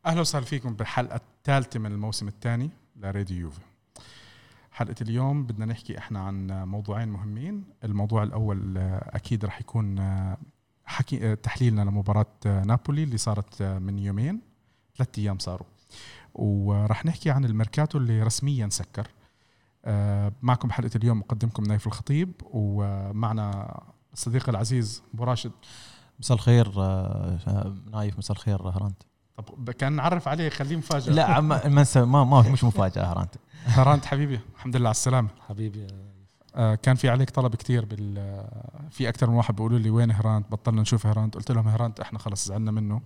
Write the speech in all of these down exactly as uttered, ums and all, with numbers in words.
أهلا وسهلا فيكم بالحلقة الثالثة من الموسم الثاني لراديو يوفي. حلقة اليوم بدنا نحكي إحنا عن موضوعين مهمين. الموضوع الأول أكيد رح يكون حكي تحليلنا لمباراة نابولي اللي صارت من يومين ثلاثة أيام صاروا، ورح نحكي عن الميركاتو اللي رسميا سكر. معكم حلقة اليوم مقدمكم نايف الخطيب، ومعنا الصديق العزيز أبو راشد. مساء الخير نايف. مساء الخير هرانت. طب كان نعرف عليه خليه مفاجأة. لا ما ما ما مش مفاجأة هرانت. هرانت حبيبي الحمد لله على السلامة. حبيبي. آه كان في عليك طلب كتير بال في أكتر من واحد بيقولوا لي وين هرانت، بطلنا نشوف هرانت. قلت لهم هرانت إحنا خلص زعلنا منه،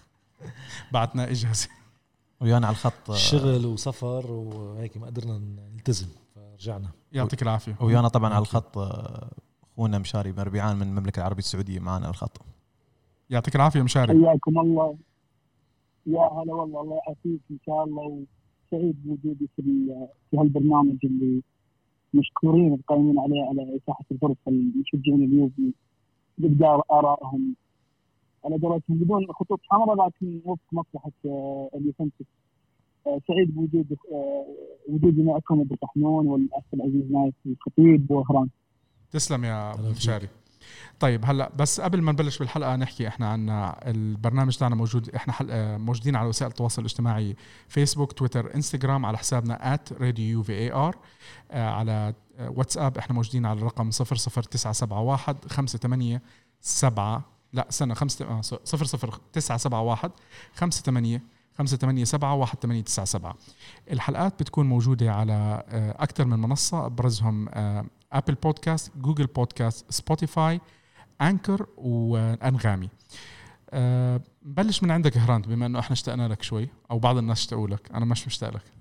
بعتنا إجازة ويانا على الخط شغل وسفر وهيك ما قدرنا نلتزم فرجعنا. يعطيك العافية. ويانا طبعا على الخط أخونا مشاري مربيعان من المملكة العربية السعودية معنا على الخط. يعطيك العافية مشاري. حياكم الله. يا هلا والله، الله يعافيك ان شاء الله، وسعيد بوجودي في في هالبرنامج اللي مشكورين القائمين عليه على اتاحه الفرصه للمشجعين اليوفي بإبداء آرائهم على قولتهم بدون خطوط حمراء لكن وفق مصلحه اليوفنتوس. سعيد بوجود وجودي معكم ابو طحنون والاخ العزيز نايف الخطيب وهران. تسلم يا مشاري. طيب هلا بس قبل ما نبلش بالحلقه نحكي احنا عن البرنامج تاعنا. موجود احنا موجودين على وسائل التواصل الاجتماعي فيسبوك تويتر انستغرام على حسابنا آت راديو يو في إيه آر. على واتساب احنا موجودين على الرقم صفر صفر تسعة سبعة واحد خمسة ثمانية سبعة لا سنة خمسة صفر صفر تسعة سبعة واحد خمسة ثمانية خمسة ثمانية سبعة واحد ثمانية تسعة سبعة. الحلقات بتكون موجودة على أكثر من منصة، أبرزهم أبل بودكاست، جوجل بودكاست، سبوتيفاي، أنكر وأنغامي. أه بلش من عندك هرانت، بما أنه إحنا اشتقنا لك شوي أو بعض الناس اشتقوا لك، أنا مش مشتاق لك.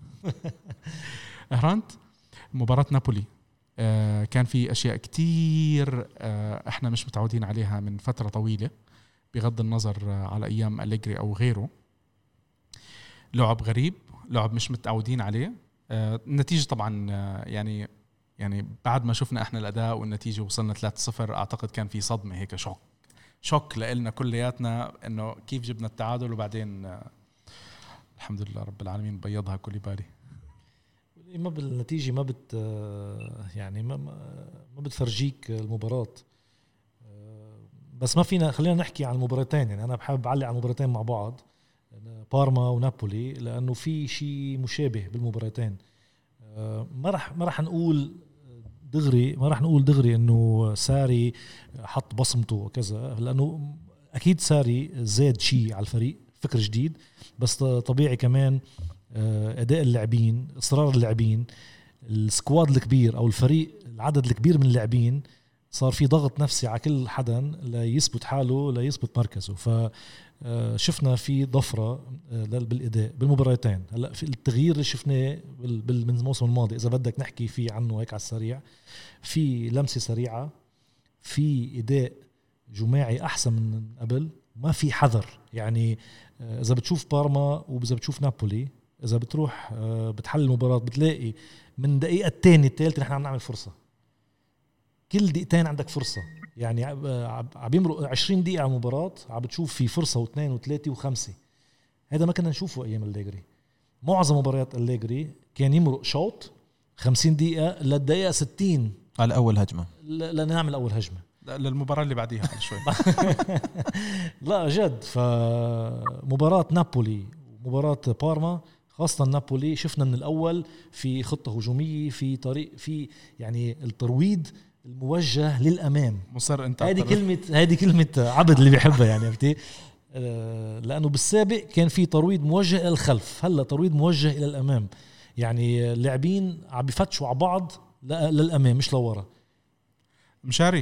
هرانت، مباراة نابولي أه كان في أشياء كتير أه إحنا مش متعودين عليها من فترة طويلة، بغض النظر على أيام أليجري أو غيره. لعب غريب، لعب مش متعودين عليه. أه النتيجة طبعا أه يعني يعني بعد ما شفنا احنا الاداء والنتيجه وصلنا ثلاثة صفر، اعتقد كان في صدمه هيك، شوك شوك لنا كلياتنا انه كيف جبنا التعادل وبعدين آه الحمد لله رب العالمين بيضها كوليبالي. ما بالنتيجه ما بت يعني ما ما بتفرجيك المباراه، بس ما فينا خلينا نحكي عن المباراتين. يعني انا بحب اعلق على المباراتين مع بعض، بارما ونابولي، لانه في شيء مشابه بالمباراتين. ما راح ما راح نقول دغري ما راح نقول دغري انه ساري حط بصمته وكذا، لانه اكيد ساري زاد شيء على الفريق، فكر جديد، بس طبيعي كمان اداء اللاعبين، اصرار اللاعبين، السكواد الكبير او الفريق العدد الكبير من اللاعبين، صار في ضغط نفسي على كل حدا ليثبت حاله ليثبت مركزه. فشفنا في ضفرة بالاداء بالمباراتين. هلا في التغيير اللي شفناه من الموسم الماضي اذا بدك نحكي فيه عنه هيك على السريع، في لمسه سريعه، في اداء جماعي احسن من قبل، ما في حذر. يعني اذا بتشوف بارما واذا بتشوف نابولي، اذا بتروح بتحل المباراه بتلاقي من دقيقه الثانيه الثالثه نحن عم نعمل فرصه، كل دقيقتين عندك فرصة. يعني عم يمرق عشرين دقيقة على المباراة عم بتشوف في فرصة واثنين وثلاثة وخمسة. هذا ما كنا نشوفه أيام الليجري. معظم مباريات الليجري كان يمرق شوط خمسين دقيقة للدقيقة ستين على أول هجمة لنعمل أول هجمة للمباراة اللي بعديها شوي. لا جد. فمباراة نابولي ومباراة بارما خاصة نابولي شفنا من الأول في خطة هجومية، في طريق، في يعني الترويض الموجه للامام. مصر انت هذه كلمه هذه كلمه عبد اللي بيحبها يعني عرفتي. لانه بالسابق كان في ترويض موجه الى الخلف، هلا ترويض موجه الى الامام. يعني اللاعبين عم بيفتشوا على بعض للامام مش لورا. مشاري،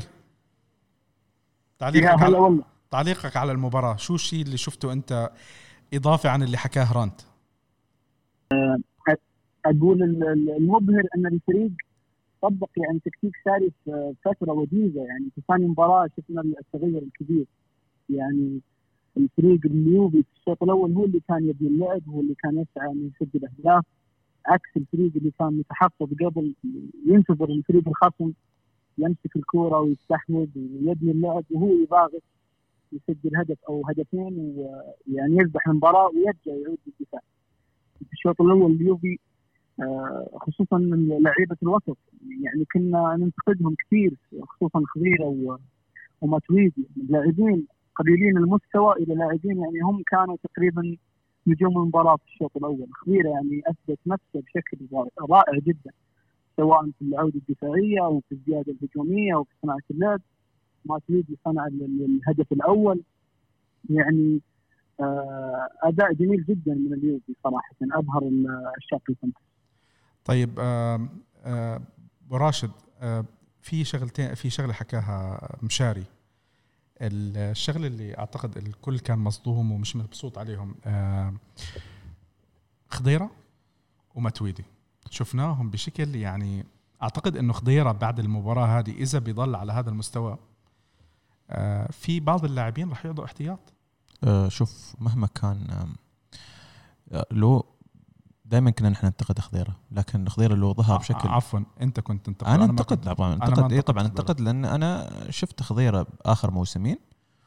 تعليقك على تعليقك على المباراه، شو الشيء اللي شفته انت اضافه عن اللي حكاه هرانت؟ اقول المبهر ان الفريق طبق يعني تكتيك ساري في فترة وجيزة. يعني في ثاني مباراة شفنا التغير الكبير. يعني الفريق اليوفي في الشوط الأول هو اللي كان يبني اللعب، هو اللي كان يسعى أن يسجل أهداف، عكس الفريق اللي كان متحفظ قبل، ينتظر الفريق الخصم يمسك الكرة ويستحوذ ويبني اللعب وهو يضاغط يسجل هدف او هدفين ويعني يربح المباراه ويرجع يعود للدفاع. في الشوط الاول اليوفي خصوصا لعيبه الوسط يعني كنا ننتقدهم كثير، خصوصا خضيره وماتويدي، لاعبين قليلين المستوى الى لاعبين يعني هم كانوا تقريبا نجوم المباراه في الشوط الاول. خضيره يعني اثبت نفسه بشكل رائع جدا سواء في العوده الدفاعيه او في الزياده الهجوميه او في صناعه اللعب. ماتويدي صنع الهدف الاول، يعني اداء جميل جدا من اليوفي صراحه، ابهر الشق الخماسي. طيب آه آه راشد، آه في شغلتين في شغله حكاها مشاري، الشغله اللي اعتقد الكل كان مصدوم ومش مبسوط عليهم، آه خضيره وماتويدي شفناهم بشكل يعني اعتقد انه خضيره بعد المباراه هذه اذا بيضل على هذا المستوى آه في بعض اللاعبين راح يقعدوا احتياط. آه شوف مهما كان آه لو دائما كنا نحن ننتقد خضيره، لكن خضيره لو ظهر بشكل عفوا انت كنت تنتقد، انا انتقد طبعا انتقد اي طبعا خضيرة. انتقد لان انا شفت خضيره اخر موسمين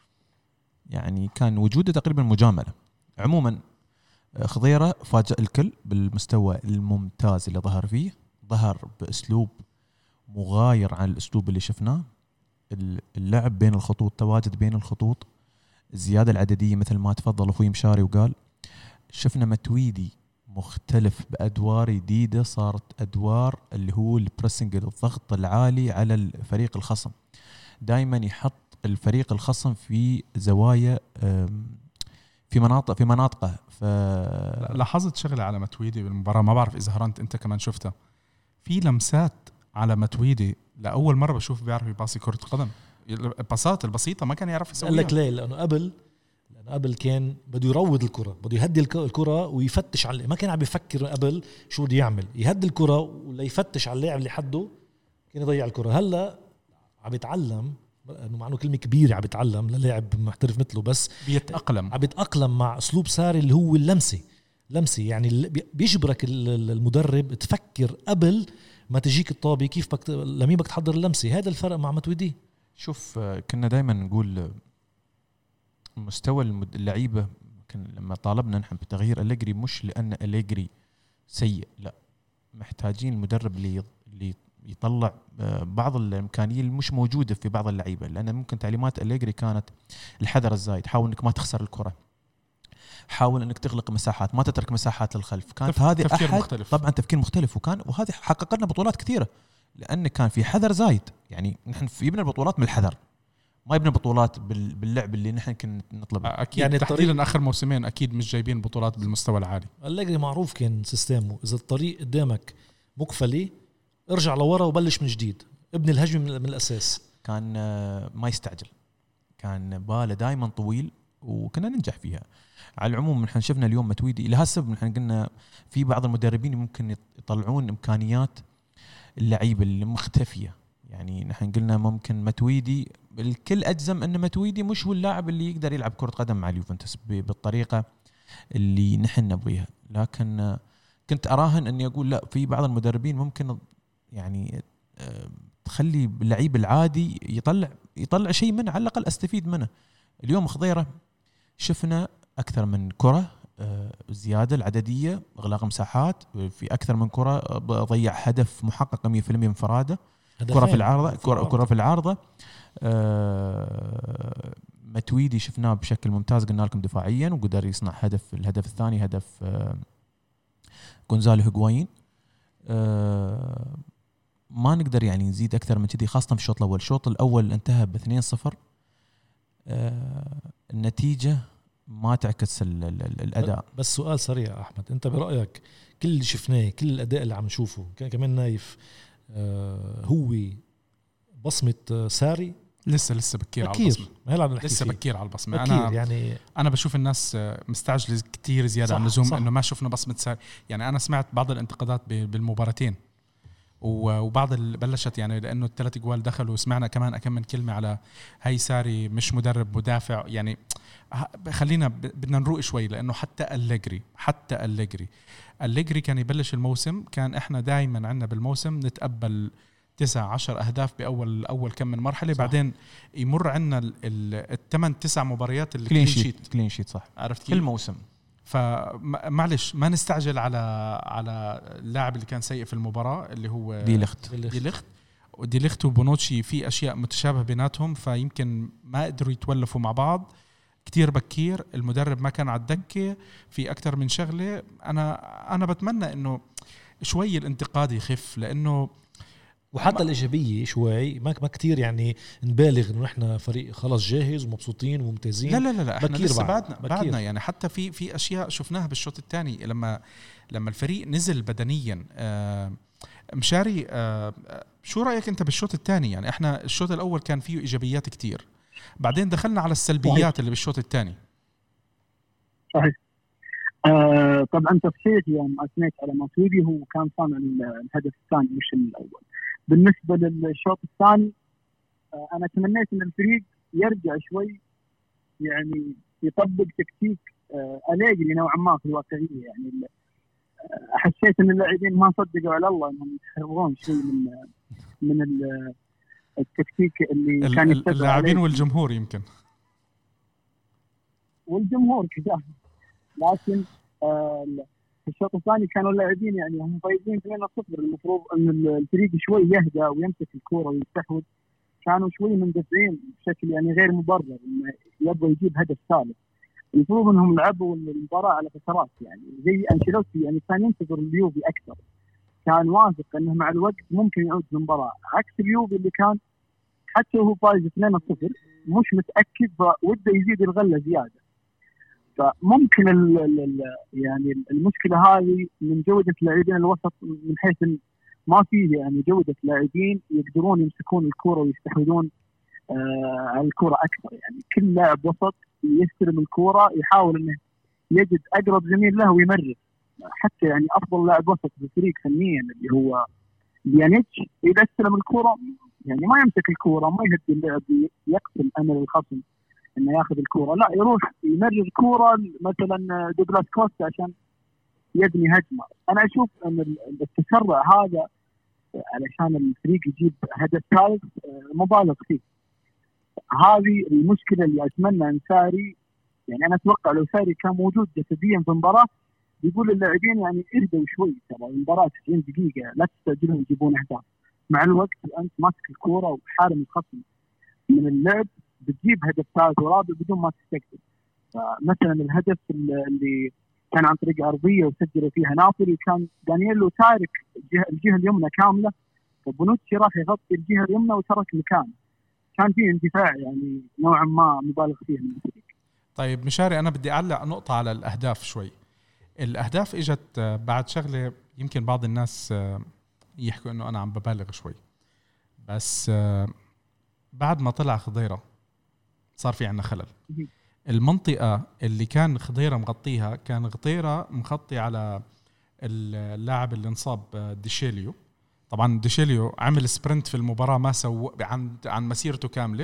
يعني كان وجوده تقريبا مجامله. عموما خضيره فاجأ الكل بالمستوى الممتاز اللي ظهر فيه، ظهر باسلوب مغاير عن الاسلوب اللي شفناه، اللعب بين الخطوط، تواجد بين الخطوط، الزياده العدديه مثل ما تفضل اخوي مشاري وقال. شفنا ماتويدي مختلف بأدوار جديدة، صارت أدوار اللي هو البريسنج، الضغط العالي على الفريق الخصم، دائما يحط الفريق الخصم في زوايا في مناطق في مناطقه. ف لاحظت شغله على ماتويدي بالمباراه، ما بعرف اذا هرنت انت كمان شفتها، في لمسات على ماتويدي لاول مره بشوف بيعرف يباصي كره قدم، الباصات البسيطه ما كان يعرف يسويها. قال لك ليه؟ لانه قبل لانه قبل كان بده يروض الكره، بده يهدي الكره ويفتش على، ما كان عم يفكر قبل شو بده يعمل، يهدي الكره ولا يفتش على اللاعب اللي حده كان يضيع الكره. هلا عم يتعلم، انه مع انه كلمه كبيره، عم يتعلم للاعب محترف مثله، بس بيتاقلم عم يتاقلم مع اسلوب ساري اللي هو اللمسه لمسه يعني بيجبرك المدرب تفكر قبل ما تجيك الطابه كيف بك لمين بدك تحضر اللمسه. هذا الفرق مع ماتويدي. شوف كنا دائما نقول مستوى اللعيبه، لما طالبنا نحن بتغيير أليجري مش لان أليجري سيء، لا، محتاجين المدرب اللي اللي يطلع بعض الامكانيه اللي مش موجوده في بعض اللعيبه، لان ممكن تعليمات أليجري كانت الحذر الزايد، حاول انك ما تخسر الكره، حاول انك تغلق مساحات، ما تترك مساحات للخلف. كانت هذه احد مختلف. طبعا تفكير مختلف، وكان وهذه حقق لنا بطولات كثيره لان كان في حذر زايد. يعني نحن يبنى البطولات من الحذر، ما يبنى بطولات باللعب اللي نحن كنا نطلبه. اكيد يعني تحديدا اخر موسمين اكيد مش جايبين بطولات بالمستوى العالي. أليجري معروف كان سيستمه، اذا الطريق قدامك مقفله ارجع لورا وبلش من جديد، ابني الهجمه من الاساس. كان ما يستعجل، كان باله دائما طويل وكنا ننجح فيها. على العموم نحن شفنا اليوم ماتويدي، لهالسبب نحن قلنا في بعض المدربين ممكن يطلعون امكانيات اللعيبه اللي مختفيه. يعني نحن قلنا ممكن ماتويدي، الكل اجزم ان ماتويدي مش هو اللاعب اللي يقدر يلعب كره قدم مع اليوفنتوس بالطريقه اللي نحن نبغيها، لكن كنت اراهن اني اقول لا، في بعض المدربين ممكن يعني تخلي اللعيب العادي يطلع يطلع شيء منه، على الاقل استفيد منه. اليوم خضيره شفنا اكثر من كره، زياده العدديه، اغلاق مساحات، في اكثر من كره ضيع هدف محقق مية بالمية انفراده، كره في العارضه، كره كره في العارضه. أه ماتويدي شفناه بشكل ممتاز، قلنا لكم دفاعيا، وقدر يصنع هدف، الهدف الثاني هدف أه غونزالو هيغوايين. أه ما نقدر يعني نزيد اكثر من كذي، خاصه في الشوط الاول. الشوط الاول انتهى ب اثنين صفر، أه النتيجه ما تعكس الاداء. بس سؤال سريع احمد، انت برايك كل اللي شفناه، كل الاداء اللي عم نشوفه، كان كمان نايف أه هو بصمه ساري؟ لسه لسه بكير, بكير. على البصمه، لسه فيه. بكير على البصمه. بكير انا يعني انا بشوف الناس مستعجله كتير زياده عن اللزوم انه ما شفنا بصمه ساري. يعني انا سمعت بعض الانتقادات بالمباراتين، وبعض بلشت يعني لانه الثلاث جوال دخلوا، وسمعنا كمان كم من كلمه على هاي ساري مش مدرب مدافع. يعني خلينا بدنا نروق شوي، لانه حتى أليجري حتى أليجري أليجري كان يبلش الموسم، كان احنا دائما عندنا بالموسم نتقبل تسع عشر أهداف بأول أول كم من مرحلة. صح. بعدين يمر عنا الثمان تسع مباريات اللي كلين شيت كلين شيت صح عرفت كيف الموسم. فمعلش ما نستعجل على على اللاعب اللي كان سيء في المباراة اللي هو دي لخت دي لخت ودي لخت وبونوتشي في أشياء متشابهة بيناتهم، فيمكن ما قدروا يتولفوا مع بعض كتير بكير. المدرب ما كان على الدكة في أكتر من شغلة. أنا أنا بتمنى إنه شوي الانتقاد يخف، لأنه وحتى الإيجابية شوي ما ما كتير يعني نبالغ إنه إحنا فريق خلاص جاهز ومبسوطين وممتازين. لا لا لا, لا. إحنا لسه بعد. بعدنا بعدنا يعني حتى في في أشياء شفناها بالشوط الثاني لما لما الفريق نزل بدنيا. آه مشاري آه شو رأيك أنت بالشوط الثاني؟ يعني إحنا الشوط الأول كان فيه إيجابيات كتير، بعدين دخلنا على السلبيات صحيح. اللي بالشوط الثاني صحيح. آه طبعا تفسير يوم أثنيت على ماتويدي هو كان صانع الهدف الثاني مش الأول. بالنسبة للشوط الثاني آه أنا تمنيت أن الفريق يرجع شوي يعني يطبق تكتيك آه أليجري نوعا ما في الواقعية. يعني آه حسيت أن اللاعبين ما صدقوا على الله أنهم يتحررون شوي من من التكتيك اللي ال كان يتبع اللاعبين والجمهور يمكن والجمهور كذا. لكن آه في الشوط الثاني كانوا اللاعبين يعني هم فايزين اثنين صفر، المفروض ان الفريق شوي يهدى ويمسك الكرة ويستحوذ. كانوا شوي مندفعين بشكل يعني غير مبرر انه يبغى يجيب هدف ثالث. المفروض انهم لعبوا المباراة على فترات يعني زي أنشيلوتي يعني كان ينتظر اليوفي اكثر، كان واثق انه مع الوقت ممكن يعود المباراة، عكس اليوفي اللي كان حتى هو فايز اثنين صفر مش متأكد وده يزيد الغلة زيادة. فممكن ال ال يعني المشكلة هذه من جودة لاعبين الوسط، من حيث ما فيه يعني جودة لاعبين يقدرون يمسكون الكرة ويستحوذون آه على الكرة أكثر. يعني كل لاعب وسط يستلم الكرة يحاول إنه يجد أقرب زميل له ويمرر. حتى يعني أفضل لاعب وسط في الفريق فنيا اللي هو بيانيتش إذا استلم الكرة يعني ما يمسك الكرة، ما يهدي اللعب، يقتل أمل الخصم إنه ياخذ الكرة، لا يروح يمرر كرة مثلا دوغلاس كوستا عشان يبني هجمة. أنا أشوف أن التسرع هذا علشان الفريق يجيب هدف ثالث مبالغ فيه. هذه المشكلة اللي أتمنى أن ساري يعني أنا أتوقع لو ساري كان موجود جسديا في المباراة بيقول للاعبين يعني اهدوا شوي، ترى المباراة تسعين دقيقة لا تستعجلون يجيبون أهداف. مع الوقت أنت ماسك الكرة وحارم الخصم من اللعب بتجيب هدف ثالث ورابع بدون ما تستقبل. فمثلا الهدف اللي كان عن طريق أرضية وسجلوا فيها نابولي كان دانييلو تارك الجهة, الجهة اليمنى كاملة، فبونوتشي راح يغطي الجهة اليمنى وترك مكان، كان فيه اندفاع يعني نوعا ما مبالغ فيه من الفريق. طيب مشاري أنا بدي أعلق نقطة على الأهداف شوي. الأهداف إجت بعد شغلة يمكن بعض الناس يحكوا إنه أنا عم ببالغ شوي، بس بعد ما طلع خضيرة صار في عنا خلل. المنطقة اللي كان خضيرة مغطيها كان خضيرة مغطي على اللاعب اللي انصاب ديشيليو. طبعا ديشيليو عمل سبرنت في المباراة ما سوى عن عن مسيرته كاملة.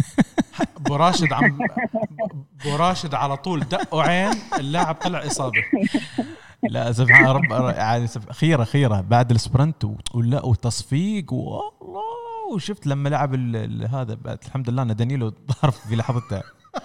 براشد عم براشد على طول دقوا عين اللاعب طلع إصابة. لا سبحان رب يعني خيرة خيرة بعد السبرنت ولا وتصفيق والله. وشفت لما لعب هذا الحمد لله ان دانييلو ضرب في لحظتها.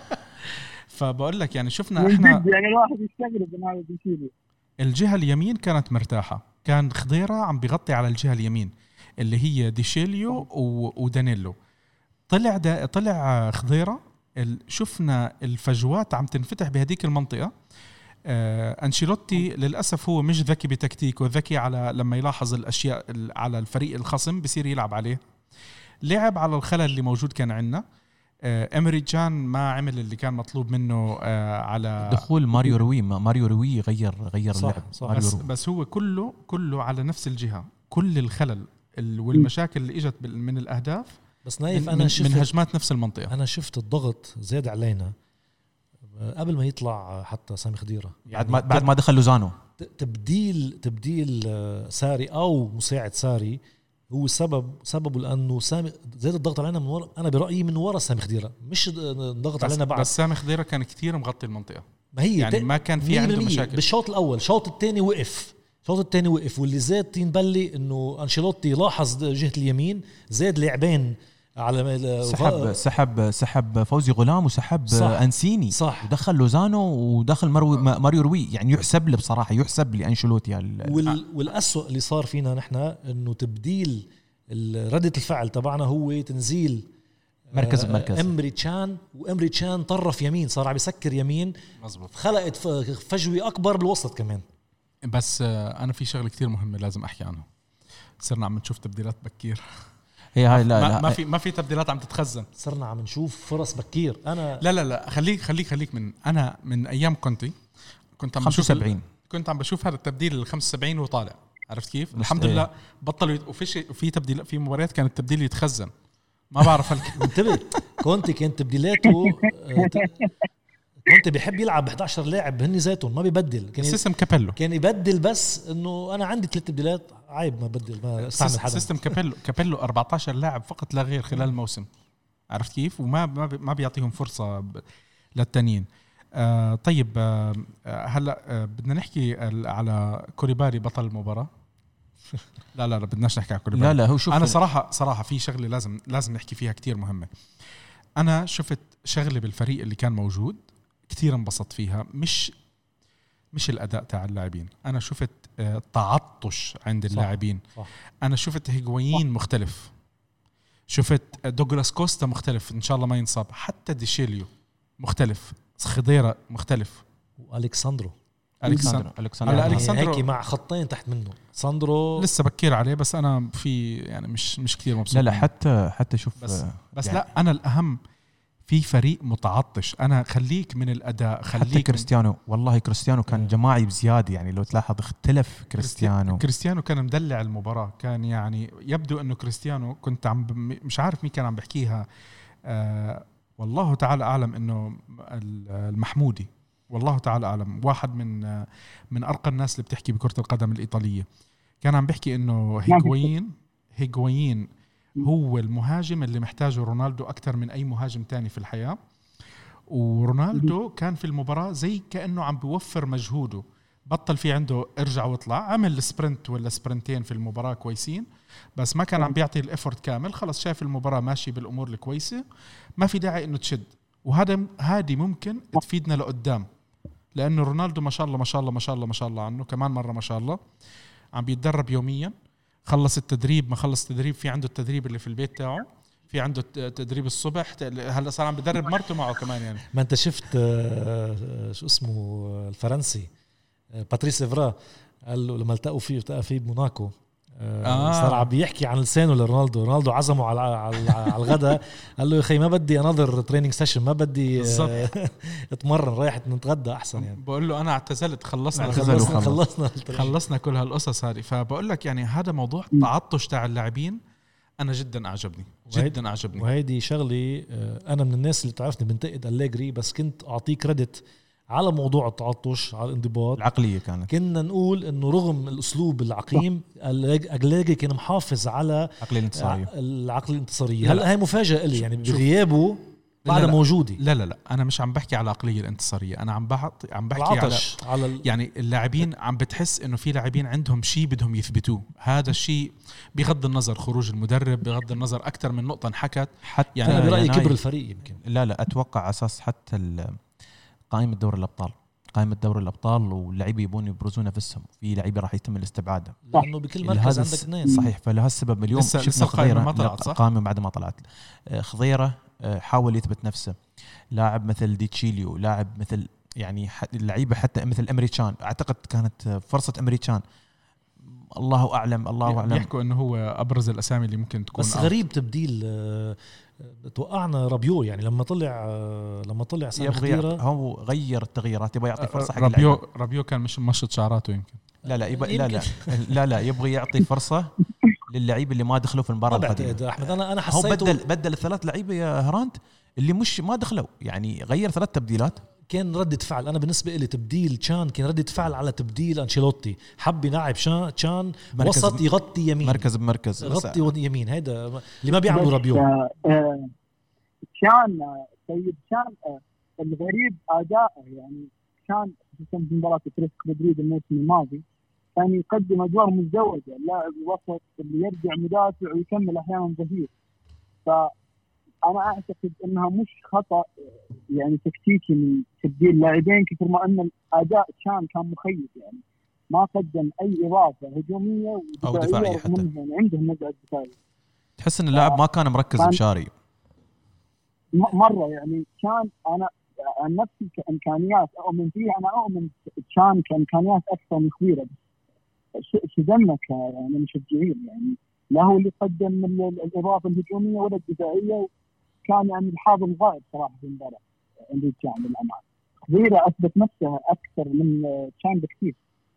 فبقول لك يعني شفنا احنا يعني الواحد يستغرب ان هذا بيصير. الجهه اليمين كانت مرتاحه، كان خضيره عم بيغطي على الجهه اليمين اللي هي ديشيليو ودانييلو. طلع دا طلع خضيره، شفنا الفجوات عم تنفتح بهديك المنطقه. آه أنشيلوتي للأسف هو مش ذكي بتكتيكه، ذكي على لما يلاحظ الأشياء على الفريق الخصم بصير يلعب عليه. لعب على الخلل اللي موجود كان عندنا. آه إمري جان ما عمل اللي كان مطلوب منه آه على دخول ماريو روي. ماريو روي غير غير صح اللعب صح بس, بس هو كله كله على نفس الجهة. كل الخلل والمشاكل اللي اجت من الأهداف بس نايف من, أنا من, شفت من هجمات نفس المنطقة. أنا شفت الضغط زاد علينا قبل ما يطلع حتى سامي خديرة، يعني بعد ما بعد ما دخل لوزانو. تبديل تبديل ساري أو مساعد ساري هو سبب سببه لأنه سامي زاد الضغط علينا من ورا. أنا برأيي من ورا سامي خديرة مش ضغط علينا بعد. بس سامي خديرة كان كتير مغطي المنطقة، ما هي يعني ما كان في عنده مشاكل. بالشوط الأول الشوط الثاني وقف الشوط الثاني وقف، واللي زاد طين بلي انه انشيلوتي لاحظ جهه اليمين، زاد لاعبين على سحب سحب سحب فوزي غلام وسحب صح. انسيني صح، ودخل لوزانو ودخل مارو ماريو روي. يعني يحسب له بصراحه، يحسب لي انشيلوتي. وال والاسوأ اللي صار فينا نحن انه تبديل ردة الفعل تبعنا هو تنزيل مركز بمركز امري تشان، وامري تشان طرف يمين، صار عم يسكر يمين مزبوط، خلقت فجوه اكبر بالوسط كمان. بس انا في شغله كتير مهمه لازم احكي عنها. صرنا عم نشوف تبديلات بكير. هي هاي لا ما, لا ما في ما في تبديلات عم تتخزن. صرنا عم نشوف فرص بكير. انا لا لا لا خليك خليك خليك من انا من ايام كنتي كنت عم بشوف خمسة وسبعين كنت عم بشوف هذا التبديل ال خمسة وسبعين وطالع. عرفت كيف؟ الحمد لله بطلوا. وفي شيء في تبديل في مباريات كانت التبديل يتخزن. ما بعرف هل انتبه كنت كانت تبديلاته كنت بيحب يلعب إحدى عشر لاعب هن ذاتهم، ما بيبدل. كان سيستم كابيلو كان يبدل، بس انه انا عندي ثلاث تبديلات عيب ما بدل، ما استعمل حدا. سيستم كابيلو كابيلو أربعة عشر لاعب فقط لا غير خلال الموسم. عرفت كيف؟ وما ما بيعطيهم فرصة للتانيين. آه طيب آه هلا آه بدنا نحكي على كوليبالي بطل المباراة. لا لا لا بدناش نحكي على كوليبالي. لا لا هو شوف، انا صراحة صراحة في شغلة لازم لازم نحكي فيها كتير مهمة. انا شفت شغلة بالفريق اللي كان موجود كتير انبسطت فيها، مش مش الأداء تاع اللاعبين. أنا شفت تعطش عند اللاعبين. أنا شفت هيغوين مختلف، شفت دوغلاس كوستا مختلف إن شاء الله ما ينصاب، حتى ديشيليو مختلف، خضيرة مختلف، وألكساندرو ألكساندرو ألكساندرو يعني ألكساندرو هيك مع خطين تحت منه. ساندرو لسه بكير عليه، بس أنا في يعني مش مش كتير مبسوط. لا لا حتى حتى شوف بس, بس يعني لا أنا الأهم في فريق متعطش. أنا خليك من الأداء، خليك حتى كريستيانو. والله كريستيانو كان جماعي بزيادة، يعني لو تلاحظ اختلف كريستيانو. كريستيانو كان مدلع المباراة، كان يعني يبدو أنه كريستيانو كنت عم مش عارف مين كان عم بحكيها، آه والله تعالى أعلم أنه المحمودي، والله تعالى أعلم، واحد من من أرقى الناس اللي بتحكي بكرة القدم الإيطالية، كان عم بحكي أنه هيغوين هيغوين هو المهاجم اللي محتاجه رونالدو أكتر من أي مهاجم تاني في الحياة. ورونالدو كان في المباراة زي كأنه عم بيوفر مجهوده، بطل في عنده ارجع واطلع، عمل سبرنت ولا سبرنتين في المباراة كويسين، بس ما كان عم بيعطي الافورت كامل. خلص شايف المباراة ماشي بالأمور الكويسة، ما في داعي إنه تشد. وهذا هذه ممكن تفيدنا لقدام، لأنه رونالدو ما شاء الله ما شاء الله ما شاء الله ما شاء الله عنه كمان مرة ما شاء الله عم بيتدرب يوميا. خلص التدريب، ما خلص التدريب في عنده التدريب اللي في البيت تاعه، في عنده تدريب الصبح، هلا صار عم بدرب مرته معه كمان. يعني ما انت شفت شو اسمه الفرنسي باتريس إفرا قال له لما التقوا فيه التقى فيه بموناكو، آه. صار عم بيحكي عن لسانه لرونالدو. رونالدو عزمه على على, على الغداء، قال له يا اخي ما بدي انظر تريننج سيشن، ما بدي اتمرن، رايح نتغدى احسن. يعني بقول له انا اعتزلت، خلصنا خلصنا خلصنا, خلصنا كل هالقصص هذه. فبقول لك يعني هذا موضوع التعطش تاع اللاعبين انا جدا اعجبني، جدا اعجبني. وهيدي شغلي انا من الناس اللي تعرفني بنتقد أليجري، بس كنت اعطيه كريدت على موضوع التعطش، على الانضباط العقلية. كانت كنا نقول انه رغم الاسلوب العقيم أليجري كان محافظ على العقلية الانتصارية العقلية الانتصارية. هلا هي مفاجأة لي يعني بغيابه بعد موجودي. لا لا لا انا مش عم بحكي على العقلية الانتصارية، انا عم بحكي عم بحكي على, على ال... يعني اللاعبين عم بتحس انه في لاعبين عندهم شيء بدهم يثبتوه. هذا الشيء بغض النظر خروج المدرب، بغض النظر اكثر من نقطة انحكت. حتى يعني انا برأيي كبر الفريق يمكن. لا لا اتوقع اساس حتى قائمة دوري الابطال، قائمة دوري الابطال واللعيبه يبون يبرزون نفسهم، في لعيبه راح يتم الاستبعاد لانه بكل مركز عندك اثنين. صحيح. فلهالسبب اليوم شفنا خضيره قائمه بعد ما طلعت خضيره حاول يثبت نفسه. لاعب مثل ديتشيليو، لاعب مثل يعني اللعيبه حتى مثل امريكان، اعتقد كانت فرصه امريكان، الله اعلم الله اعلم. يحكوا انه هو ابرز الاسامي اللي ممكن تكون. بس غريب تبديل توقعنا رابيو، يعني لما طلع لما طلع خضيره هو غير التغييرات، يبغى يعطي فرصه حق رابيو. رابيو كان مش مشط شعراته يمكن. لا لا يبقى لا لا لا لا يبغى يعطي فرصه للعيبه اللي ما دخلوا في المباراه القادمه. احمد انا انا حسيته هو بدل بدل الثلاث لعيبه يا هراند اللي مش ما دخلوا، يعني غير ثلاث تبديلات. كان ردة فعل. أنا بالنسبة لي تبديل تشان كان ردة فعل على تبديل أنشيلوتي، حب يلعب شان تشان وسط يغطي يمين، مركز بمركز يغطي يمين. هيدا اللي ما بيعملوا رابيو. تشان طيب تشان الغريب أداءه، يعني كان في مباراة أتلتيكو مدريد الموسم الماضي كان يقدم ادوار مزدوجه، لاعب وسط اللي يرجع مدافع ويكمل احيانا ظهير. فانا اعتقد انها مش خطا يعني تكتيكي من تبديل لاعبين، كثر ما ان الاداء كان كان مخيب، يعني ما قدم اي اضافه هجوميه او دفاعيه حتى، يعني عندهم نزعه دفاعيه. تحس ان اللاعب ما كان مركز بشاري مره، يعني كان انا عن نفسي كامكانيات اؤمن فيها، انا اؤمن كان كامكانيات اكثر من خبيره، سدمك يعني مشجعين، يعني لا هو اللي قدم الاضافه الهجوميه ولا الدفاعيه، كان يعني الحاضر الغائب صراحه في المباراه عندي كان للامانه. خبيره اثبت نفسها اكثر من كان بكثير.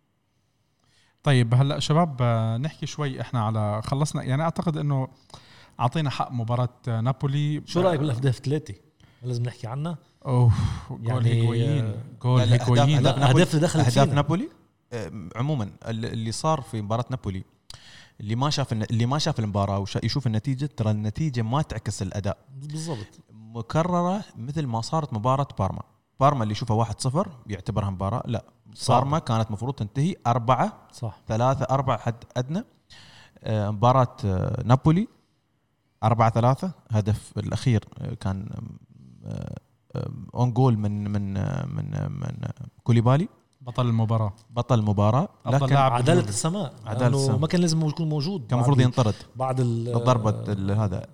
طيب هلا شباب نحكي شوي احنا على خلصنا، يعني اعتقد انه اعطينا حق مباراه نابولي. شو رايك بالاهداف ثلاثه لازم نحكي عنها؟ اوه جول يعني هيغوين، جول هيغوين، اهداف اللي دخلت اهداف نابولي. عموما اللي صار في مباراه نابولي، اللي ما شاف اللي ما شاف المباراه ويشوف النتيجه، ترى النتيجه ما تعكس الاداء بالضبط، مكرره مثل ما صارت مباراه بارما. بارما اللي يشوفها واحد صفر يعتبرها مباراه، لا صح. بارما كانت مفروض تنتهي أربعة صح، ثلاثة أربعة حد أدنى. آه مباراة آه نابولي أربعة ثلاثة، هدف الأخير كان آه اون جول من من من من كوليبالي، بطل المباراة بطل المباراة، لكن عدالة السماء، عدالة ما كان لازم يكون موجود، كان المفروض ينطرد بعد ضربة هذا.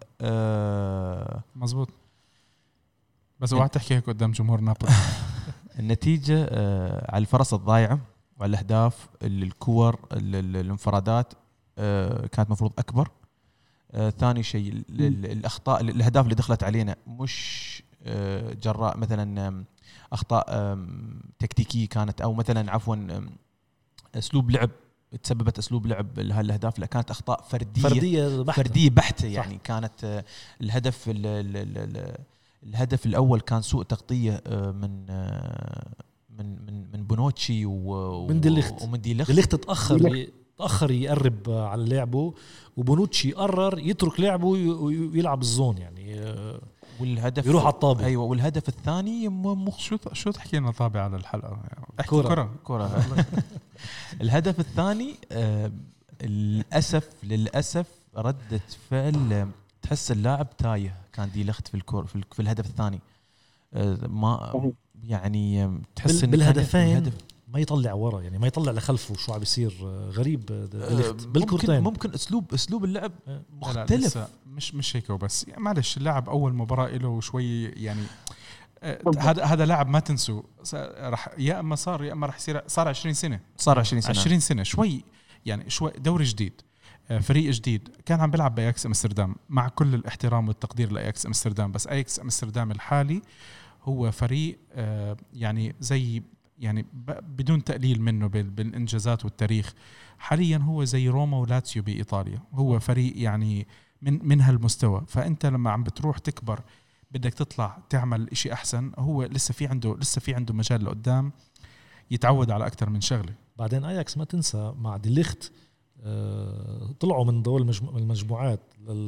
آه مزبوط، بس واحد تحكي هيك قدام جمهور نابولي. النتيجة آه على الفرص الضايعة وعلى الأهداف، الكور، الانفرادات آه كانت مفروض أكبر. آه ثاني شيء الأخطاء، الأهداف اللي دخلت علينا مش آه جراء مثلا أخطاء تكتيكية كانت، أو مثلا عفوا أسلوب لعب تسببت أسلوب لعب هالأهداف، لا كانت أخطاء فردية فردية بحتة, فردية بحتة يعني. صح. كانت الهدف ال ال ال الهدف الأول كان سوء تغطية من من من من بونوتشي ومن ديليخت ومن ديليخت ديليخت تأخر تأخر يقرب على لعبه، وبونوتشي قرر يترك لعبه ويلعب الزون يعني، والهدف يروح على الطابة. ايوه، والهدف الثاني مخ شو شو تحكينا طابع على الحلقه يعني. كرة كرة الهدف الثاني آه للاسف للاسف ردة فعل تحس اللاعب تايه كان دي لخت في الكور في, في الهدف الثاني. آه ما يعني تحس ان بالهدفين ما يطلع ورا، يعني ما يطلع لخلفه، شو عم بيصير غريب بالكورتين. ممكن اسلوب اسلوب اللعب مختلف، لا مش مش هيك وبس يعني. معلش اللاعب اول مباراه له شوي يعني، هذا هذا لاعب ما تنسوا راح يا اما صار يا اما راح يصير صار عشرين سنه صار عشرين سنه عشرين سنه شوي يعني، شوي دوري جديد، فريق جديد، كان عم بيلعب باياكس امستردام، مع كل الاحترام والتقدير لاياكس امستردام، بس اياكس امستردام الحالي هو فريق يعني زي يعني بدون تقليل منه بالإنجازات والتاريخ، حاليا هو زي روما ولاتسيو بإيطاليا، هو فريق يعني من من هالمستوى. فأنت لما عم بتروح تكبر بدك تطلع تعمل إشي أحسن، هو لسه في عنده لسه في عنده مجال لقدام يتعود على أكتر من شغلة. بعدين أياكس ما تنسى مع ديليخت طلعوا من دور المجموعات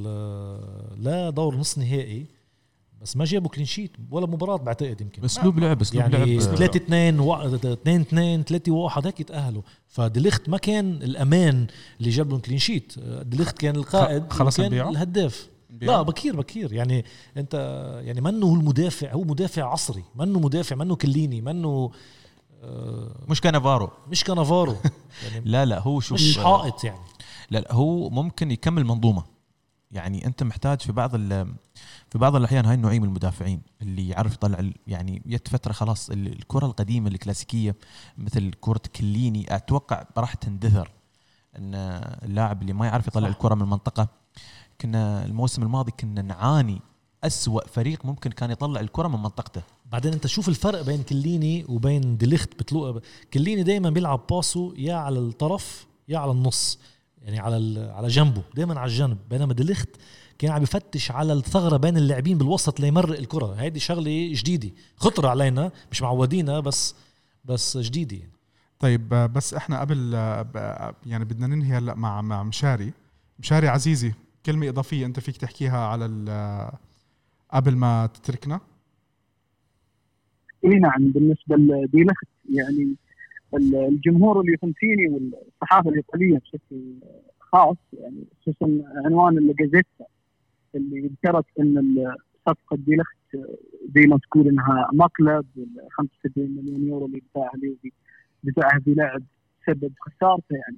لا دور نص نهائي، بس ما جابوا كلين شيت ولا مباراة بعتقد. يمكن اسلوب لعب اسلوب يعني لعب ثلاثة اثنين اثنين اثنين ثلاثة واحد هيك تأهلوا. فديليخت ما كان الأمان اللي جاب لهم كلين شيت، ديليخت كان القائد، خلص كان الهداف. لا بكير بكير يعني انت يعني منه هو المدافع، هو مدافع عصري، منه مدافع، منه كليني، منه آه مش كانافارو مش كانافارو يعني لا لا هو شو مش حائط يعني. لا, لا هو ممكن يكمل منظومة يعني. انت محتاج في بعض في بعض الاحيان هاي النوعيه من المدافعين اللي يعرف يطلع يعني. جت فتره خلاص الكره القديمه الكلاسيكيه مثل كره كليني اتوقع راح تندثر، ان اللاعب اللي ما يعرف يطلع صح. الكره من المنطقه. كنا الموسم الماضي كنا نعاني، أسوأ فريق ممكن كان يطلع الكره من منطقته. بعدين انت شوف الفرق بين كليني وبين ديليخت بتلوق. كليني دايما بيلعب باسو يا على الطرف يا على النص، يعني على على جنبه، دايما على الجنب، بينما ديليخت كان عم بفتش على الثغرة بين اللاعبين بالوسط ليمرق الكرة. هيدي شغلة جديدة خطرة علينا، مش معودينها، بس بس جديدة. طيب بس احنا قبل يعني بدنا ننهي هلا مع مع مشاري. مشاري عزيزي، كلمة إضافية أنت فيك تحكيها على قبل ما تتركنا؟ إيه نعم، بالنسبة لديليخت يعني الجمهور اليوفنتيني والصحافه الايطاليه بشكل خاص، يعني خصوصا عنوان الجازيتا اللي ذكرت ان صفقه دي لخت زي ما تقول انها مقلب، خمسة وسبعين مليون يورو اللي دفع عليه دفعها في لاعب سبب خسارته. يعني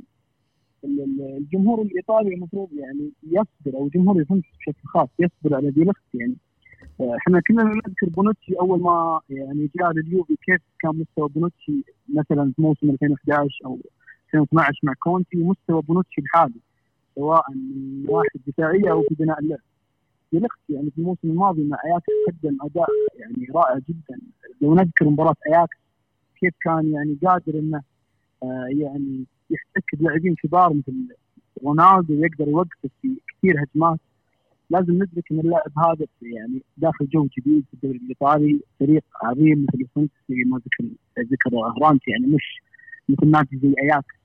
الجمهور الايطالي المفروض يعني يصبر، او جمهور يوفنتوس بشكل خاص يصبر على دي لخت. يعني احنا كلنا نذكر بونوتشي اول ما يعني جاء لليوفي، كيف كان مستوى بونوتشي مثلا في موسم ألفين وإحدى عشر او ألفين واثني عشر مع كونتي، ومستوى بونوتشي الحالي سواء من ناحيه دفاعيه او في بناء اللعب. ديليخت يعني في الموسم الماضي مع اياكس قدم اداء يعني رائع جدا. لو نذكر مباراه اياكس كيف كان يعني قادر انه آه يعني يحتك بلاعبين كبار مثل رونالدو ويقدر يوقف في كثير هجمات. لازم ندرك ان اللاعب هذا يعني داخل جو جديد في الدوري الايطالي، فريق عظيم مثل يوفنتوس ما ذكر ذكر هرانتي، يعني مش مثل نادي زي اياكس،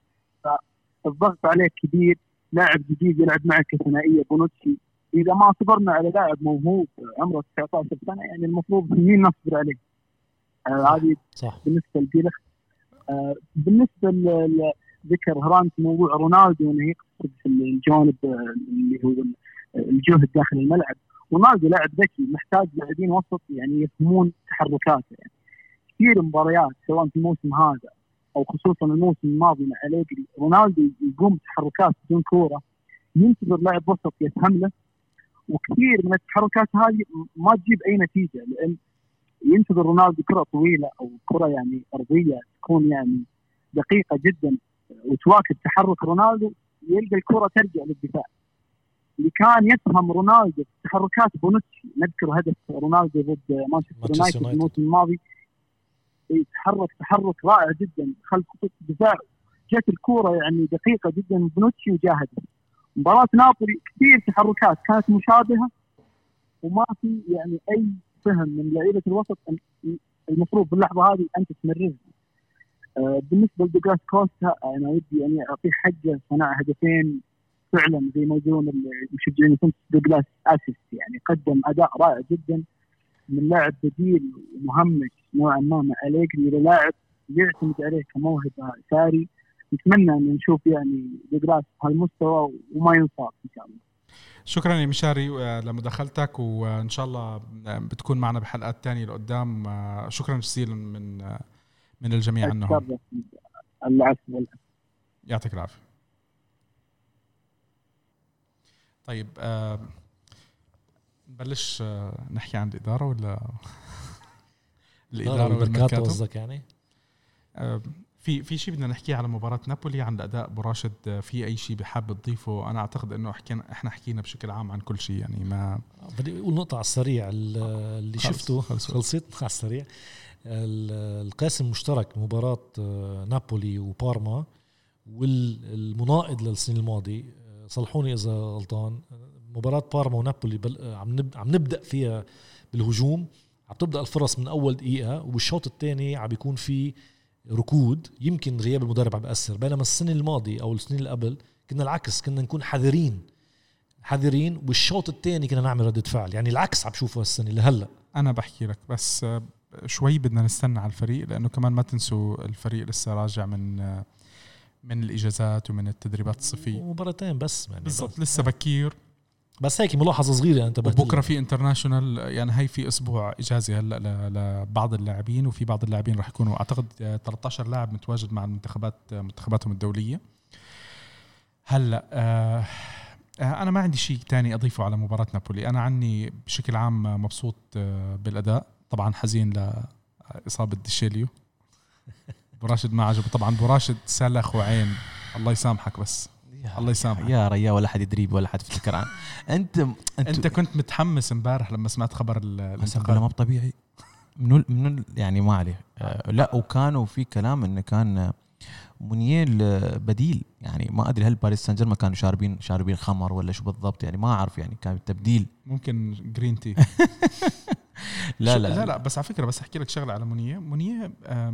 فالضغط عليه كبير. لاعب جديد يلعب معك كثنائيه بونوتشي، اذا ما صبرنا على لاعب موهوب عمره تسعة عشر سنه يعني المفروض مين نصبر عليه؟ هذه آه بالنسبه لديليخت. آه بالنسبه لذكر هرانتي موضوع رونالدو انه يقصد في الجانب اللي هو الجهد داخل الملعب. رونالدو لاعب ذكي، محتاج لاعبين وسط يعني يفهمون تحركاته. يعني كثير مباريات سواء في الموسم هذا او خصوصا الموسم الماضي مع أليجري، رونالدو يقوم بتحركات بدون كوره، ينتظر لاعب وسط يفهم له، وكثير من التحركات هذه ما تجيب اي نتيجه، لان ينتظر رونالدو كره طويله او كره يعني ارضيه تكون يعني دقيقه جدا وتواكب تحرك رونالدو، يلقى الكره ترجع للدفاع. اللي كان يفهم رونالدو تحركات بونوتشي، نذكر هدف رونالدو ضد مانشستر يونايتد الموسم الماضي، يتحرك تحرك رائع جدا خلف خطوط الدفاع، جت الكوره يعني دقيقه جدا بونوتشي وجاهد. مباراة نابولي كثير تحركات كانت مشابهة وما في يعني أي فهم من لعيبة الوسط المفروض باللحظة هذه أن تستمر. آه بالنسبة لدوغلاس كوستا أنا ودي يعني أعطيه حقه، صنع هدفين فعلا زي ما يقولون المشجعين يقولون دوغلاس أسيست، يعني قدم أداء رائع جدا من لاعب بديل ومهمش نوعا ما مع أليجري إلى لاعب يعتمد عليه كموهبة ساري. نتمنى أن نشوف يعني دوغلاس بهالمستوى وما ينصاب إن شاء الله. شكرا يا مشاري لمداخلتك، وإن شاء الله بتكون معنا بحلقات تانية لقدام. شكرا جزيلا من من الجميع عنهم. العفو، يعطيك العافية. طيب آه نبلش آه نحكي عن الإدارة ولا الإدارة والميركاتو قصدك يعني؟ آه في في شيء بدنا نحكي على مباراة نابولي، عن الأداء. أبو راشد في أي شيء بحب تضيفه؟ أنا أعتقد إنه حكينا إحنا حكينا بشكل عام عن كل شيء، يعني ما بدي أقول نقطة على السريع اللي خلص شفته خلص خلصت على السريع. القاسم المشترك مباراة نابولي وبارما والمناقض للسنة الماضي، صلحوني إذا غلطان، مباراة بارما ونابولي بل... عم نب... عم نبدأ فيها بالهجوم، عم تبدأ الفرص من أول دقيقة، وبالشوط الثاني عم بيكون في ركود، يمكن غياب المدرب عم بيأثر. بينما السنة الماضي أو السنين اللي قبل كنا العكس، كنا نكون حذرين حذرين والشوط الثاني كنا نعمل ردة فعل. يعني العكس عم بشوفه السنة اللي هلأ. أنا بحكي لك بس شوي بدنا نستنى على الفريق، لأنه كمان ما تنسوا الفريق لسه راجع من من الإجازات ومن التدريبات الصيفية، مباراتين بس يعني بالضبط، لسه بكير. بس هيك ملاحظة صغيرة أنت بكرة في انترناشونال، يعني هاي في أسبوع إجازة هلأ لبعض اللاعبين، وفي بعض اللاعبين راح يكونوا أعتقد ثلاثة عشر لاعب متواجد مع المنتخبات منتخباتهم الدولية. هلأ آه أنا ما عندي شيء تاني أضيفه على مباراة نابولي. أنا عني بشكل عام مبسوط بالأداء، طبعا حزين لإصابة ديشيليو. براشد ما عجبه طبعا، براشد سلخ وعين، الله يسامحك بس الله يسامحك يا ريا، ولا حد يدري ولا حد يفكر عنه. انت انت, انت كنت متحمس امبارح لما سمعت خبر الانتقال، ما طبيعي من من يعني ما عليه. آه لا، وكانوا في كلام انه كان مونييل بديل، يعني ما ادري هل باريس سان جيرمان كانوا شاربين شاربين خمر ولا شو بالضبط، يعني ما اعرف، يعني كان تبديل ممكن جرين تي. لا لا لا لا بس على فكره، بس احكي لك شغله على مونيه. مونيه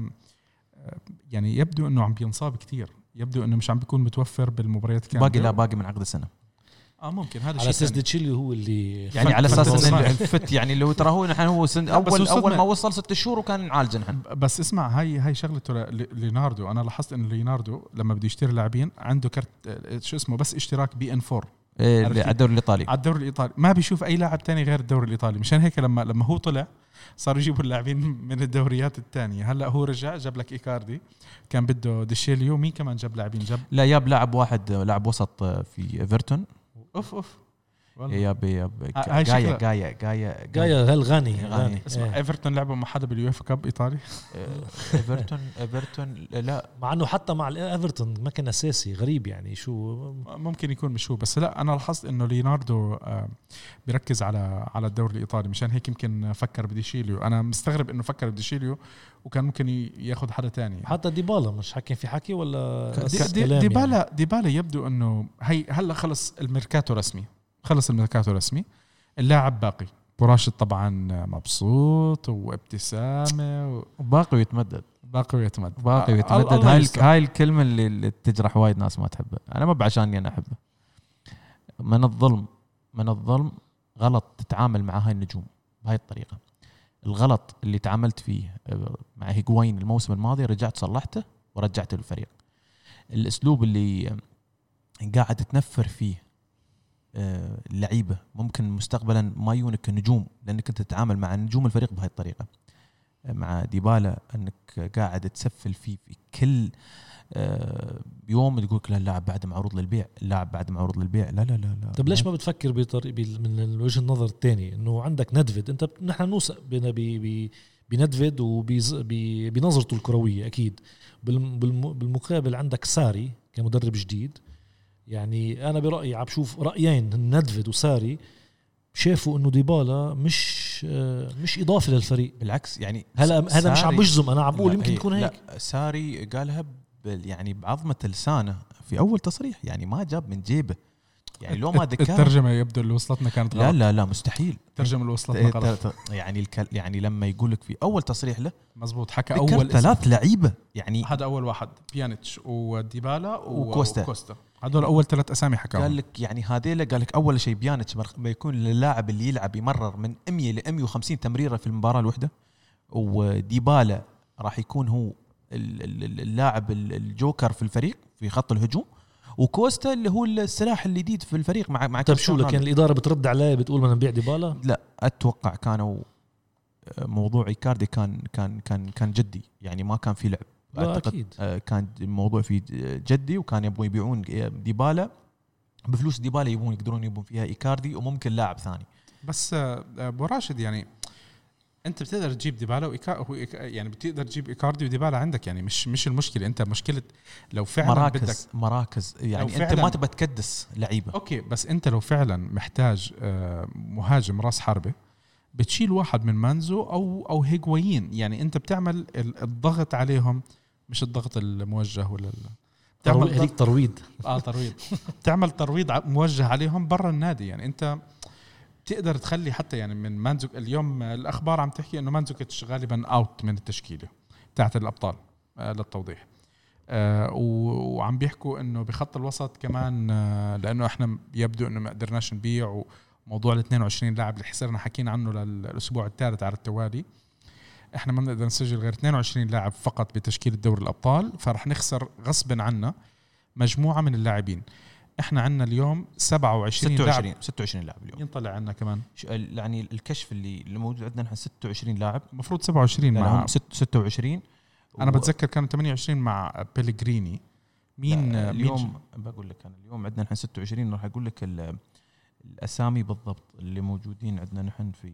يعني يبدو انه عم بينصاب كتير، يبدو انه مش عم بيكون متوفر بالمباريات كامله. باقي لا باقي من عقد السنه. اه ممكن هذا على شيء اساس ديتشيلي هو اللي يعني على اساس ان صحيح. الفت يعني لو ترى هو نحن هو سن اول وصلنا- اول ما وصل ست شهور وكان عالج نحن. بس اسمع هاي هاي شغلته ل- ليوناردو. انا لاحظت انه ليوناردو لما بده يشتري لاعبين عنده كرت آه، شو اسمه بس اشتراك بي ان فور إيه عرفت؟ على الدوري الايطالي. على الدوري الايطالي، ما بيشوف اي لاعب تاني غير الدوري الايطالي. مشان هيك لما لما هو طلع صاروا يجيبوا اللاعبين من الدوريات الثانيه. هلا هو رجع جاب لك ايكاردي، كان بده ديشيليو، مين كمان جاب لاعبين؟ جاب لا ياب لاعب واحد لاعب وسط في ايفرتون. اوف اوف ياب ياب هاي جايا شكلها- جايا جايا جاية هالغني غني. غني اسمع إيه. ايفرتون لعبوا مع حدا باليوفا كاب ايطالي. ايفرتون ايفرتون لا مع انه حتى مع ايفرتون ما كان اساسي. غريب يعني شو. ممكن يكون مش هو، بس لا انا لاحظت انه ليوناردو آه، بيركز على على الدوري الايطالي. مشان هيك يمكن فكر بديشيليو. انا مستغرب انه فكر بديشيليو وكان ممكن ي- ياخذ حدا تاني. حتى ديبالا مش حاكين في حكي ولا دي بس دي كلام ديبالا يعني. ديبالا يبدو انه هي هلا خلص الميركاتو رسمي، خلص الميركاتو رسمي. اللاعب باقي. براشد طبعا مبسوط وابتسامه باقي ويتمدد باقي ويتمد باقي آه، ويتمدد. الله هاي يستر. هاي الكلمه اللي, اللي تجرح وايد ناس ما تحبها. انا ما بعشاني انا احبها. من الظلم من الظلم غلط تتعامل مع هاي النجوم بهاي الطريقه. الغلط اللي تعاملت فيه مع هيغوين الموسم الماضي رجعت صلحته ورجعته للفريق. الاسلوب اللي قاعد تنفر فيه اللعيبه ممكن مستقبلا ما يونك نجوم، لانك انت تتعامل مع نجوم الفريق بهاي الطريقه. مع ديبالا انك قاعد تسفل فيه في كل يوم تقول لك لا اللاعب بعد معروض للبيع، اللاعب بعد معروض للبيع. لا لا لا, لا. طب ليش ما بتفكر بطريق من الوجه النظر الثاني انه عندك ندفيد؟ انت نحن نوثق بندفيد وبنظرته الكرويه اكيد. بالمقابل عندك ساري كمدرب جديد. يعني انا برايي عم بشوف رايين ندفيد وساري شافوا انه ديبالا مش مش اضافه للفريق. بالعكس يعني هلا هذا مش عم بجزم، انا عم بقول يمكن يكون هيك. لا ساري قالها يعني بعظمه لسانه في اول تصريح، يعني ما جاب من جيبه. يعني لو ما ذكر الترجمه يبدو اللي وصلتنا كانت غلط. لا لا لا مستحيل الترجمه اللي وصلتنا غلط. يعني الكل يعني لما يقول لك في اول تصريح له مزبوط حكى اول ثلاث لعيبه. يعني هذا اول واحد بيانيتش وديبالا وكوستا, وكوستا. هذول اول ثلاث اسامي حكاهم. قال لك يعني هذيله قال لك اول شيء بيانيتش بيكون اللاعب اللي يلعب يمرر من مية ل مية وخمسين تمريره في المباراه الواحده، وديبالا راح يكون هو اللاعب الجوكر في الفريق في خط الهجوم، وكوستا اللي هو السلاح الجديد في الفريق مع مع طيب شو لكن الاداره بترد عليه بتقول بدنا نبيع ديبالا؟ لا اتوقع كانوا موضوع إيكاردي كان كان كان كان جدي، يعني ما كان في لعب. أكيد. كان الموضوع في جدي وكان يبغوا يبيعون ديبالا بفلوس ديبالا، يبون يقدرون يبون فيها إيكاردي وممكن لاعب ثاني. بس ابو راشد يعني انت بتقدر تجيب ديبالا وإيكا يعني بتقدر تجيب إيكاردي وديبالا عندك، يعني مش مش المشكله. انت مشكله لو فعلا مراكز بدك مراكز يعني انت ما تبى تكدس لعيبه. اوكي بس انت لو فعلا محتاج مهاجم راس حربه بتشيل واحد من مانزو او او هيغوين. يعني انت بتعمل الضغط عليهم، مش الضغط الموجه ولا بتعمل هيك ترويض. اه ترويض تعمل ترويض موجه عليهم برا النادي. يعني انت تقدر تخلي حتى يعني من مانزوك. اليوم الاخبار عم تحكي انه مانزوكيتش غالبا اوت من التشكيله تاعت الابطال آه للتوضيح. آه وعم بيحكوا انه بخط الوسط كمان آه لانه احنا يبدو انه ما قدرناش نبيع، وموضوع ال اثنين وعشرين لاعب اللي حصرنا حكينا عنه للاسبوع الثالث على التوالي، احنا ما بنقدر نسجل غير اثنين وعشرين لاعب فقط بتشكيله دوري الابطال، فرح نخسر غصبا عنا مجموعه من اللاعبين. احنا عندنا اليوم سبعة وعشرين ستة وعشرين لاعب، ستة وعشرين لاعب اليوم ينطلع عندنا كمان. يعني الكشف اللي اللي موجود عندنا نحن ستة وعشرين لاعب، المفروض سبعة وعشرين مع ستة وعشرين. انا و... بتذكر كانوا ثمانية وعشرين مع بيلغريني. مين اليوم مين بقول لك انا اليوم عندنا نحن ستة وعشرين. راح اقول لك الاسامي بالضبط اللي موجودين عندنا نحن في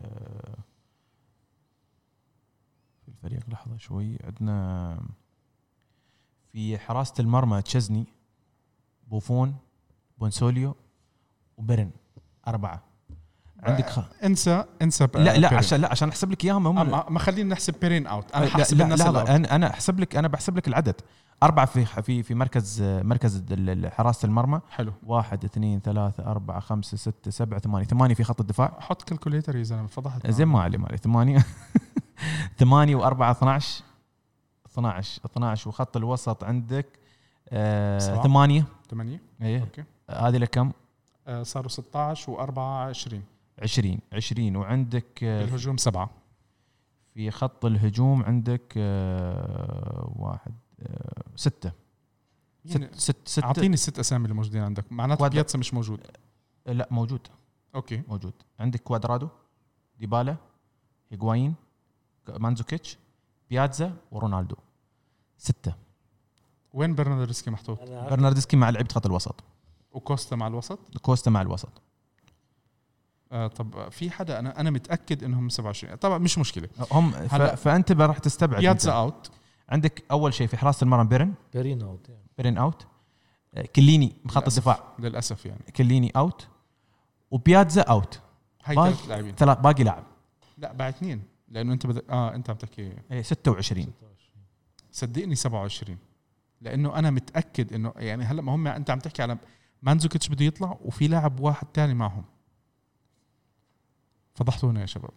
في الفريق. لحظه شوي. عندنا في حراسه المرمى تشزني، بوفون، بونسوليو، وبرن. أربعة. عندك خ... انسى انسى لا لا بيرين. عشان لا عشان احسب لك اياهم. ما, ما خلينا نحسب بيرين اوت. انا حاسب لا الناس لا انا انا احسب لك انا بحسب لك العدد. أربعة في في في مركز مركز حراسة المرمى. حلو. واحد اثنين ثلاثة أربعة خمسة ستة سبعة ثمانية. ثمانية في خط الدفاع. حط كالكوليتر يا زلمة فضحت. زين ما علي ما علي. ثمانية ثمانية وأربعة اثناعش اثناعش اثناعش. وخط الوسط عندك آه ثمانية ثمانية. ايه اوكي. هذه لكم آه صاروا ستة عشر وأربعة عشرين عشرين عشرين وعندك آه الهجوم سبعة. في خط الهجوم عندك آه واحد آه ستة يعني ست ست ست أعطيني الست أسامي اللي موجودين عندك. معناته بياتسا مش موجود؟ لا موجود. أوكي موجود. عندك كوادرادو، ديبالا، هيغوايين، مانزوكيتش، بياتزا ورونالدو. ستة. وين برناردسكي محطوط؟ برناردسكي مع لعيبة خط الوسط وكوستا مع الوسط. كوستا مع الوسط. آه طب في حدا أنا أنا متأكد إنهم سبعة وعشرين طبعا مش مشكلة هم ف... فأنت راح تستبعد. بياتزا أوت. عندك أول شيء في حراسة المرمى بيرن بيرين أوت يعني. بيرن أوت. كليني خط الدفاع للأسف يعني كليني أوت وبياتزا أوت. هاي ثلاث لاعبين. ثلاث باقي لاعب. لا باقي اثنين لأنه أنت بدأ آه أنت عم تحكي إيه ستة وعشرين. صدقني سبعة وعشرين لأنه أنا متأكد إنه يعني هلا ما هم أنت عم تحكي على مانزوكيتش بده يطلع وفي لاعب واحد تاني معهم. فضحتونا يا شباب.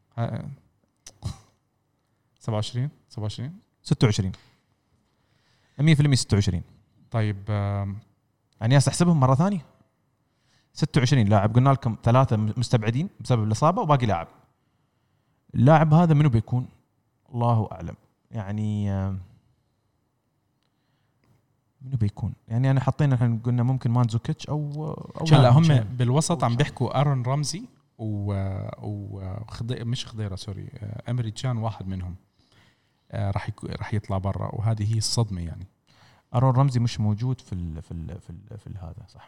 سبعة وعشرين سبعة وعشرين ستة وعشرين مية بالمية ستة وعشرين. طيب يعني أحسبهم مرة ثانية. ستة وعشرين لاعب قلنا لكم ثلاثة مستبعدين بسبب الإصابة وباقي لاعب. اللاعب هذا منو بيكون الله أعلم يعني منو بيكون يعني أنا حطينا إحنا قلنا ممكن مانزوكيتش أو أو لا هم بالوسط عم بيحكوا أرون رمزي و وخضي مش خضيرة سوري أمري تشان واحد منهم راح راح يطلع برا وهذه هي الصدمة يعني. أرون رمزي مش موجود في ال في ال في ال في هذا صح.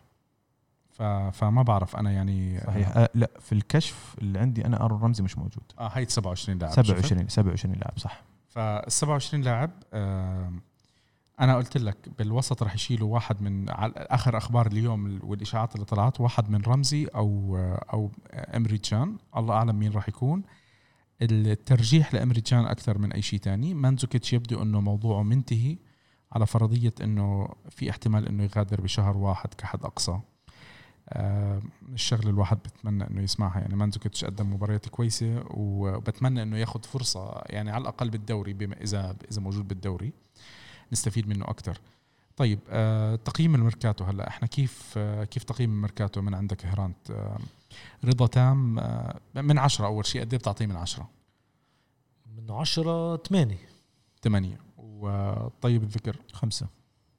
فما بعرف أنا يعني صحيح. أه لا في الكشف اللي عندي أنا أرون رمزي مش موجود. آه هاي سبعة وعشرين لاعب. سبعة وعشرين سبعة وعشرين لاعب صح. فالسبعة وعشرين لاعب آه أنا قلت لك بالوسط راح يشيلوا واحد من آخر أخبار اليوم والإشاعات اللي طلعت واحد من رمزي أو أو أمري تشان الله أعلم مين راح يكون. الترجيح لأمري تشان أكثر من أي شيء تاني. مانزوكيتش يبدو أنه موضوعه منتهي على فرضية أنه في احتمال أنه يغادر بشهر واحد كحد أقصى. آه الشغل الواحد بتمنى أنه يسمعها يعني مانزوكيتش قدم مباريات كويسة وبتمنى أنه ياخد فرصة يعني على الأقل بالدوري بما إذا إذا موجود بالدوري نستفيد منه أكتر. طيب آه تقييم الميركاتو هلا احنا كيف آه كيف تقييم الميركاتو من عندك هرانت؟ آه رضا تام آه من عشرة أول شيء قد ايه بتعطيه من عشرة؟ من عشرة ثمانية. ثمانية. وطيب الذكر خمسة.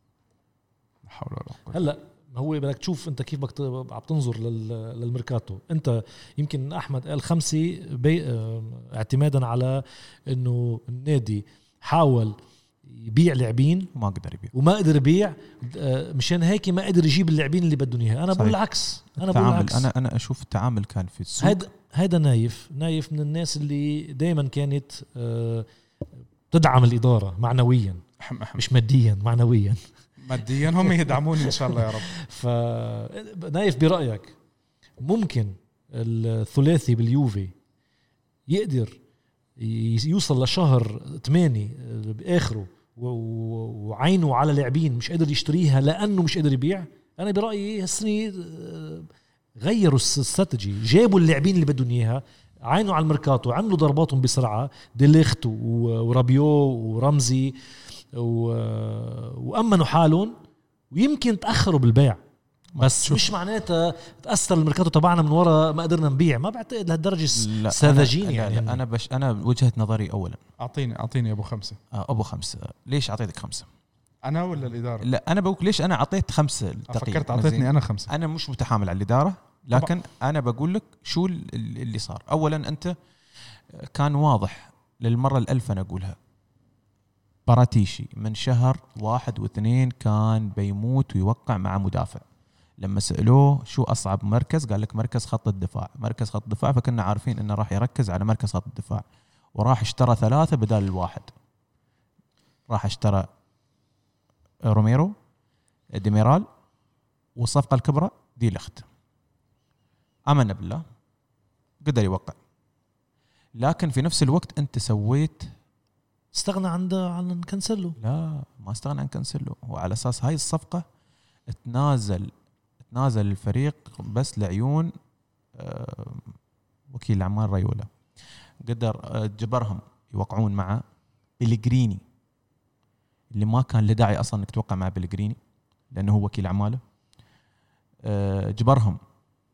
لا حول ولا قوة. هلا هو بدك تشوف انت كيف بدك عم تنظر للميركاتو. انت يمكن احمد قال خمسة اعتمادا على انه النادي حاول يبيع لاعبين وما قدر يبيع وما قدر يبيع مشان هيك ما قدر يجيب اللاعبين اللي بدهم اياها. انا بقول العكس. انا بقول العكس. انا انا اشوف التعامل كان في السوق. هيدا هيدا نايف نايف من الناس اللي دائما كانت تدعم الاداره معنويا مش ماديا معنويا. ماديا هم يدعموني ان شاء الله يا رب. فنايف برايك ممكن الثلاثي باليوفي يقدر يوصل لشهر ثمانية باخره وعينه على لاعبين مش قادر يشتريها لانه مش قادر يبيع؟ انا برايي هالسنه غيروا الاستراتيجي جابوا اللاعبين اللي بدهم اياها عينوا على الميركاتو عملوا ضرباتهم بسرعه ديليخت ورابيو ورمزي وامنوا حالهم ويمكن تاخروا بالبيع بس مش معناتها تاثر الميركاتو تبعنا من وراء ما قدرنا نبيع. ما بعتقد لهالدرجه ساذجين يعني. لا لا انا بش انا وجهه نظري اولا اعطيني اعطيني ابو خمسة. آه ابو خمسة. ليش اعطيتك خمسة انا ولا الاداره؟ لا انا بقول ليش انا اعطيت خمسة. فكرت اعطيتني انا خمسة. انا مش متحامل على الاداره لكن طبعا. انا بقول لك شو اللي صار. اولا انت كان واضح للمره الالف انا اقولها باراتيشي من شهر واحد واثنين كان بيموت ويوقع مع مدافع. لما سألوه شو أصعب مركز قال لك مركز خط الدفاع. مركز خط الدفاع فكنا عارفين إنه راح يركز على مركز خط الدفاع وراح اشترى ثلاثة بدال الواحد. راح اشترى روميرو ديميرال والصفقة الكبرى دي لخت. أمن بالله قدر يوقع لكن في نفس الوقت أنت سويت استغنى عن عن كانسيلو. لا ما استغنى عن كانسيلو. وعلى أساس هاي الصفقة تنازل تنازل الفريق بس لعيون أه وكيل اعمال رايولا. قدر أه جبرهم يوقعون مع بيلغريني اللي ما كان له داعي اصلا انك توقع مع بيلغريني لانه هو وكيل اعماله. أه جبرهم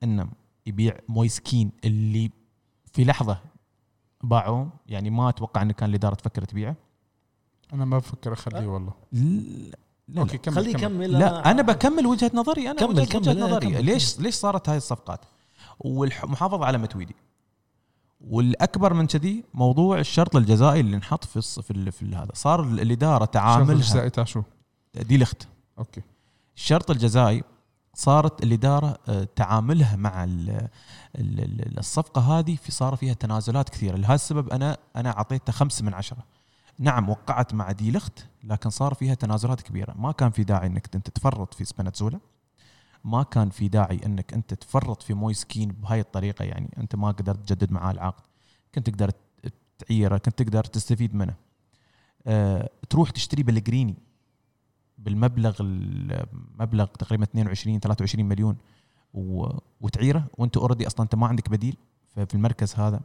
انه يبيع مويسكين اللي في لحظه باعوه، يعني ما اتوقع انه كان الاداره تفكر تبيعه. انا ما بفكر اخليه والله. لا لا اوكي كمل خليه كمل. يكمل. لا انا بكمل وجهه نظري، انا كمل وجهه, كمل وجهة نظري كمل ليش كمل. ليش صارت هاي الصفقات والمحافظه على متويدي. والاكبر من كذي موضوع الشرط الجزائي اللي انحط في الص... في, ال... في هذا صار الاداره تعاملها تاع شو دي لخت. اوكي الشرط الجزائي صارت الاداره تعاملها مع ال... ال... الصفقه هذه في صار فيها تنازلات كثيره. لهذا السبب انا انا اعطيتها خمسة من عشرة. نعم وقعت مع دي لخت لكن صار فيها تنازلات كبيره. ما كان في داعي انك انت تفرط في سبنتزولا، ما كان في داعي انك انت تفرط في مويسكين بهاي الطريقه. يعني انت ما قدرت تجدد معاه العقد، كنت تقدر تعيره، كنت تقدر تستفيد منه. أه تروح تشتري بلغريني بالمبلغ المبلغ تقريبا اثنين وعشرين ثلاثة وعشرين مليون وتعيره وانت اوريدي اصلا انت ما عندك بديل في المركز هذا.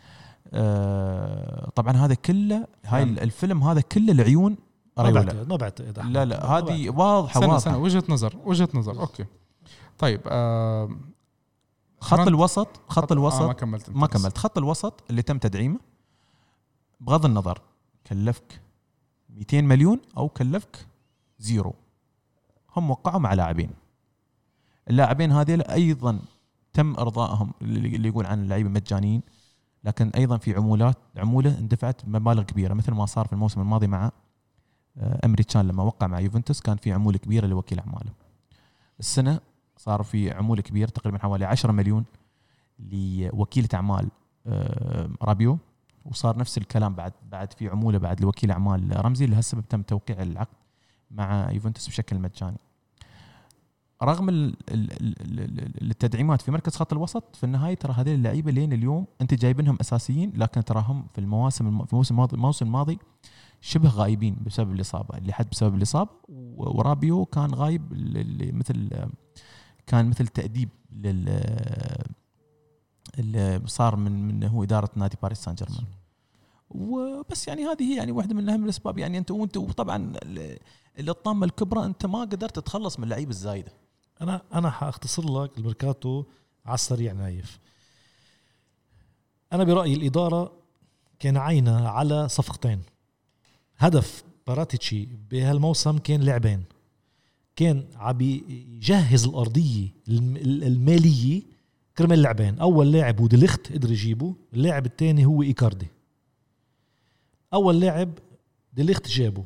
أه طبعا هذا كله هاي الفيلم هذا كله العيون ريولا. ما بعتقد لا لا هذه واضحه سنة واضحه سنة وجهة نظر وجهة نظر. اوكي طيب آه خط الوسط خط, خط الوسط آه ما كملت ما كملت خط الوسط اللي تم تدعيمه بغض النظر كلفك مئتين مليون او كلفك زيرو، هم وقعوا مع لاعبين. اللاعبين هذول ايضا تم ارضائهم اللي يقول عن اللعيبه مجانيين، لكن ايضا في عمولات عموله اندفعت بمبالغ كبيره مثل ما صار في الموسم الماضي مع امريكان لما وقع مع يوفنتوس كان في عموله كبيره لوكيل اعماله. السنه صار في عموله كبيره تقريبا حوالي عشرة مليون لوكيله اعمال رابيو، وصار نفس الكلام بعد بعد في عموله بعد لوكيل اعمال رمزي. لهالسبب تم توقيع العقد مع يوفنتوس بشكل مجاني. رغم التدعيمات في مركز خط الوسط في النهايه ترى هذول اللعيبه لين اليوم انت جايبينهم اساسيين، لكن تراهم في المواسم في الموسم الماضي الموسم الماضي شبه غايبين بسبب الإصابة. اللي حد بسبب الإصابة، ورابيو كان غايب اللي مثل كان مثل تأديب لل اللي صار من من هو إدارة نادي باريس سان جيرمان. وبس يعني هذه هي يعني واحدة من أهم الأسباب. يعني أنت وأنت وطبعا الطامة الكبرى أنت ما قدرت تتخلص من اللعيبة الزايدة. أنا أنا حأختصر لك الميركاتو على السريع نايف. أنا برأيي الإدارة كان عينها على صفقتين. هدف باراتيتشي بهالموسم كان لاعبين، كان عبي يجهز الأرضية المالية كرمال لاعبين. أول لاعب هو ديليخت قدر يجيبه، اللاعب الثاني هو إيكاردي. أول لاعب ديليخت جابه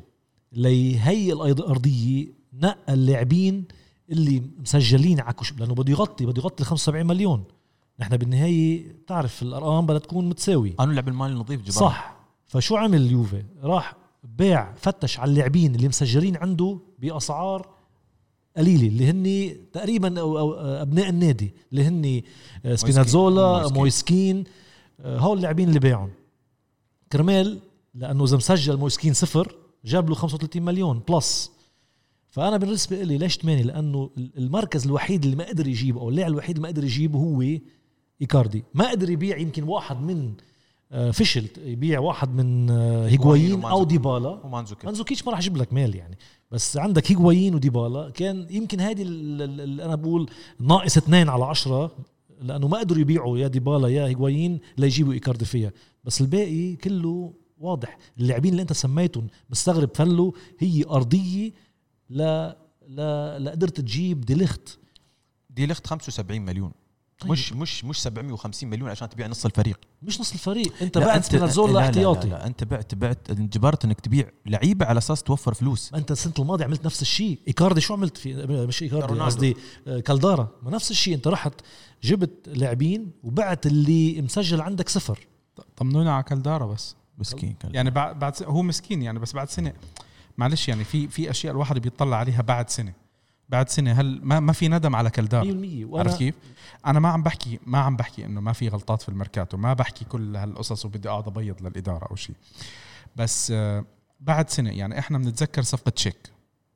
ليهيئ الأرضية، نقى اللاعبين اللي مسجلين عكوش لأنه بده يغطي بده يغطي خمسة وسبعين مليون. نحن بالنهاية تعرف الأرقام بدها تكون متساوي. أنا لعب المال النظيف جبار صح. فشو عمل اليوفي؟ راح باع فتش على اللاعبين اللي مسجلين عنده بأسعار قليلة اللي هني تقريبا أو أو أبناء النادي اللي هني سبيناتزولا مويسكين, مويسكين. هول اللاعبين اللي باعهم كرمال، لأنه إذا مسجل مويسكين صفر جاب له خمسة وثلاثين مليون بلس. فأنا بالنسبة لي ليش ثمانية؟ لأنه المركز الوحيد اللي ما قدر يجيبه أو اللاعب الوحيد اللي ما قدر يجيبه هو إيكاردي. ما قدر يبيع يمكن واحد من فشل يبيع واحد من هيغوايين او ديبالا ومانزوكيتش ما راح يجيب لك مال يعني. بس عندك هيغوايين وديبالا كان يمكن هذه اللي انا بقول ناقص اثنين على عشرة، لانه ما قدروا يبيعوا يا ديبالا يا هيغوايين ليجيبوا إيكاردي فيها. بس الباقي كله واضح. اللاعبين اللي انت سميتهم مستغرب فلو هي ارضيه لا لا لا قدرت تجيب ديليخت ديليخت خمسة وسبعين مليون. طيب. مش مش مش سبعمية وخمسين مليون عشان تبيع نص الفريق. مش نص الفريق، انت بعت سبيناتزولا احتياطي. لا, لا, لا انت بعت بعت انجبرت انك تبيع لعيبه على اساس توفر فلوس. انت السنه الماضيه عملت نفس الشيء. إيكاردي شو عملت في مش إيكاردي قصدي كالدارا، ما نفس الشيء. انت رحت جبت لاعبين وبعت اللي مسجل عندك صفر. طمنونا على كالدارا بس مسكين كالدارا. يعني بعد بعد هو مسكين يعني، بس بعد سنه معلش يعني في في اشياء الواحد بيطلع عليها بعد سنه بعد سنه. هل ما ما في ندم على كالدار؟ عارف كيف؟ انا ما عم بحكي ما عم بحكي انه ما في غلطات في الميركاتو، ما بحكي كل هالقصص وبدي اقعد ابيض للاداره او شيء. بس بعد سنه يعني احنا بنتذكر صفقه شيك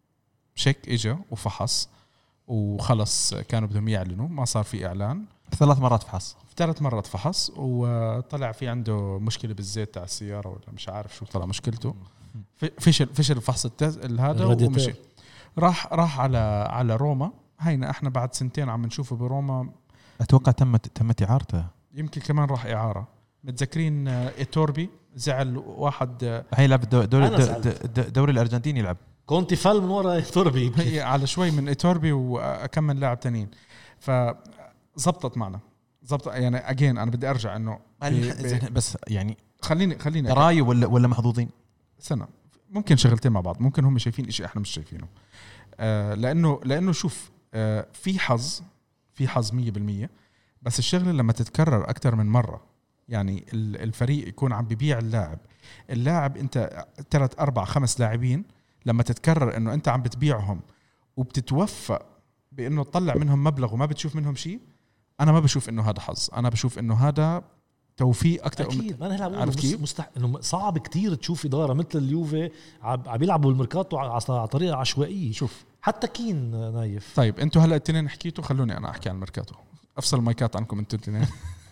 شيك اجى وفحص وخلص، كانوا بدهم يعلنوا ما صار في اعلان. ثلاث مرات فحص ثلاث مرات فحص وطلع في عنده مشكله بالزيت تاع السياره ولا مش عارف شو طلع مشكلته. فشل فشل الفحص هذا ومشي. راح راح على على روما. هينا احنا بعد سنتين عم نشوفه بروما اتوقع تمت تمت اعارته، يمكن كمان راح اعاره. متذكرين ايتوربي زعل واحد هي لعب الدوري أنا زعلت. الدوري الارجنتيني يلعب كونتي فل من ورا تربي هي على شوي من ايتوربي واكمل لاعب تانيين، فزبطت معنا زبط يعني اجين. انا بدي ارجع انه بس يعني خليني خليني راي ولا ولا محظوظين سنه، ممكن شغلتين مع بعض، ممكن هم شايفين إشي احنا مش شايفينه. آه لانه لانه شوف آه في حظ في حظ مية بالمية، بس الشغله لما تتكرر اكثر من مره، يعني الفريق يكون عم بيبيع اللاعب اللاعب انت ثلاث اربع خمس لاعبين، لما تتكرر انه انت عم بتبيعهم وبتتوفق بانه تطلع منهم مبلغ وما بتشوف منهم شيء، انا ما بشوف انه هذا حظ، انا بشوف انه هذا توفيق اكثر. اكيد ما انا هلا بقول مستح... انه صعب كتير تشوف اداره مثل اليوفي عم بيلعبوا بالميركاتو على طريقه عشوائيه. شوف حتى كين نايف. طيب انتوا هلا الاثنين حكيتوا، خلوني انا احكي عن الميركاتو، افصل المايكات عنكم انتوا الاثنين.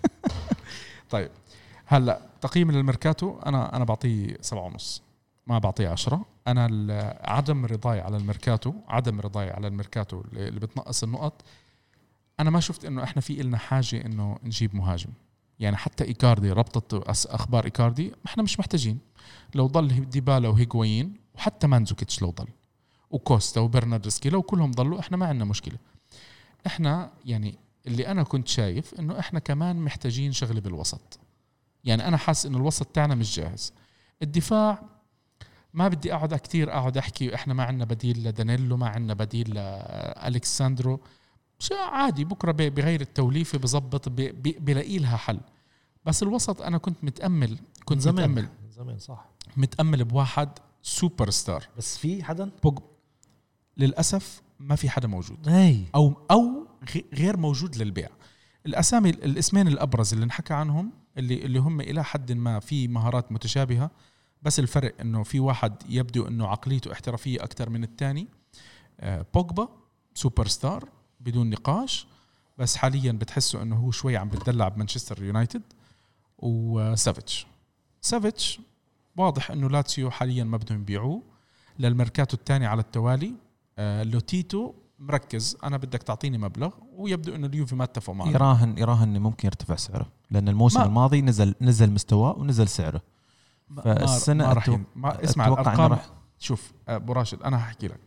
طيب هلا تقييم للميركاتو انا انا بعطيه سبعة ونص، ما بعطيه عشرة. انا عدم رضاي على الميركاتو عدم رضاي على الميركاتو اللي بتنقص النقط. انا ما شفت انه احنا في إلنا حاجه انه نجيب مهاجم، يعني حتى إيكاردي ربطت أخبار إيكاردي، إحنا مش محتاجين. لو ضل ديبالا وهيغوين وحتى مانزوكيتش لو ضل وكوستا وبرناردسكي لو كلهم ضلوا إحنا ما عندنا مشكلة. إحنا يعني اللي أنا كنت شايف إنه إحنا كمان محتاجين شغلة بالوسط، يعني أنا حاس إنه الوسط تاعنا مش جاهز. الدفاع ما بدي أقعد كتير أقعد أحكي إحنا ما عندنا بديل لدانيلو، ما عندنا بديل لألكساندرو، شيء عادي بكرة بغير التوليفة بزبط بلاقي لها حل. بس الوسط أنا كنت متأمل كنت زمان متأمل زمان صح متأمل بواحد سوبر ستار، بس في حدا بوج للأسف ما في حدا موجود هي. أو أو غير موجود للبيع. الأسامي الاسمين الأبرز اللي نحكى عنهم اللي اللي هم إلى حد ما في مهارات متشابهة، بس الفرق إنه في واحد يبدو إنه عقليته احترافية أكتر من الثاني. بوجبا سوبر ستار بدون نقاش، بس حاليا بتحسوا انه هو شوي عم بتدلع بمانشستر يونايتد. وسافيتش سافيتش واضح انه لاتسيو حاليا ما بدهم يبيعوه للميركاتو الثاني على التوالي. آه لوتيتو مركز انا بدك تعطيني مبلغ، ويبدو انه اليوفي ما اتفقوا معه. يراهن يراهن انه ممكن يرتفع سعره، لان الموسم ما الماضي نزل نزل مستواه ونزل سعره. فالسنه ما راح ما اسمع الارقام. شوف ابو راشد انا هحكي لك،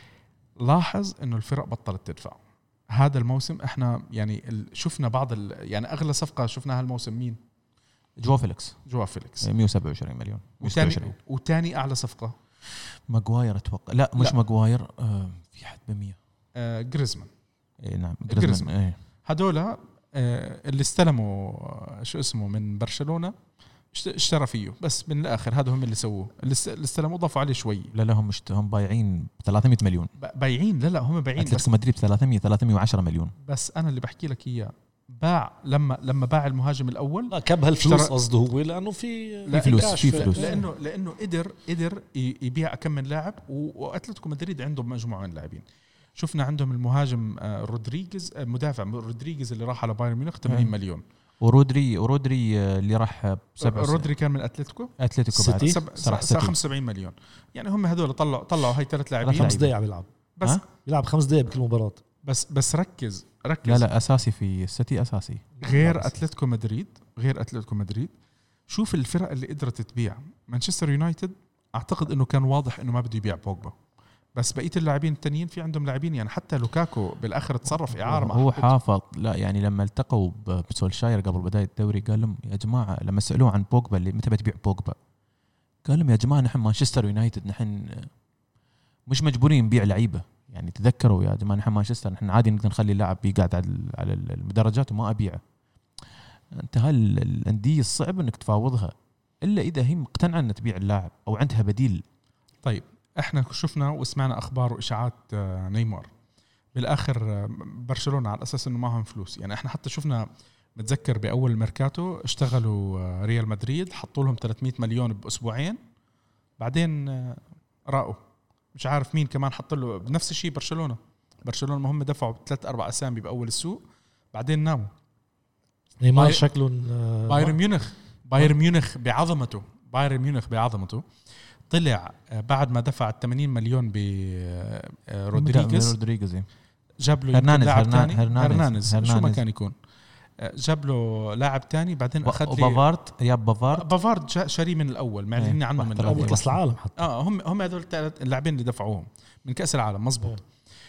لاحظ انه الفرق بطلت تدفع هذا الموسم. احنا يعني شفنا بعض يعني اغلى صفقه شفناها الموسم مين؟ جوا فيليكس جوا فيليكس مية وسبعة وعشرين مليون. وتاني, وتاني اعلى صفقه ماغواير اتوقع، لا مش ماغواير، آه في حد بمية آه جريزمان. اي نعم جريزمان. ايه. هدول آه اللي استلموا شو اسمه من برشلونه اشترى فيه، بس من الاخر هذا هم اللي سووه، اللي استلموا ضافوا عليه شوي. لا لا هم هم بايعين ب ثلاثمية مليون. بايعين لا لا هم بايعين اتلتيكو مدريد ب ثلاثمية ثلاثمية وعشرة مليون. بس انا اللي بحكي لك اياه باع لما لما باع المهاجم الاول لا كب هالفلوس قصده هو، لانه في في فلوس في فلوس لانه لانه قدر قدر يبيع كم من لاعب. واتلتيكو مدريد عنده مجموعه من لاعبين. شفنا عندهم المهاجم رودريغيز، مدافع رودريغيز اللي راح على بايرن ميونخ ثمانين مليون. ورودري ورودري اللي راح سبعة رودري كان من اتلتيكو اتلتيكو بعد صراحه خمسة وسبعين مليون. يعني هم هذول طلعوا طلعوا هاي ثلاث لاعبين خمس دقائق عم يلعب، بس بيلعب خمس دقائق بكل مباراه. بس بس ركز ركز لا لا اساسي في السيتي اساسي. غير اتلتيكو مدريد غير اتلتيكو مدريد شوف الفرق اللي قدرت تبيع. مانشستر يونايتد اعتقد انه كان واضح انه ما بده يبيع بوجبا، بس بقيه اللاعبين التانيين في عندهم لاعبين. يعني حتى لوكاكو بالاخر تصرف اعاره مع هو حافظ. لا يعني لما التقوا بسولشاير قبل بدايه الدوري قال لهم يا جماعه، لما سالوه عن بوجبا اللي متى بتبيع بوجبا، قال لهم يا جماعه نحن مانشستر يونايتد، نحن مش مجبورين نبيع لعيبه. يعني تذكروا يا جماعه نحن مانشستر، نحن عادي نقدر نخلي اللاعب يقعد على المدرجات وما ابيعه. انت هالانديه الصعب انك تفاوضها الا اذا هي مقتنعه ان تبيع اللاعب او عندها بديل. طيب احنا شفنا وسمعنا اخبار واشاعات نيمار بالاخر برشلونه على اساس انه معهم فلوس. يعني احنا حتى شفنا متذكر باول ميركاتو اشتغلوا ريال مدريد حطوا لهم ثلاثمية مليون باسبوعين، بعدين راقوا مش عارف مين كمان حط له بنفس الشيء. برشلونه برشلونه ما هم دفعوا ثلاث اربع اسامي باول السوق بعدين ناموا. نيمار باي... شكله بايرن ميونخ بايرن ميونخ بعظمته بايرن ميونخ بعظمته طلع بعد ما دفع ثمانين مليون برودريغيز رودريغيز جاب له هرنانيز لاعب هرنان- ثاني هرنانيز. هرنانيز شو ما هرنانيز. كان يكون آه، جاب له لاعب تاني بعدين اخذ لي بافارد يا بافارد بافارد جا- شاري من الاول معلنين إيه، عنه من واحد الاول قبل كاس العالم حتى اه هم هم هذول الثلاث اللاعبين اللي دفعوهم من كاس العالم مزبوط.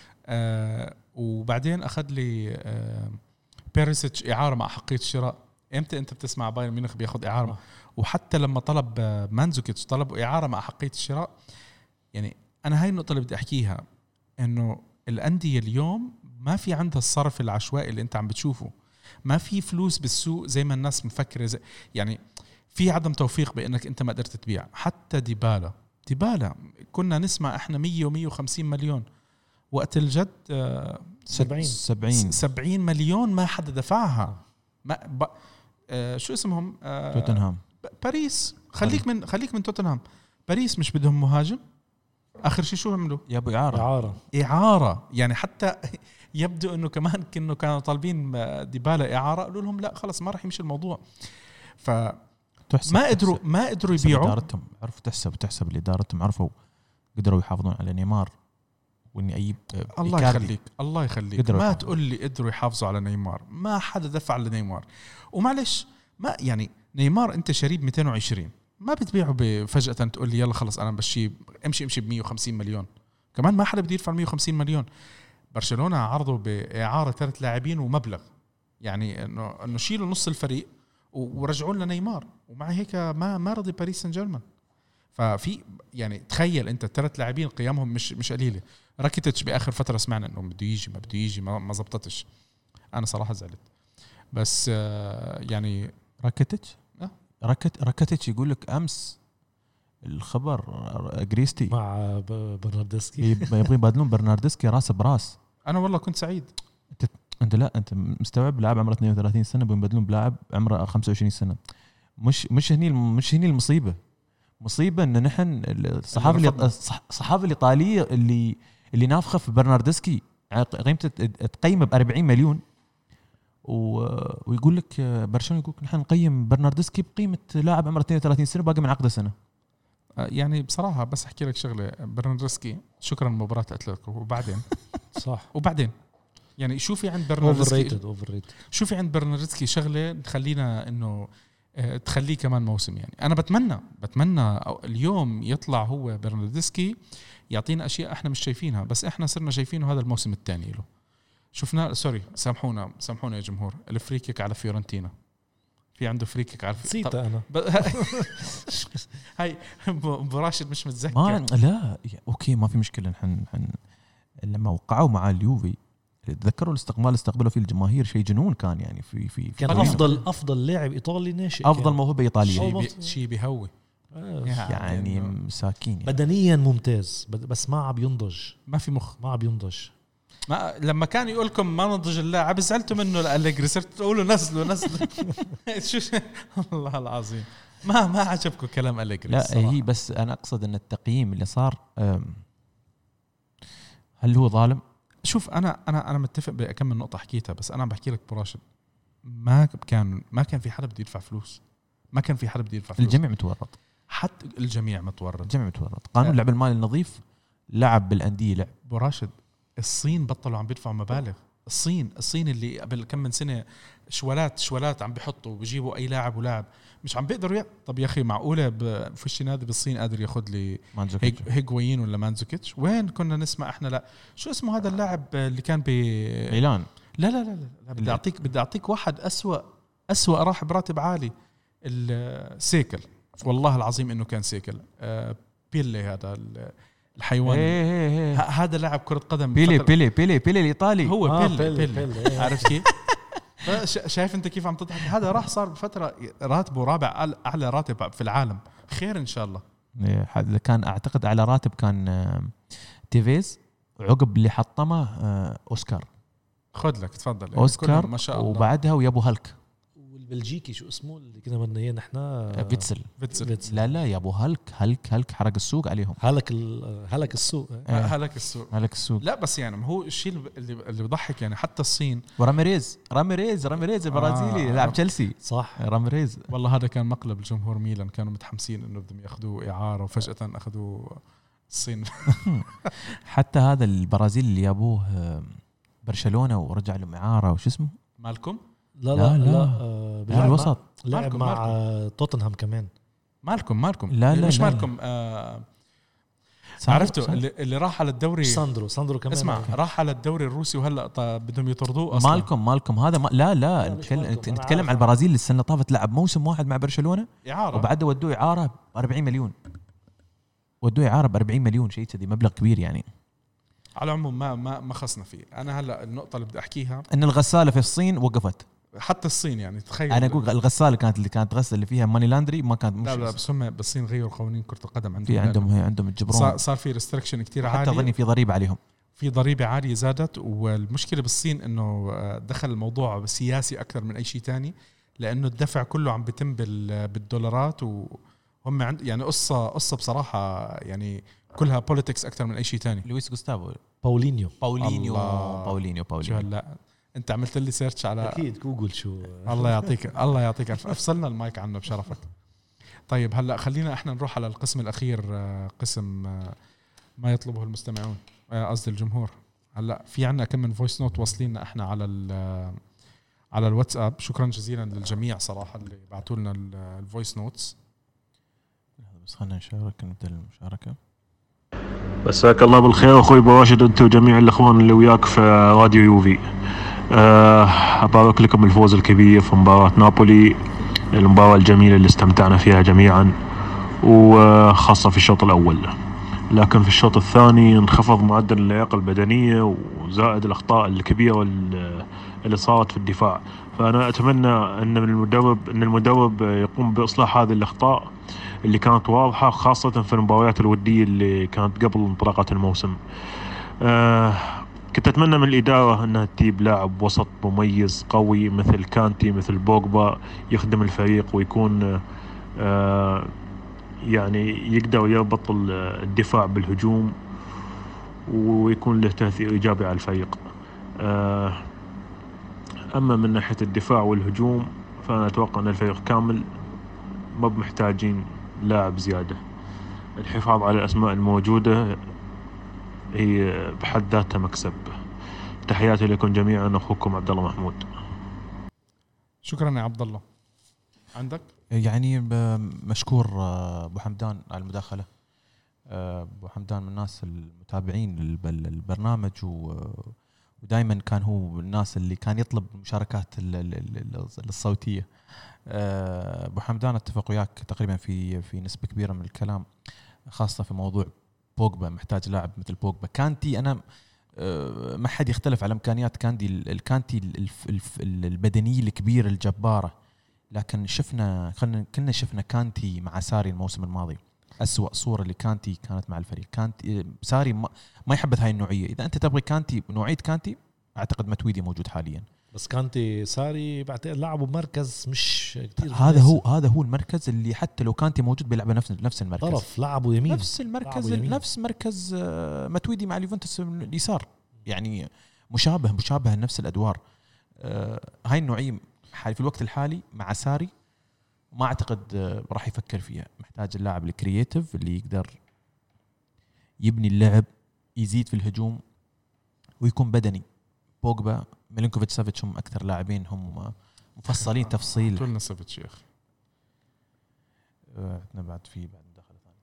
آه وبعدين اخذ لي آه بيريسيتش اعاره مع حقيه الشراء. امتى انت بتسمع بايرن ميونخ بياخذ اعاره؟ آه. وحتى لما طلب آه، مانزوكيتش طلبوا اعاره مع حقيه الشراء. يعني انا هاي النقطه اللي بدي احكيها انه الانديه اليوم ما في عندها الصرف العشوائي اللي انت عم بتشوفه. ما في فلوس بالسوق زي ما الناس مفكره زي يعني في عدم توفيق بانك انت ما قدرت تبيع. حتى ديبالا ديبالا كنا نسمع احنا مية ومية وخمسين مليون وقت الجد آه، سبعين سبعين سبعين مليون ما حدا دفعها. ما ب... آه شو اسمهم آه توتنهام ب- باريس. خليك من خليك من توتنهام. باريس مش بدهم مهاجم اخر شيء شو عملوا يا ابو اعاره اعاره اعاره. يعني حتى يبدو انه كمان كانوا كانوا طالبين ديبالا اعاره قالوا لهم لا خلص ما راح يمشي الموضوع. فما تحسب قدروا ما قدروا تحسب يبيعوا. ادارتهم عرفوا تحسب تحسب ادارتهم عرفوا قدروا يحافظون على نيمار واني ايب الله إيكاردي. يخليك الله يخليك قدروا ما يحافظوا. تقول لي قدروا يحافظوا على نيمار. ما حدا دفع لنيمار. ومعلش ما يعني نيمار انت شريب مئتين وعشرين ما بتبيعه بفجأة تقول لي يلا خلص انا بشي امشي امشي ب مية وخمسين مليون. كمان ما حدا بده يدفع مية وخمسين مليون. برشلونة عرضوا بإعارة ثلاث لاعبين ومبلغ يعني انه انه شيلوا نص الفريق ورجعوا لنا نيمار. ومع هيك ما ما رضي باريس سان جيرمان. ففي يعني تخيل انت ثلاث لاعبين قيمهم مش مش قليله. راكيتيتش باخر فتره سمعنا انه بده يجي ما بده يجي ما ما زبطتش. انا صراحه زعلت بس آه يعني راكيتيتش أه؟ راكيت راكيتيتش يقول لك امس الخبر جريستي مع ب- برناردسكي يبغى يبادلون برناردسكي راس براس. انا والله كنت سعيد. انت لا انت مستوعب لاعب عمره اثنين وثلاثين سنه بيبادلون بلاعب عمره خمسة وعشرين سنه. مش مش هني مش هني المصيبه. مصيبه ان نحن الصحافه اللي الصح- الصحافه الايطاليه اللي اللي نافخه في برناردسكي قيمته تقيمه ب أربعين مليون و- ويقول لك برشلونه يقول لك نحن نقيم برناردسكي بقيمه لاعب عمره اثنين وثلاثين سنه باقي من عقده سنه. آه يعني بصراحه بس احكي لك شغله. برناردسكي شكرا مباراه اتلتيكو وبعدين صح وبعدين يعني شو في عند اوفر برناردسكي ريتد اوفر ريتد شو في عند برناردسكي شغله تخلينا انه آه، تخليه كمان موسم. يعني انا بتمنى بتمنى اليوم يطلع هو برناردسكي يعطينا اشياء احنا مش شايفينها. بس احنا صرنا شايفينه هذا الموسم الثاني له. شفنا سوري سامحونا سامحونا يا جمهور الفريكيك على فيورنتينا. في عنده فريكيك على نسيت طب- انا ب... هاي ابو راشد مش متذكر. ما لا اوكي ما في مشكله نحن نحن لما وقعوا مع اليوفي تذكروا الاستقبال اللي استقبلوا فيه الجماهير شيء جنون كان يعني في في, في كان طبيعي. افضل افضل لاعب ايطالي ناشئ افضل كان. موهبه ايطاليه شيء أو بي... بط- شيء بيهوي آه. يعني إنه مساكين يعني. بدنيا ممتاز بد- بس ما عم ينضج ما في مخ. ما عم ينضج ما لما كان يقول لكم ما نضج اللاعب زعلتوا منه لأليجري صرت تقولوا نزلوا نزلوا شو شو- الله العظيم ما ما عجبكم كلام أليجري لا الصراحة. هي بس انا اقصد ان التقييم اللي صار أم، هل هو ظالم؟ شوف انا انا انا متفق بكم من نقطه حكيتها. بس انا عم بحكي لك براشد ما كان ما كان في حدا بده يدفع فلوس. ما كان في حدا بده يدفع فلوس. الجميع متورط حتى الجميع متورط. الجميع متورط قانون لا. اللعب المالي النظيف لعب بالانديه لعب براشد الصين بطلوا عم بيدفعوا مبالغ. الصين الصين اللي قبل كم من سنه شوالات شوالات عم بيحطوا بيجيبوا اي لاعب ولاعب مش عم بيقدروا ي... طب يا اخي معقوله بفش نادي بالصين قادر ياخذ لي مانزوكيتش. هيج... هيجوين ولا مانزوكيتش؟ وين كنا نسمع احنا لا شو اسمه هذا اللاعب اللي كان ب ميلان لا لا لا, لا. لا. بدي اعطيك بدي اعطيك واحد أسوأ أسوأ راح براتب عالي. السيكل والله العظيم انه كان سيكل آه بيلي هذا الحيوان. ايه ايه ايه ه- هذا لاعب كرة قدم بيلي فترة- بيلي بيلي بيلي الايطالي هو آه، بيلي بيلي، بيلي, بيلي، إيه. عارف كيف؟ فش- شايف انت كيف عم تضحك؟ هذا راح صار بفترة راتبه رابع أعلى- اعلى راتب في العالم. خير ان شاء الله. إيه، هذا كان اعتقد على راتب كان آه، تيفيز عقب اللي حطمه آه، اوسكار خذ لك تفضل. اوسكار كلهم ما شاء الله. وبعدها ويابو هلك والبلجيكي شو اسمه اللي كنا بدنا اياه نحن آه، فيتسل بتزل. فيتسل. لا لا يا ابو هلك هلك هلك حرق السوق عليهم هلك ال- هلك السوق إيه. هلك السوق. هلك السوق لا بس يعني هو الشيء اللي اللي بضحك يعني حتى الصين وراميريز راميريز راميريز البرازيلي آه. لاعب تشيلسي صح راميريز والله هذا كان مقلب الجمهور ميلان. كانوا متحمسين انه بدهم ياخذوه اعاره وفجاه اخذوه الصين. حتى هذا البرازيلي اللي جابوه آه، برشلونه ورجع له اعاره وش اسمه مالكم لا لا، لا لا. لا آه لا الوسط لعب مالكم- مع آه، توتنهام كمان. مالكم مالكم لا، لا، مش لا. مالكم آه ساندرو- عرفتوا ساندرو. اللي, اللي راح على الدوري. ساندرو ساندرو كمان. اسمع آه. راح على الدوري الروسي وهلا ط- بدهم يطردوه اصلا. مالكم مالكم هذا ما لا لا لا، مش نتكلم مالكم. أنا نتكلم عارف عن أنا. البرازيل اللي السنه طافت لعب موسم واحد مع برشلونه اعاره وبعده ودوه اعاره ب أربعين مليون ودوه اعاره ب أربعين مليون شيء كذي مبلغ كبير يعني. على العموم ما ما ما خصنا فيه. انا هلا النقطه اللي بدي احكيها ان الغساله في الصين وقفت. حتى الصين يعني تخيل. انا اقول الغساله كانت اللي كانت تغسل اللي فيها ماني لاندري ما كانت مش لا لا بس هم بالصين غيروا قوانين كره القدم عندهم. في عندهم هي عندهم صار, الجبرون صار في ريستريكشن كتير حتى عالي. ظني في ضريبه عليهم. في ضريبه عاليه زادت. والمشكله بالصين انه دخل الموضوع سياسي اكثر من اي شيء تاني لانه الدفع كله عم بيتم بالدولارات وهم عند يعني قصه قصه بصراحه يعني كلها بوليتكس اكثر من اي شيء تاني. لويس جوستافو باولينيو. باولينيو الله. باولينيو شو باولينيو هلا انت عملت لي سيرش على اكيد جوجل شو. الله يعطيك الله يعطيك الف افصلنا المايك عنه بشرفك. طيب هلا خلينا احنا نروح على القسم الاخير قسم ما يطلبه المستمعون قصدي الجمهور. هلا في عنا كم من فويس نوت واصلين احنا على على الواتساب. شكرا جزيلا للجميع صراحه اللي بعثوا لنا الفويس نوتس. بس خلينا نشارك نبدا المشاركه. مساك الله بالخير اخوي براشد انت وجميع الاخوان اللي وياك في راديو يوفي. أه ابارك لكم الفوز الكبير في مباراة نابولي المباراة الجميلة اللي استمتعنا فيها جميعا وخاصة في الشوط الاول. لكن في الشوط الثاني انخفض معدل اللياقة البدنية وزائد الاخطاء الكبيرة اللي صارت في الدفاع. فانا اتمنى ان المدرب ان المدرب يقوم باصلاح هذه الاخطاء اللي كانت واضحة خاصة في المباريات الودية اللي كانت قبل انطلاقة الموسم. آه كنت أتمنى من الإدارة أنها تجيب لاعب وسط مميز قوي مثل كانتي مثل بوجبا يخدم الفريق ويكون آه يعني يقدر يربط الدفاع بالهجوم ويكون له تأثير إيجابي على الفريق. آه أما من ناحية الدفاع والهجوم فأنا أتوقع أن الفريق كامل ما بمحتاجين لاعب زيادة. الحفاظ على الأسماء الموجودة هي بحد ذاتها مكسب. تحياتي لكم جميعا أخوكم عبد الله محمود. شكرا يا عبد الله. عندك يعني مشكور أبو حمدان على المداخلة. أبو حمدان من الناس المتابعين للبرنامج ودائما كان هو الناس اللي كان يطلب المشاركات الصوتية. أبو حمدان اتفق وياك تقريبا في في نسبة كبيرة من الكلام خاصة في موضوع بوجبا. محتاج لاعب مثل بوجبا. كانتي أنا ما حد يختلف على إمكانيات كانتي الكانتي البدنية الكبيرة الجبارة. لكن شفنا كنا شفنا كانتي مع ساري الموسم الماضي أسوأ صورة لكانتي كانت مع الفريق. كانتي ساري ما, ما يحبذ هاي النوعية. إذا أنت تبغي كانتي نوعية كانتي أعتقد متويدي موجود حاليا. بس كانتي ساري بعتقد لعبوا بمركز مش كتير. هذا هو هذا هو المركز اللي حتى لو كانتي موجود بيلعب نفس نفس المركز. طرف لعبوا يمين. نفس المركز نفس مركز متويدي مع اليوفنتوس اليسار. يعني مشابه مشابه نفس الأدوار. هاي النوعية حالي في الوقت الحالي مع ساري ما أعتقد راح يفكر فيها. محتاج اللاعب الكرياتيف اللي يقدر يبني اللعب يزيد في الهجوم ويكون بدني. بوجبا ميلينكوفيتش سافيتش هم أكثر لاعبين هم مفصلين تفصيل. تقولنا سافيتش يا أخي. عندنا بعد في بعد مداخلة ثانية.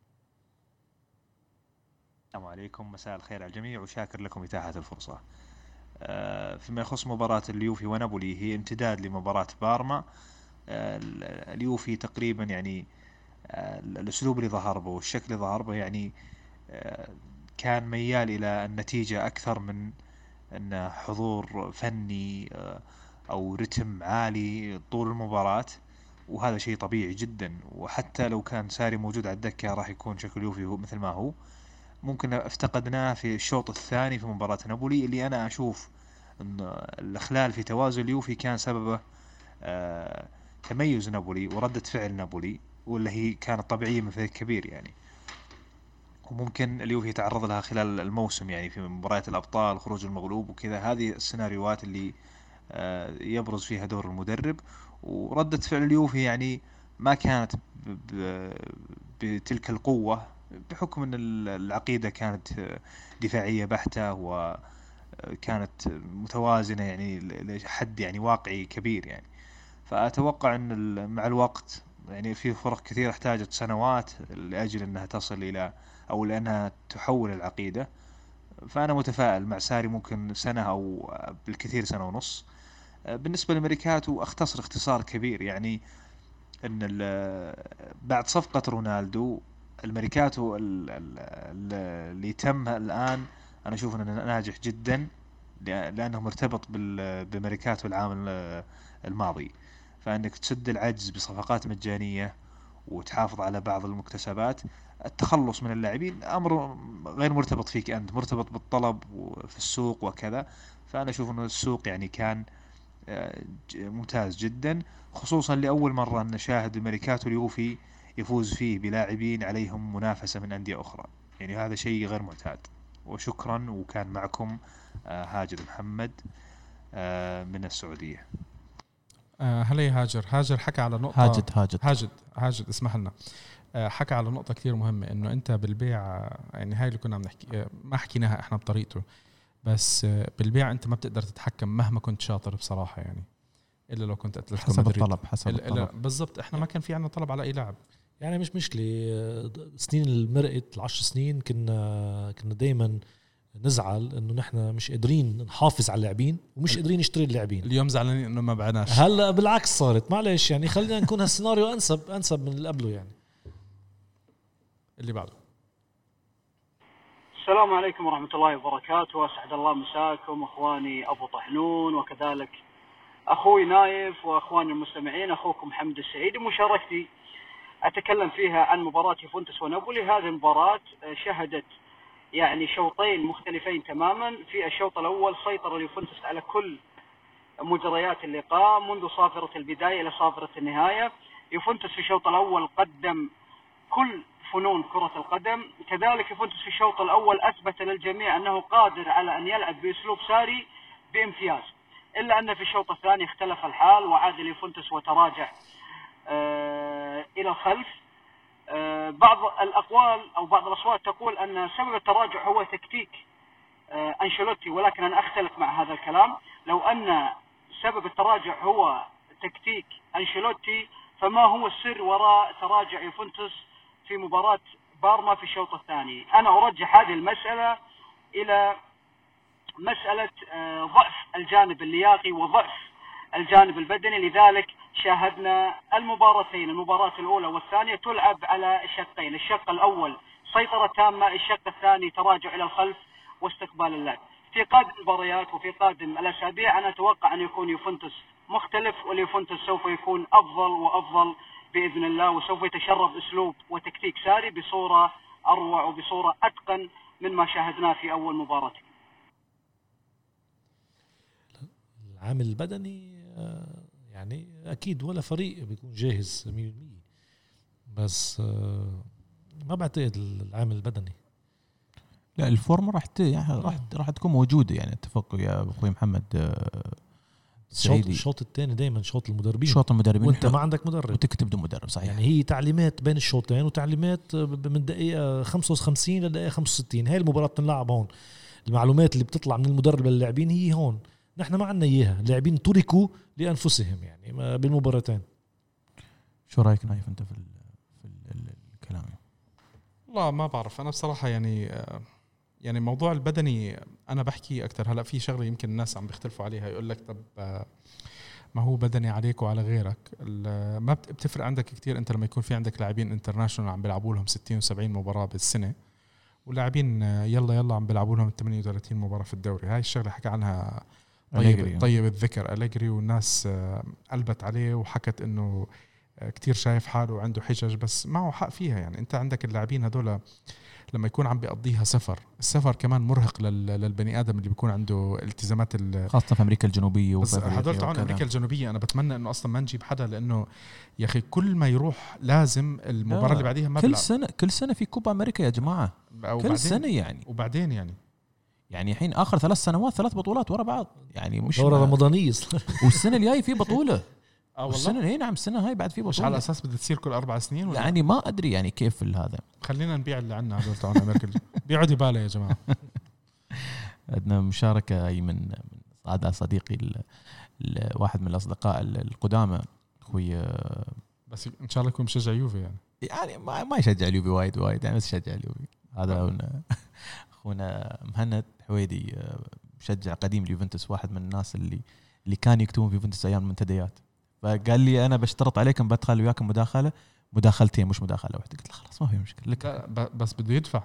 السلام عليكم مساء الخير على الجميع وشاكر لكم إتاحة الفرصة. فيما يخص مباراة اليوفي ونابولي هي امتداد لمباراة بارما. اليوفي تقريبا يعني الأسلوب اللي ظهر به والشكل اللي ظهر به يعني كان ميال إلى النتيجة أكثر من أن حضور فني أو رتم عالي طول المباراة. وهذا شيء طبيعي جدا. وحتى لو كان ساري موجود على الدكة راح يكون شكل اليوفي مثل ما هو. ممكن افتقدناه في الشوط الثاني في مباراة نابولي اللي أنا أشوف أن الإخلال في توازن اليوفي كان سببه آه تميز نابولي وردة فعل نابولي واللي هي كانت طبيعية من فريق كبير يعني. وممكن اليوفي يتعرض لها خلال الموسم يعني في مباريات الأبطال خروج المغلوب وكذا. هذه السيناريوهات اللي آه يبرز فيها دور المدرب. وردة فعل اليوفي يعني ما كانت بتلك القوة بحكم أن العقيدة كانت دفاعية بحتة كانت متوازنة يعني لحد يعني واقعي كبير يعني. فأتوقع أن مع الوقت يعني في فرق كثيرة احتاجت سنوات لأجل أنها تصل إلى أو لأنها تحول العقيدة. فأنا متفائل مع ساري ممكن سنة أو بالكثير سنة ونص. بالنسبة للميركاتو أختصر اختصار كبير يعني أن بعد صفقة رونالدو الميركاتو اللي تم الآن أنا أشوف أنه ناجح جدا لأنه مرتبط بميركاتو العام الماضي. فإنك تسد العجز بصفقات مجانية وتحافظ على بعض المكتسبات. التخلص من اللاعبين أمر غير مرتبط فيك أنت، مرتبط بالطلب في السوق وكذا. فأنا أشوف أنه السوق يعني كان ممتاز جدا، خصوصا لأول مرة نشاهد الميركاتو اليوفي يفوز فيه بلاعبين عليهم منافسة من أندية أخرى. يعني هذا شيء غير معتاد. وشكرا، وكان معكم هاجر محمد من السعودية. هلا يا هاجر. هاجر حكى على نقطة هاجد هاجد هاجد هاجد اسمح لنا. حكى على نقطة كتير مهمة، إنه أنت بالبيع يعني هاي اللي كنا عم نحكي ما حكيناها إحنا بطريقته، بس بالبيع أنت ما بتقدر تتحكم مهما كنت شاطر بصراحة يعني، إلا لو كنت أتلف حسب الطلب حسب الطلب بالضبط. إحنا ما كان في عنا طلب على أي لاعب يعني. مش مشكلة سنين المرقت العشر سنين كنا كنا دايما نزعل انه نحن مش قادرين نحافظ على اللاعبين ومش قادرين نشتري اللاعبين. اليوم زعلانين انه ما بعناش. هلا بالعكس صارت معلش يعني، خلينا نكون هالسيناريو انسب انسب من اللي قبله يعني. اللي بعده. السلام عليكم ورحمة الله وبركاته. أسعد الله مساكم أخواني أبو طحنون وكذلك أخوي نايف وأخواني المستمعين. أخوكم حمد السعيد. مشاركتي أتكلم فيها عن مباراة يوفنتوس ونابولي. هذه المباراة شهدت يعني شوطين مختلفين تماما. في الشوط الأول سيطر اليوفنتوس على كل مجريات اللقاء منذ صافرة البداية إلى صافرة النهاية. يوفنتوس في الشوط الأول قدم كل فنون كرة القدم. كذلك يوفنتوس في الشوط الأول أثبت للجميع أنه قادر على أن يلعب بأسلوب ساري بامتياز، إلا أن في الشوط الثاني اختلف الحال وعاد اليوفنتوس وتراجع آه إلى الخلف. آه بعض الأقوال أو بعض الأصوات تقول أن سبب التراجع هو تكتيك آه أنشيلوتي، ولكن أنا أختلف مع هذا الكلام. لو أن سبب التراجع هو تكتيك أنشيلوتي فما هو السر وراء تراجع يوفنتوس في مباراة بارما في الشوط الثاني؟ أنا أرجح هذه المسألة إلى مسألة آه ضعف الجانب اللياقي وضعف الجانب البدني. لذلك شاهدنا المباراتين، المباراة الأولى والثانية تلعب على شقين. الشق الأول سيطرة تامة، الشق الثاني تراجع إلى الخلف واستقبال اللعب. في قادم المباريات وفي قادم الأسابيع أنا أتوقع أن يكون يوفنتوس مختلف، واليوفنتوس سوف يكون أفضل وأفضل بإذن الله، وسوف يتشرب أسلوب وتكتيك ساري بصورة أروع وبصورة أتقن مما شاهدناه في أول مباراة. العامل البدني يعني أكيد ولا فريق بيكون جاهز مية بالمية، بس ما بعتقد العامل البدني. لا الفورمة راح يعني راح راح تكون موجودة يعني. اتفق يا أخوي محمد سعيدي. الشوط الثاني دايما شوط المدربين، شوط المدربين وانت ما عندك مدرب وتكتب بدون مدرب. صحيح. يعني هي تعليمات بين الشوطين وتعليمات من دقيقة خمسة وخمسين لدقيقة خمسة وستين. هاي المباراة بتنلعب هون. المعلومات اللي بتطلع من المدرب للاعبين هي هون، نحن ما عندنا إياها. اللاعبين تركوا لأنفسهم يعني بالمباراتين. شو رأيك نايف أنت في ال في ال الكلام؟ والله ما بعرف أنا بصراحة يعني يعني موضوع البدني أنا بحكي أكتر. هلأ في شغلة يمكن الناس عم بيختلفوا عليها، يقول لك طب ما هو بدني عليك وعلى غيرك. ما بتفرق عندك كتير أنت لما يكون في عندك لاعبين انترناشونال عم بيلعبوا لهم ستين وسبعين مباراة بالسنة، ولاعبين يلا يلا عم بيلعبوا لهم ثمانية وثلاثين مباراة في الدوري. هاي الشغلة حكى عنها طيب طيب الذكر أليجري، والناس قلبت عليه وحكت إنه كتير شايف حاله وعنده حجج، بس معه حق فيها. يعني أنت عندك اللاعبين هدول لما يكون عم بيقضيها سفر، السفر كمان مرهق للبني آدم اللي بيكون عنده التزامات خاصة في أمريكا الجنوبية. هدول تعون أمريكا الجنوبية أنا بتمنى إنه أصلا ما نجيب حدا، لأنه يا أخي كل ما يروح لازم المباراة اللي بعديها ما كل بلعب. سنة كل سنة في كوبا أمريكا يا جماعة، كل سنة يعني. وبعدين يعني يعني الحين آخر ثلاث سنوات ثلاث بطولات ورا بعض يعني، مش دورة رمضانية. والسنة الجاي في بطولة. اه والسنة هي نعم السنة هاي بعد في بطولة. مش على أساس بدها تصير كل أربع سنين ولا يعني ما أدري يعني كيف هذا. خلينا نبيع اللي عنا هذول تعون أمريكا. بيعوا ديبالا يا جماعة. عندنا مشاركه اي من هذا صديقي ال... ال... واحد من الاصدقاء القدامى اخوي، بس ان شاء الله يكون مشجع يوفي يعني يعني ما, ما يشجع اليوفي وايد وايد يعني، بس يشجع اليوفي. هذا اخونا مهند حويدي مشجع قديم اليوفنتوس، واحد من الناس اللي اللي كان يكتبون في يوفنتوس ايام المنتديات. فقال لي انا بشترط عليكم بدخل وياكم مداخله مداخلتين مش مداخله واحده. قلت له خلاص ما في مشكله لك، بس بده يدفع.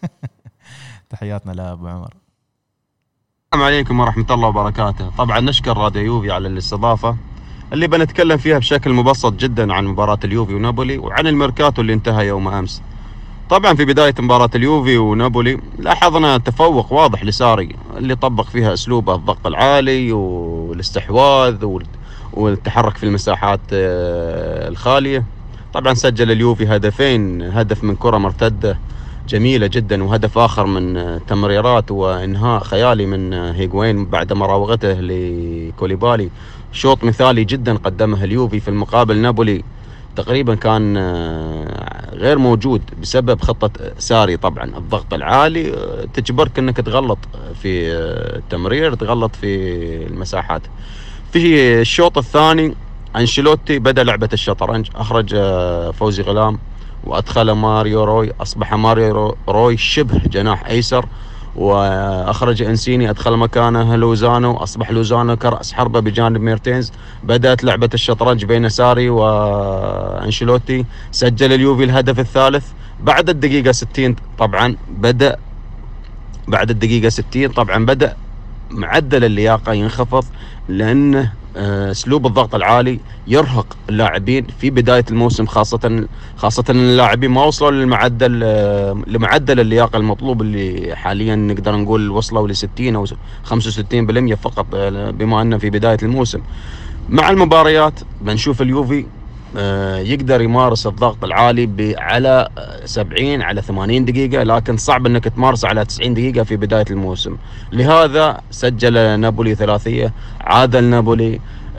تحياتنا لابو عمر. السلام عليكم ورحمه الله وبركاته. طبعا نشكر راديو يوفي على الاستضافه اللي بنتكلم فيها بشكل مبسط جدا عن مباراه اليوفي ونابولي وعن الميركاتو اللي انتهى يوم امس. طبعا في بدايه مباراه اليوفي ونابولي لاحظنا تفوق واضح لساري اللي طبق فيها اسلوبه الضغط العالي والاستحواذ والتحرك في المساحات الخاليه. طبعا سجل اليوفي هدفين، هدف من كره مرتده جميله جدا وهدف اخر من تمريرات وانهاء خيالي من هيغوين بعد مراوغته لكوليبالي. شوط مثالي جدا قدمه اليوفي، في المقابل نابولي تقريبا كان غير موجود بسبب خطة ساري. طبعا الضغط العالي تجبرك انك تغلط في التمرير، تغلط في المساحات. في الشوط الثاني أنشيلوتي بدأ لعبة الشطرنج، أخرج فوزي غلام وأدخل ماريو روي، أصبح ماريو روي شبه جناح أيسر، وأخرج إنسيني أدخل مكانه لوزانو، أصبح لوزانو كرأس حربة بجانب ميرتينز. بدأت لعبة الشطرنج بين ساري وأنشيلوتي. سجل اليوفي الهدف الثالث بعد الدقيقة ستين. طبعا بدأ بعد الدقيقة ستين طبعا بدأ معدل اللياقة ينخفض، لأنه اسلوب الضغط العالي يرهق اللاعبين في بدايه الموسم، خاصه خاصه اللاعبين ما وصلوا للمعدل لمعدل اللياقه المطلوب اللي حاليا نقدر نقول وصلوا ل ستين او خمسة وستين بالمئة فقط، بما انه في بدايه الموسم. مع المباريات بنشوف اليوفي يقدر يمارس الضغط العالي على سبعين على ثمانين دقيقة، لكن صعب انك تمارس على تسعين دقيقة في بداية الموسم. لهذا سجل نابولي ثلاثية، عادل نابولي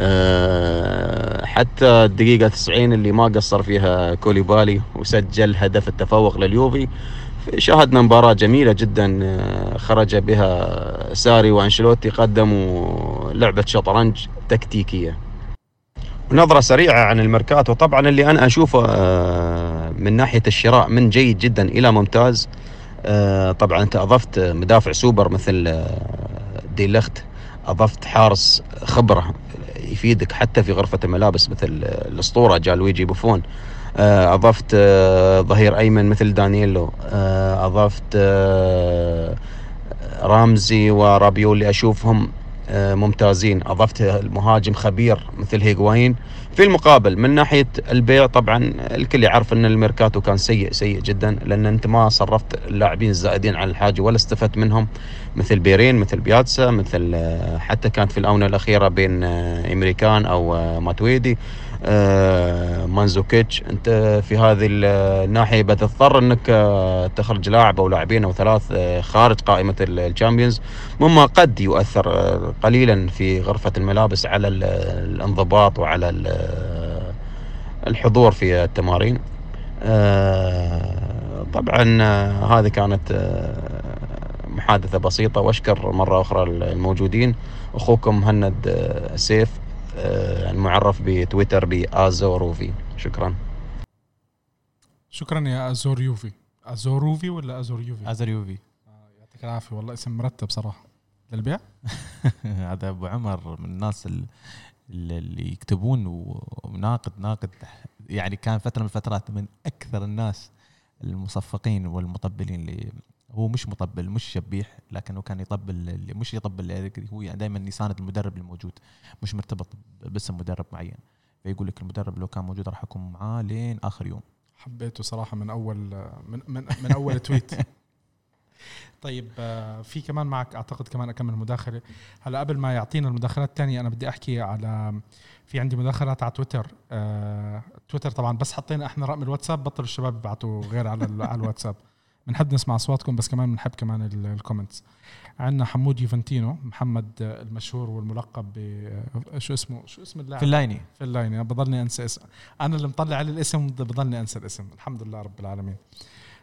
حتى الدقيقة تسعين اللي ما قصر فيها كوليبالي وسجل هدف التفوق لليوفي. شاهدنا مباراة جميلة جدا خرج بها ساري وأنشيلوتي، قدموا لعبة شطرنج تكتيكية. نظرة سريعة عن الميركاتو، طبعا اللي أنا أشوفه من ناحية الشراء من جيد جدا إلى ممتاز. طبعا أنت أضفت مدافع سوبر مثل دي لخت، أضفت حارس خبرة يفيدك حتى في غرفة الملابس مثل الأسطورة جالويجي بوفون، أضفت ظهير أيمن مثل دانييلو، أضفت رامزي ورابيولي أشوفهم ممتازين، أضفت المهاجم خبير مثل هيغوين. في المقابل من ناحية البيع طبعا الكل يعرف أن الميركاتو كان سيء سيء جدا، لأن أنت ما صرفت اللاعبين الزائدين على الحاجة ولا استفدت منهم، مثل بيرين مثل بياتسا مثل حتى كانت في الآونة الأخيرة بين إمريكان أو ماتويدي مانزوكيتش. أنت في هذه الناحية بتضطر أنك تخرج لاعب أو لاعبين أو ثلاث خارج قائمة الشامبيونز، مما قد يؤثر قليلا في غرفة الملابس على الانضباط وعلى الحضور في التمارين. طبعا هذه كانت محادثة بسيطة، واشكر مرة أخرى الموجودين. أخوكم مهند سيف المعرف بتويتر بأزوروفي. شكرا. شكرا يا أزور يوفي. أزور يوفي ولا أزور يوفي؟ أزور يوفي. آه يعطيك العافية، والله اسم مرتب صراحة للبيع. هذا أبو عمر من الناس اللي يكتبون وناقد ناقد يعني، كان فترة من الفترات من أكثر الناس المصفقين والمطبلين. اللي هو مش مطبل مش شبيح، لكنه كان يطبل، مش يطبل هو يعني دائما يساند المدرب الموجود، مش مرتبط باسم مدرب معين. فيقول لك المدرب لو كان موجود راح أكون معاه لين آخر يوم. حبيته صراحة من أول من من, من أول تويت. طيب في كمان معك أعتقد كمان أكمل مداخلة. هلا قبل ما يعطينا المداخلات الثانية أنا بدي أحكي على في عندي مداخلات على تويتر. آه تويتر طبعا بس حطينا إحنا رقم الواتساب، بطل الشباب يبعتوا غير على على الواتساب. بنحب نسمع أصواتكم بس كمان بنحب كمان الكومنتس. عندنا حمود يوفنتينو، محمد المشهور والملقب ب شو اسمه شو اسم اللاعب؟ فلايني. فلايني بضلني أنسى اسم، أنا اللي مطلع على الاسم بضلني أنسى الاسم. الحمد لله رب العالمين.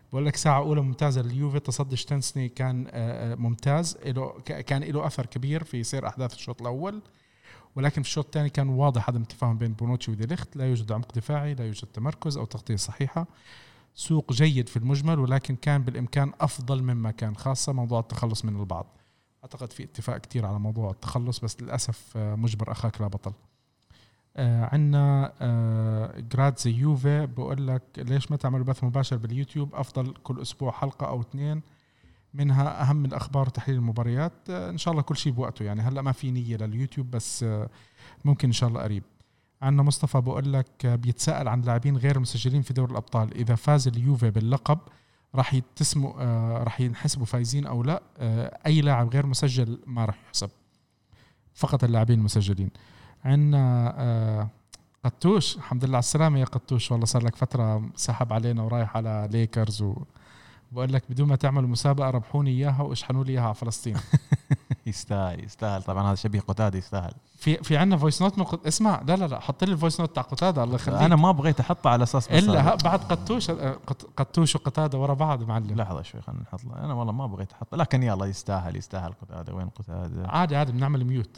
بقول لك ساعة أولى ممتازة لليوفي. تصدي شتنسني كان ممتاز، له كان له أثر كبير في سير أحداث الشوط الأول، ولكن في الشوط الثاني كان واضح عدم التفاهم بين بونوتشي ودي ليخت. لا يوجد عمق دفاعي، لا يوجد تمركز أو تغطية صحيحة. سوق جيد في المجمل، ولكن كان بالإمكان أفضل مما كان، خاصة موضوع التخلص من البعض. أعتقد في اتفاق كتير على موضوع التخلص، بس للأسف مجبر أخاك لا بطل. آه عندنا آه جرادزي يوفي بقول لك ليش ما تعملوا بث مباشر باليوتيوب؟ أفضل كل أسبوع حلقة أو اثنين، منها أهم الأخبار وتحليل المباريات. آه إن شاء الله كل شيء بوقته، يعني هلأ ما في نية لليوتيوب، بس آه ممكن إن شاء الله قريب. عندنا مصطفى بقول لك آه بيتساءل عن لاعبين غير مسجلين في دوري الأبطال، إذا فاز اليوفي باللقب راح يتسموا آه راح ينحسبوا فايزين أو لا؟ آه أي لاعب غير مسجل ما راح يحسب، فقط اللاعبين المسجلين. عندنا آه قطوش، الحمد لله على السلامة يا قطوش، والله صار لك فترة سحب علينا ورايح على ليكرز، وبقول لك بدون ما تعملوا مسابقة ربحوني إياها واشحنوا لي إياها على فلسطين. يستاهل يستاهل طبعا، هذا شبيه قتادة يستاهل. في في عندنا فويس نوت من قط... اسمع لا لا لا حط لي الفويس نوت تاع قتادة الله يخليك. أنا ما بغيت أحطه على أساس إلا بعد قطوش قطوش وقتادة ورا بعض معلم. لحظة شوي خلينا نحط له. أنا والله ما بغيت أحطه، لكن يلا يستاهل يستاهل قتادة. وين قتادة؟ عادي عادي بنعمل ميوت.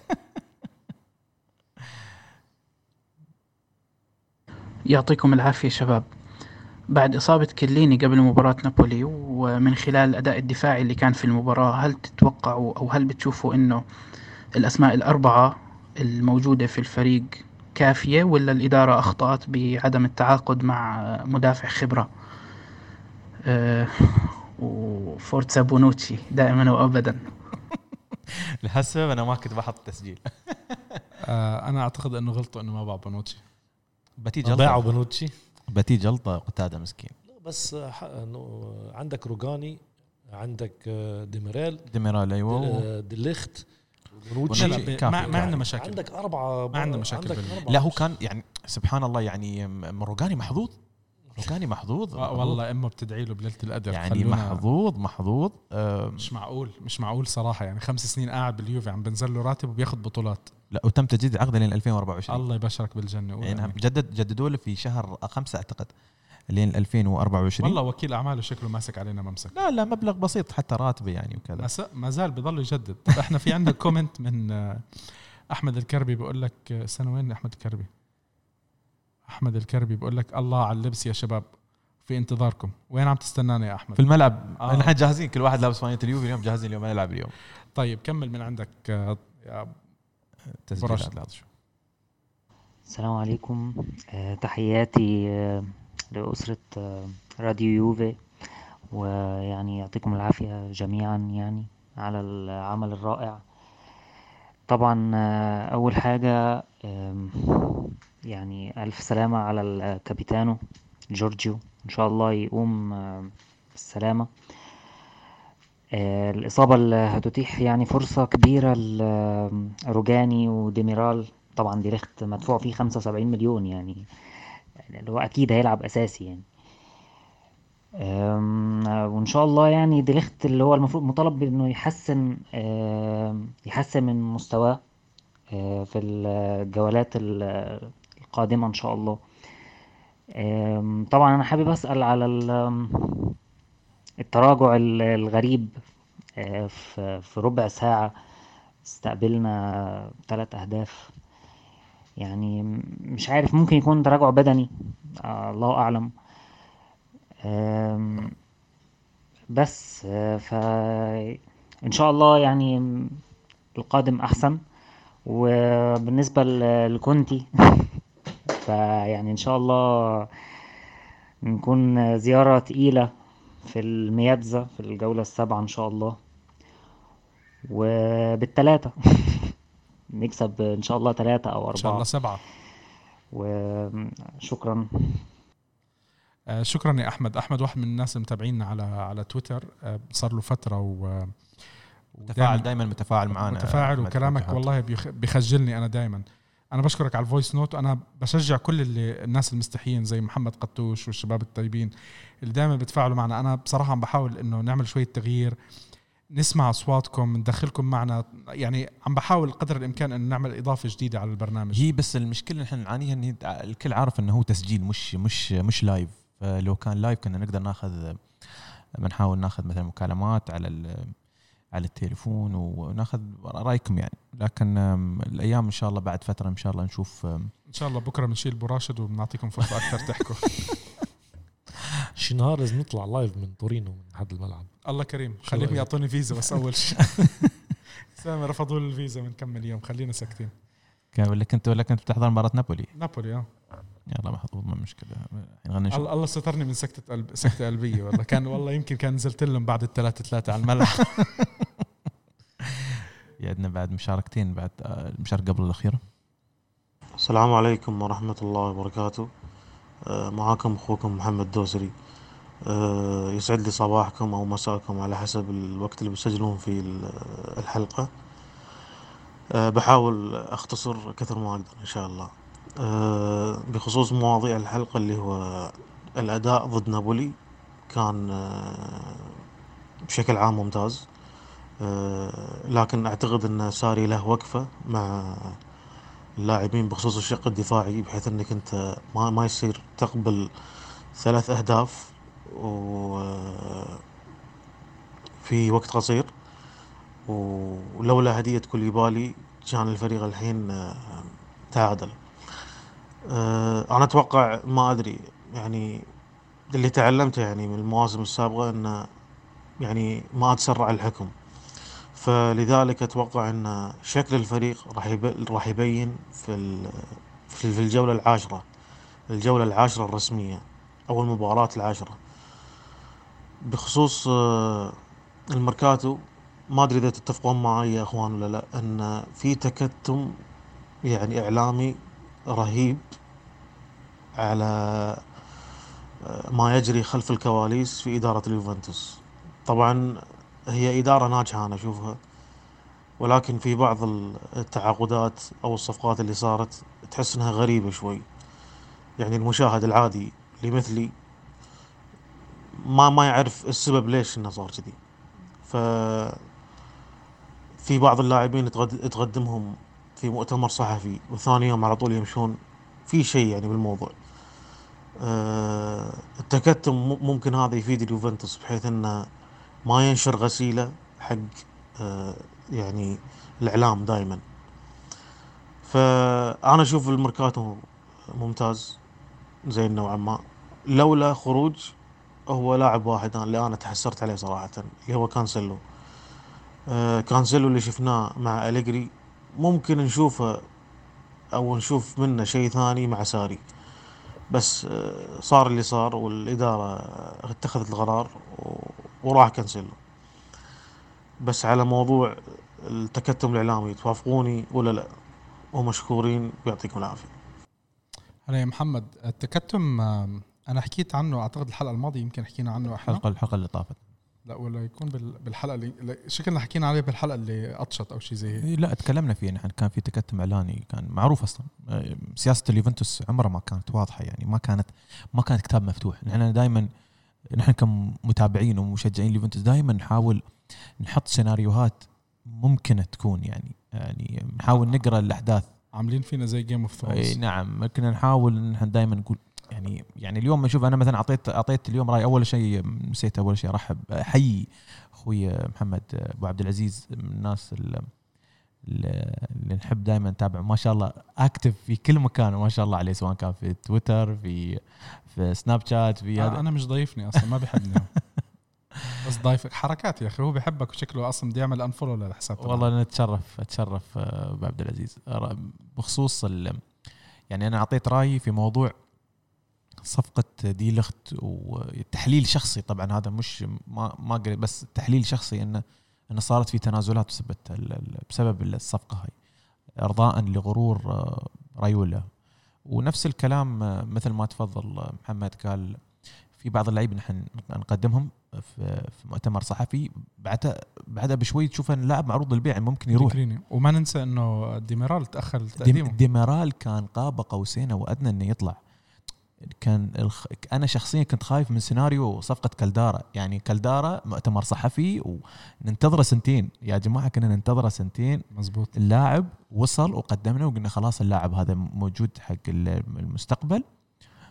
يعطيكم العافية شباب. بعد إصابة كليني قبل مباراة نابولي، ومن خلال الأداء الدفاعي اللي كان في المباراة، هل تتوقعوا أو هل بتشوفوا إنه الأسماء الأربعة الموجودة في الفريق كافية، ولا الإدارة أخطأت بعدم التعاقد مع مدافع خبرة؟ أه وفورتسا بونوتشي دائما وأبدا. لهالسبب أنا ما كنت بحط تسجيل. أه أنا أعتقد إنه غلطوا إنه ما باع بونوتشي. بتي جلطة بونوتشي بتي جلطة قتادة مسكين. بس إنه عندك روجاني، عندك ديميرال ديميرال أيوة ديليخت بونوتشي. ما, ما عندنا مشاكل، عندك أربعة ما عندنا مشاكل. لا هو كان يعني سبحان الله يعني روجاني محظوظ، روجاني محظوظ والله إما بتدعي له بليلة القدر يعني محظوظ محظوظ. مش معقول مش معقول صراحة، يعني خمس سنين قاعد باليوفي عم بنزل له راتب وبياخد بطولات. لا وتم تجديد عقده لين ألفين وأربعة وعشرين. الله يبشرك بالجنة. يعني جدد جددوا له في شهر خمسة أعتقد لين ألفين وأربعة وعشرين. والله وكيل أعماله شكله ماسك علينا ممسك. لا لا مبلغ بسيط حتى راتبه يعني وكذا، ما زال بيضل يجدد. طب احنا في عندنا كومنت من أحمد الكربي بيقول لك سنة وين أحمد الكربي؟ أحمد الكربي بيقول لك الله على اللبس يا شباب، في انتظاركم. وين عم تستنانا يا أحمد؟ في الملعب. آه. نحن جاهزين، كل واحد لابس فانيلة اليوفي اليوم، جاهزين اليوم نلعب اليوم. طيب كمل من عندك يا تسجيلات. السلام عليكم. أه تحياتي أه لأسرة أه راديو يوفي، ويعني يعطيكم العافية جميعا يعني على العمل الرائع. طبعا أه أول حاجة أه يعني ألف سلامة على الكابيتانو جورجيو، إن شاء الله يقوم أه بالسلامة. أه الإصابة اللي هتتيح يعني فرصة كبيرة لروجاني وديميرال. طبعا دي ليخت مدفوع فيه خمسة وسبعين مليون، يعني اللي هو أكيد هيلعب أساسي يعني. وإن شاء الله يعني دي ليخت اللي هو المفروض مطالب بأنه يحسن يحسن من مستواه في الجولات القادمة إن شاء الله. طبعا أنا حابب أسأل على التراجع الغريب في ربع ساعة استقبلنا ثلاث أهداف، يعني مش عارف ممكن يكون تراجع بدني آه الله أعلم. بس فإن شاء الله يعني القادم أحسن. وبالنسبة لكونتي فيعني إن شاء الله نكون زيارة تقيلة في الميادزا في الجولة السابعة إن شاء الله، وبالتلاتة نكسب إن شاء الله ثلاثة أو أربعة إن شاء الله سبعة. وشكرا. آه شكرا يا أحمد. أحمد واحد من الناس المتابعين على على تويتر، آه صار له فترة و متفاعل دايما متفاعل معنا متفاعل، وكلامك والله بيخجلني أنا دايما. أنا بشكرك على الفويس نوت، أنا بشجع كل اللي الناس المستحيين زي محمد قطوش والشباب الطيبين اللي دائما بيتفاعلوا معنا. أنا بصراحة عم بحاول إنه نعمل شوية تغيير، نسمع أصواتكم، ندخلكم معنا، يعني عم بحاول قدر الإمكان أن نعمل إضافة جديدة على البرنامج. هي بس المشكلة نحن نعانيها إن الكل عارف إنه هو تسجيل مش مش مش لايف، فلو كان لايف كنا نقدر ناخذ بنحاول ناخذ مثلا مكالمات على على التليفون وناخذ رايكم يعني. لكن الايام ان شاء الله بعد فتره ان شاء الله نشوف ان شاء الله بكره بنشيل ابو راشد وبنعطيكم فرصه اكثر تحكوا. شي نهار لازم نطلع لايف من تورينو من هذا الملعب. الله كريم خليهم يعطوني فيزا بس اول شيء. سامي رفضوا لي الفيزا من كم يوم خلينا ساكتين. كان ولا كنت ولا كنت بتحضر مباراه نابولي؟ نابولي اه يلا محظوظ ما مشكله. الله الله سترني من سكتة قلب سكتة قلبية والله. كان والله يمكن كان نزلت لهم بعد الثلاثة ثلاثة على الملعب. يعدنا بعد مشاركتين بعد المشاركة قبل الأخيرة. السلام عليكم ورحمة الله وبركاته. معاكم أخوكم محمد دوسري. يسعد لي صباحكم أو مساءكم على حسب الوقت اللي بتسجلون فيه الحلقة. بحاول أختصر كثر ما أقدر إن شاء الله. بخصوص مواضيع الحلقة اللي هو الأداء ضد نابولي كان بشكل عام ممتاز، لكن أعتقد أن ساري له وقفة مع اللاعبين بخصوص الشق الدفاعي، بحيث أنك أنت ما ما يصير تقبل ثلاث أهداف وفي وقت قصير. ولولا هدية كوليبالي كان الفريق الحين تعادل. أنا أتوقع ما أدري يعني اللي تعلمته يعني من المواسم السابقة أن يعني ما أتسرع الحكم، فلذلك أتوقع أن شكل الفريق راح راح يبين في في الجولة العاشرة الجولة العاشرة الرسمية أو المباراة العاشرة. بخصوص الميركاتو ما أدري إذا تتفقون معي يا أخوان ولا لا، أن في تكتم يعني إعلامي رهيب على ما يجري خلف الكواليس في إدارة اليوفنتوس. طبعا هي إدارة ناجحة أنا أشوفها، ولكن في بعض التعاقدات أو الصفقات اللي صارت تحس أنها غريبة شوي. يعني المشاهد العادي اللي مثلي ما ما يعرف السبب ليش إنه صار كذي. ف في بعض اللاعبين تقدمهم في مؤتمر صحفي وثاني يوم على طول يمشون، في شيء يعني بالموضوع. أه التكتم ممكن هذا يفيد اليوفنتوس بحيث انه ما ينشر غسيلة حق أه يعني الاعلام دائما. فانا اشوف الميركاتو ممتاز زين نوعا ما، لولا خروج هو لاعب واحد اللي انا تحسرت عليه صراحة اللي هو كانسيلو. أه كانسيلو اللي شفناه مع أليجري ممكن نشوفه او نشوف منه شيء ثاني مع ساري، بس صار اللي صار والإدارة اتخذت القرار وراح كنسله. بس على موضوع التكتم الإعلامي توافقوني ولا لا؟ ومشكورين ويعطيكم العافية. أنا يا محمد التكتم أنا حكيت عنه أعتقد الحلقة الماضية يمكن حكينا عنه إحنا الحلقة الحلقة اللي طافت، لا ولا يكون بالحلقة اللي شكلنا حكينا عليه بالحلقة اللي أطشت أو شيء زي هيك. لا تكلمنا فيه نحن، كان في تكتم إعلاني كان معروف أصلا. سياسة اليوفنتوس عمرها ما كانت واضحة، يعني ما كانت ما كانت كتاب مفتوح. نحن دائما نحن كمتابعين ومشجعين اليوفنتوس دائما نحاول نحط سيناريوهات ممكنة تكون يعني يعني نحاول نقرأ الأحداث. عاملين فينا زي جيم اوف ثرونز. نعم كنا نحاول نحن دائما نقول يعني يعني اليوم اشوف انا مثلا اعطيت اعطيت اليوم راي. اول شيء نسيت اول شيء ارحب حي اخوي محمد ابو عبد العزيز، من الناس اللي, اللي نحب دائما نتابع ما شاء الله اكتف في كل مكان ما شاء الله عليه، سواء كان في تويتر في في سناب شات في هذا. انا مش ضيفني اصلا ما بحبني بس ضيفك حركات يا اخي، هو بحبك وشكله اصلا بده يعمل انفولو للحساب. والله نتشرف اتشرف ابو عبد العزيز. بخصوص يعني انا اعطيت رايي في موضوع صفقة دي لخت وتحليل شخصي. طبعا هذا مش ما ما بس تحليل شخصي انه انه صارت في تنازلات بسبب الصفقة هاي ارضاء لغرور رايولا. ونفس الكلام مثل ما تفضل محمد قال في بعض اللعيبه نحن نقدمهم في مؤتمر صحفي بعدها بعدها بشوي تشوف ان اللاعب معروض للبيع ممكن يروح. وما ننسى انه ديميرال تاخر تقديمه. ديميرال كان قاب قوسين وادنى انه يطلع. كان الخ... انا شخصيا كنت خايف من سيناريو صفقه كالدارا. يعني كالدارا مؤتمر صحفي وننتظره سنتين يا جماعه، كنا ننتظره سنتين. مزبوط. اللاعب وصل وقدمنا وقلنا خلاص اللاعب هذا موجود حق المستقبل،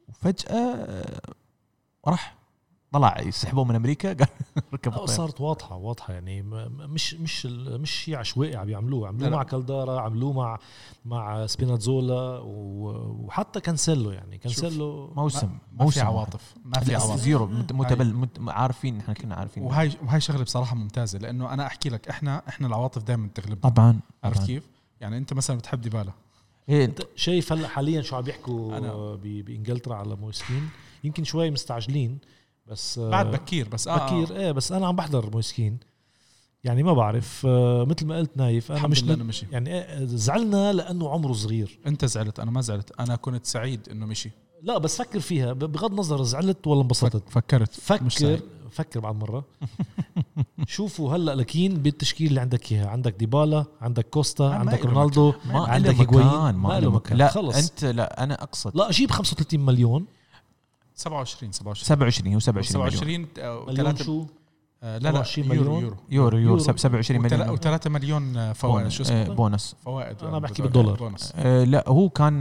وفجاه راح طلع يسحبوه من امريكا قال ركب الطيارة. صارت واضحه واضحه يعني مش مش مش شيء عشوائي عم يعملوه عملوه مع كالدارا عملوه مع مع سبيناتزولا وحتى كانسيلو يعني كانسيلو موسم ما, ما في عواطف ما في عواطف زيرو متبل عارفين احنا كنا عارفين وهاي وهاي شغله بصراحه ممتازه لانه انا احكي لك احنا احنا العواطف دائما تغلب طبعا عرفت كيف يعني انت مثلا بتحب ديبالا إيه انت شايف هلا حاليا شو عم بيحكوا بانجلترا على موسكين يمكن شوي مستعجلين بس بعد بكير بس آه بكير ايه بس انا عم بحضر موسكين يعني ما بعرف آه مثل ما قلت نايف انا مش أنا مشي. يعني إيه زعلنا لانه عمره صغير. انت زعلت انا ما زعلت انا كنت سعيد انه مشي. لا بس فكر فيها بغض النظر زعلت ولا انبسطت فكرت فكر فكر بعد مره شوفوا هلا لكين بالتشكيل اللي عندك اياها عندك ديبالا عندك كوستا عندك رونالدو عندك هيغوين ما له مكان لا خلص انت لا انا اقصد لا اجيب خمسة وثلاثين مليون سبعة وعشرين سبعة وعشرين سبعة وعشرين هو سبعة وعشرين مليون, مليون شو آه لا لا يورو يورو يورو, يورو, يورو سبعة وعشرين مليون وثلاثة مليون فوائد شو اسمه بونص فوائد انا بحكي بالدولار آه لا هو كان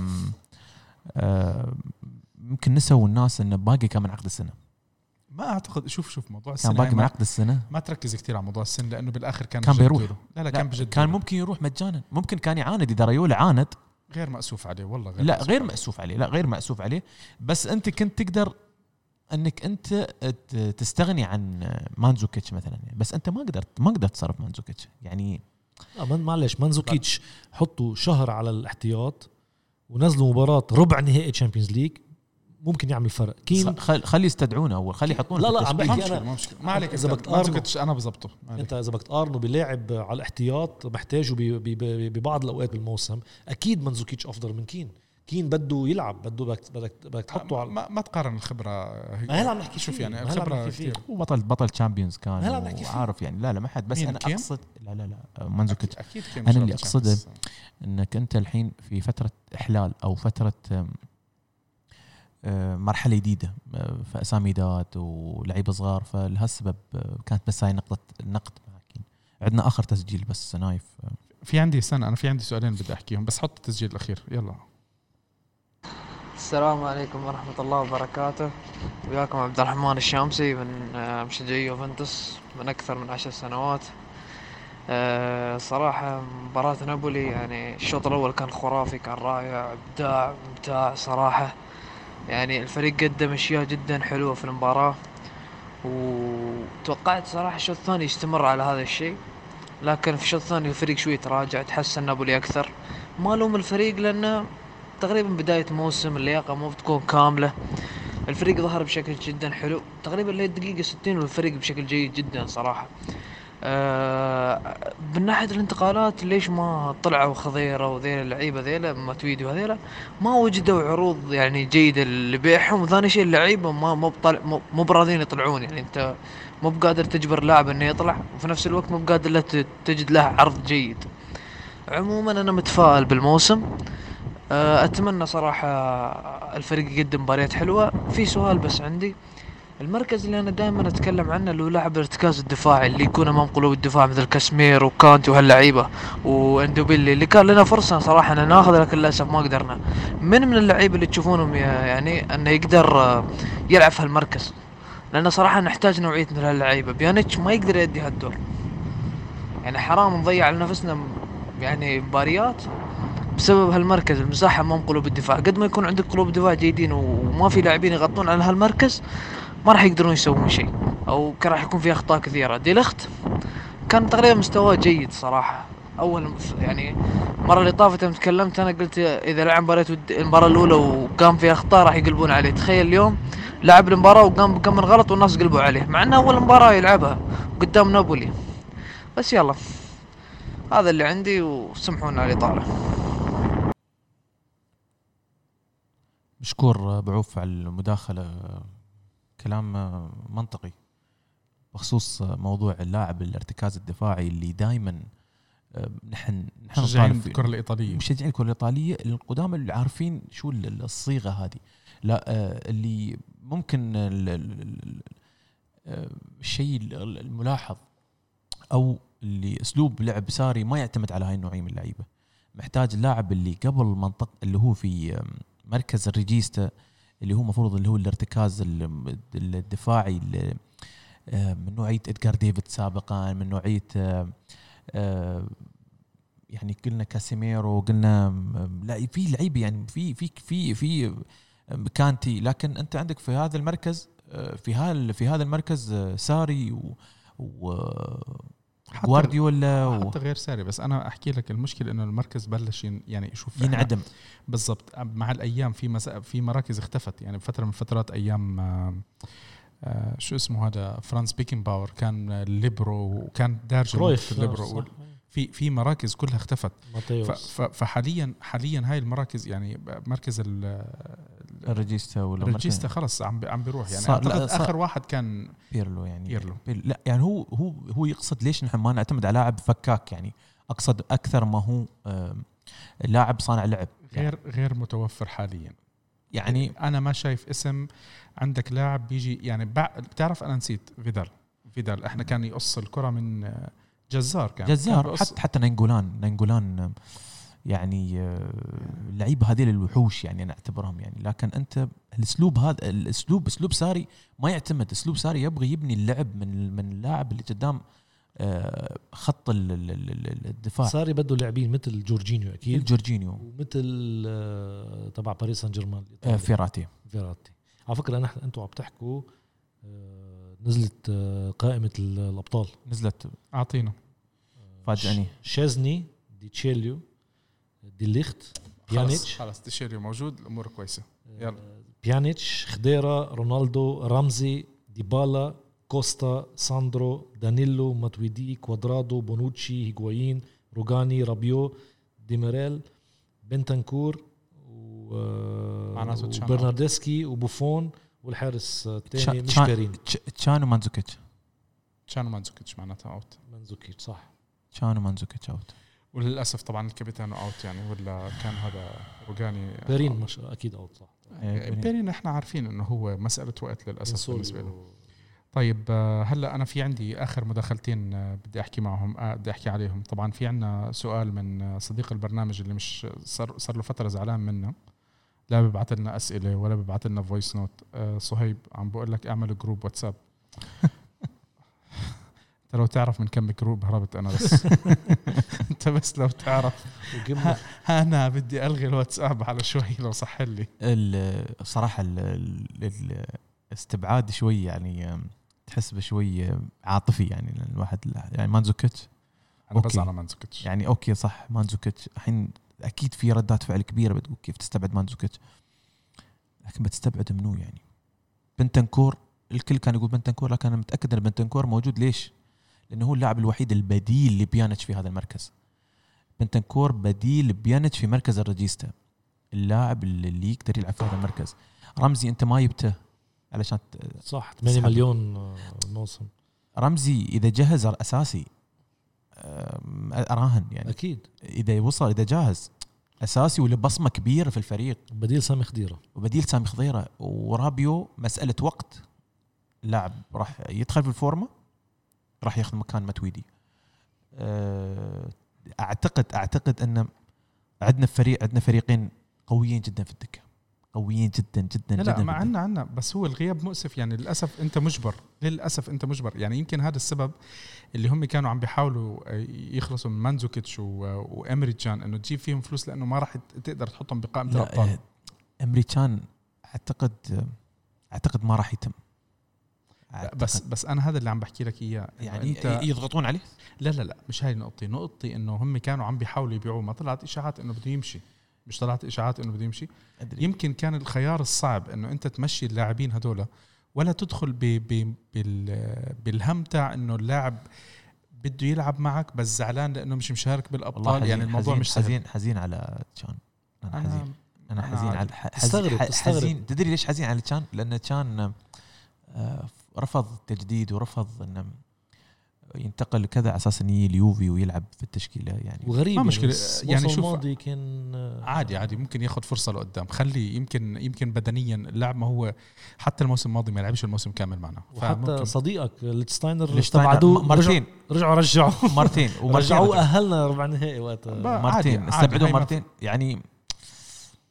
آه ممكن نسوا الناس انه باقي كان من عقد السنه ما اعتقد شوف شوف موضوع السنه كان باقي من عقد السنه ما تركز كثير على موضوع السنه لانه بالاخر كان كان بيروح لا, لا لا كان بجد كان ممكن يروح مجانا ممكن كان يعاند اذا ريولا عاند غير مأسوف عليه والله غير لا غير مأسوف عليه لا غير مأسوف عليه بس انت كنت تقدر انك انت تستغني عن مانزوكيتش مثلا بس انت ما قدرت ما قدرت تصرف مانزوكيتش يعني لا معلش مانزوكيتش حطوا شهر على الاحتياط ونزلوا مباراة ربع نهائي تشامبيونز ليج ممكن يعمل فرق كين خلي يستدعونه اول خلي يحطونه لا لا عم بحكي انا ما, ما عليك اذا بدك مانزوكيتش انا بزبطه انت اذا بدك تقارنه بلاعب على الاحتياط بحتاجه ببعض الاوقات بالموسم اكيد مانزوكيتش افضل من كين كين بده يلعب بده بدك بدك بدك تحطه على ما, ما تقارن الخبره هلا عم نحكي شوف يعني الخبره كثير وبطل بطل تشامبيونز كان وعارف يعني لا لا ما حد بس انا كين؟ اقصد لا لا لا مانزوكيتش اكيد انا اللي اقصده انك انت الحين في فتره احلال او فتره مرحله جديده في اساميدات ولعيبه صغار فلهالسبب كانت بس هاي نقطه النقد معك عندنا اخر تسجيل بس نايف في عندي سنه انا في عندي سؤالين بدي احكيهم بس حط التسجيل الاخير يلا. السلام عليكم ورحمة الله وبركاته وياكم عبد الرحمن الشامسي من مشجعي يوفنتوس من أكثر من عشر سنوات. صراحة مباراة نابولي يعني الشوط الأول كان خرافي كان رائع إبداع ممتع صراحة يعني الفريق قدم أشياء جدا حلوة في المباراة وتوقعت صراحة الشوط الثاني يستمر على هذا الشيء لكن في الشوط الثاني الفريق شوي تراجع تحسن نابولي أكثر ما لوم الفريق لأنه تقريبا بداية موسم اللياقة مو بتكون كاملة الفريق ظهر بشكل جدا حلو تقريبا لهي الدقيقة ستين والفريق بشكل جيد جدا صراحة. أه بالناحية الانتقالات ليش ما طلعوا خضيرة وذيل اللعيبة ذيلا ماتويدي وهذيلا ما وجدوا عروض يعني جيدة لبيعهم وثاني شيء اللعيبة ما مو بطلع مو براضين يطلعون يعني انت مو بقادر تجبر لاعب انه يطلع وفي نفس الوقت مو بقادر لا تجد له عرض جيد. عموما انا متفائل بالموسم أتمنى صراحة الفريق يقدم مباريات حلوة. في سؤال بس عندي المركز اللي أنا دائما أتكلم عنه اللي هو لاعب الارتكاز الدفاعي اللي يكون أمام قلوب الدفاع مثل كاسمير وكانتي وهاللعيبة واندوبيلي اللي كان لنا فرصة صراحة أن ناخذ لكن للأسف ما قدرنا. من من اللعيبة اللي تشوفونهم يعني أنه يقدر يلعب في هالمركز لأن صراحة نحتاج نوعية مثل هاللعيبة بيانيتش ما يقدر يدي هالدور يعني حرام نضيع على نفسنا يعني مباريات بسبب هالمركز المساحة أمام قلوب الدفاع. قد ما يكون عندك قلوب دفاع جيدين وما في لاعبين يغطون على هالمركز ما راح يقدرون يسوون شيء أو راح يكون في أخطاء كثيرة. دي لخت كان تقريبا مستواه جيد صراحة أول يعني مرة اللي طافت لما تكلمت أنا قلت إذا لعب مباراة المباراة الأولى وقام في أخطاء راح يقلبون عليه. تخيل اليوم لعب المباراة وقام بكم من غلط والناس قلبوا عليه مع أنه أول مباراة يلعبها قدام نابولي. بس يلا هذا اللي عندي وسمحونا على الإطالة. مشكور بعوف على المداخلة كلام منطقي بخصوص موضوع اللاعب الارتكاز الدفاعي اللي دايما نحن نحن مشجعين الكرة الإيطالية مشجعين الكرة الإيطالية القدامى اللي عارفين شو الصيغة هذه لا اللي ممكن الشيء الملاحظ أو اللي أسلوب لعب ساري ما يعتمد على هاي النوعية من اللعيبة. محتاج اللاعب اللي قبل المنطقة اللي هو في مركز الريجيستا اللي هو مفروض اللي هو الارتكاز الدفاعي من نوعية إدغار ديفيد سابقا، من نوعية يعني قلنا كاسيميرو، قلنا لا في لعيبة يعني في في في في كانتي، لكن أنت عندك في هذا المركز في هذا في هذا المركز ساري و, و جوارديولا حتى غير ساري. بس انا احكي لك المشكله انه المركز بلش يعني يشوف ينعدم بالضبط مع الايام. في مس... في مراكز اختفت يعني بفتره من فترات ايام آه آه شو اسمه هذا فرانس بيكن باور كان ليبرو وكان دارج في الليبرو. في في مراكز كلها اختفت. ف... ف... فحاليا حاليا هاي المراكز يعني مركز ال الريجيستا ولا الريجيستا خلص عم ب... عم بيروح يعني اعتقد اخر واحد كان بيرلو يعني بيرلو. لا يعني هو هو هو يقصد ليش نحن ما نعتمد على لاعب فكاك، يعني اقصد اكثر ما هو لاعب صانع لعب غير يعني. غير متوفر حاليا يعني انا ما شايف اسم عندك لاعب بيجي يعني بتعرف انا نسيت فيدال فيدال احنا كان يقص الكرة من جزار كان جزار كان حتى حتى نانجولان نانجولان يعني اللعيبه هذه الوحوش يعني انا اعتبرهم يعني. لكن انت الاسلوب هذا الاسلوب اسلوب ساري ما يعتمد، اسلوب ساري يبغى يبني اللعب من من اللاعب اللي قدام خط الدفاع. ساري بده لاعبين مثل جورجينيو اكيد جورجينيو ومثل تبع باريس سان جيرمان فيراتي فيراتي على فكره نحن انتم عم تحكوا نزلت قائمه الابطال نزلت اعطينا فاجئني شازني دي تشيليو دي ليخت بيانيتش خلاص تشيليو موجود الامور كويسه يلا بيانيتش خديرا رونالدو رامزي ديبالا كوستا ساندرو دانيلو ماتويدي كوادرادو بونوتشي هيغوايين روغاني رابيو ديميريل بنتنكور وبرناردسكي وبوفون والحارس الثاني مش بيرين تشانو مانزوكيتش تشانو مانزوكيتش معناتها اوت مانزوكيتش صح تشانو مانزوكيتش اوت وللاسف طبعا الكابيتانو اوت يعني ولا كان هذا روغاني بيرين مش اكيد اوت صح بيرين احنا عارفين انه هو مساله وقت للاسف بالنسبه له. طيب هلا انا في عندي اخر مداخلتين بدي احكي معهم بدي احكي عليهم. طبعا في عنا سؤال من صديق البرنامج اللي مش صار صار له فتره زعلان منا، لا ببعث لنا اسئله ولا ببعث لنا فويس نوت. صهيب عم بقول لك اعمل جروب واتساب انت لو تعرف من كم جروب هربت انا بس انت بس لو تعرف انا بدي الغي الواتساب على شوي لو صح لي. الصراحه الاستبعاد شوي يعني تحس بشوي عاطفي يعني الواحد يعني مانزوكيتش انا بس على مانزوكيتش يعني اوكي صح مانزوكيتش الحين اكيد في ردات فعل كبيره بتقول كيف تستبعد مانزوكيتش، لكن بتستبعد منو يعني بنتنكور. الكل كان يقول بنتنكور لكن انا متاكد ان بنتنكور موجود. ليش؟ لانه هو اللاعب الوحيد البديل لبيانيتش في هذا المركز. بنتنكور بديل بيانيتش في مركز الريجيستا، اللاعب اللي يقدر يلعب في هذا المركز. رمزي انت ما جبته علشان صح ثمانية مليون موسم. رمزي اذا جهز اساسي اراهن يعني اكيد اذا وصل اذا جاهز اساسي ولا بصمه كبيره في الفريق. بديل سامي خضيره وبديل سامي خضيره ورابيو مساله وقت، لاعب راح يدخل في الفورمه راح ياخذ مكان متويدي. اعتقد اعتقد ان عندنا فريق عندنا فريقين قويين جدا في الدكه، قويين جدا جدا لا جدا. لا ما عنا عنا بس هو الغياب مؤسف يعني للأسف أنت مجبر للأسف أنت مجبر يعني. يمكن هذا السبب اللي هم كانوا عم بيحاولوا يخلصوا من مانزوكيتش وإمري تشان إنه تجيب فيهم فلوس لأنه ما راح تقدر تحطهم بقائمة الأبطال. إمري تشان أعتقد أعتقد ما راح يتم. بس بس أنا هذا اللي عم بحكي لك إياه يعني أنت يضغطون عليه. لا لا لا مش هاي نقطتي نقطتي إنه هم كانوا عم بيحاولوا يبيعوه، ما طلعت إشاعات إنه بده يمشي، مش طلعت إشاعات إنه بده يمشي. أدري. يمكن كان الخيار الصعب إنه أنت تمشي اللاعبين هذولا ولا تدخل ب ب بال بالهم تاع إنه اللاعب بده يلعب معك بس زعلان لأنه مش مشارك بالأبطال. يعني الموضوع مش سهل. حزين حزين على تشان. أنا, أنا حزين أنا حزين على حزين, حزين تدري ليش حزين على تشان؟ لأن تشان رفض التجديد ورفض إنه ينتقل كذا على اساس انه اليوفي ويلعب في التشكيله يعني. وغريب ما مشكله يعني شوف الماضي كان عادي عادي ممكن ياخذ فرصه لقدام. خلي يمكن يمكن بدنيا اللاعب ما هو حتى الموسم الماضي ما لعبش الموسم كامل معنا. وحتى صديقك ليتستاينر استبعدوه مرتين رجعوا رجعوا مرتين ورجعوا اهلنا ربع نهائي وقتها مرتين استبعدوه مرتين يعني.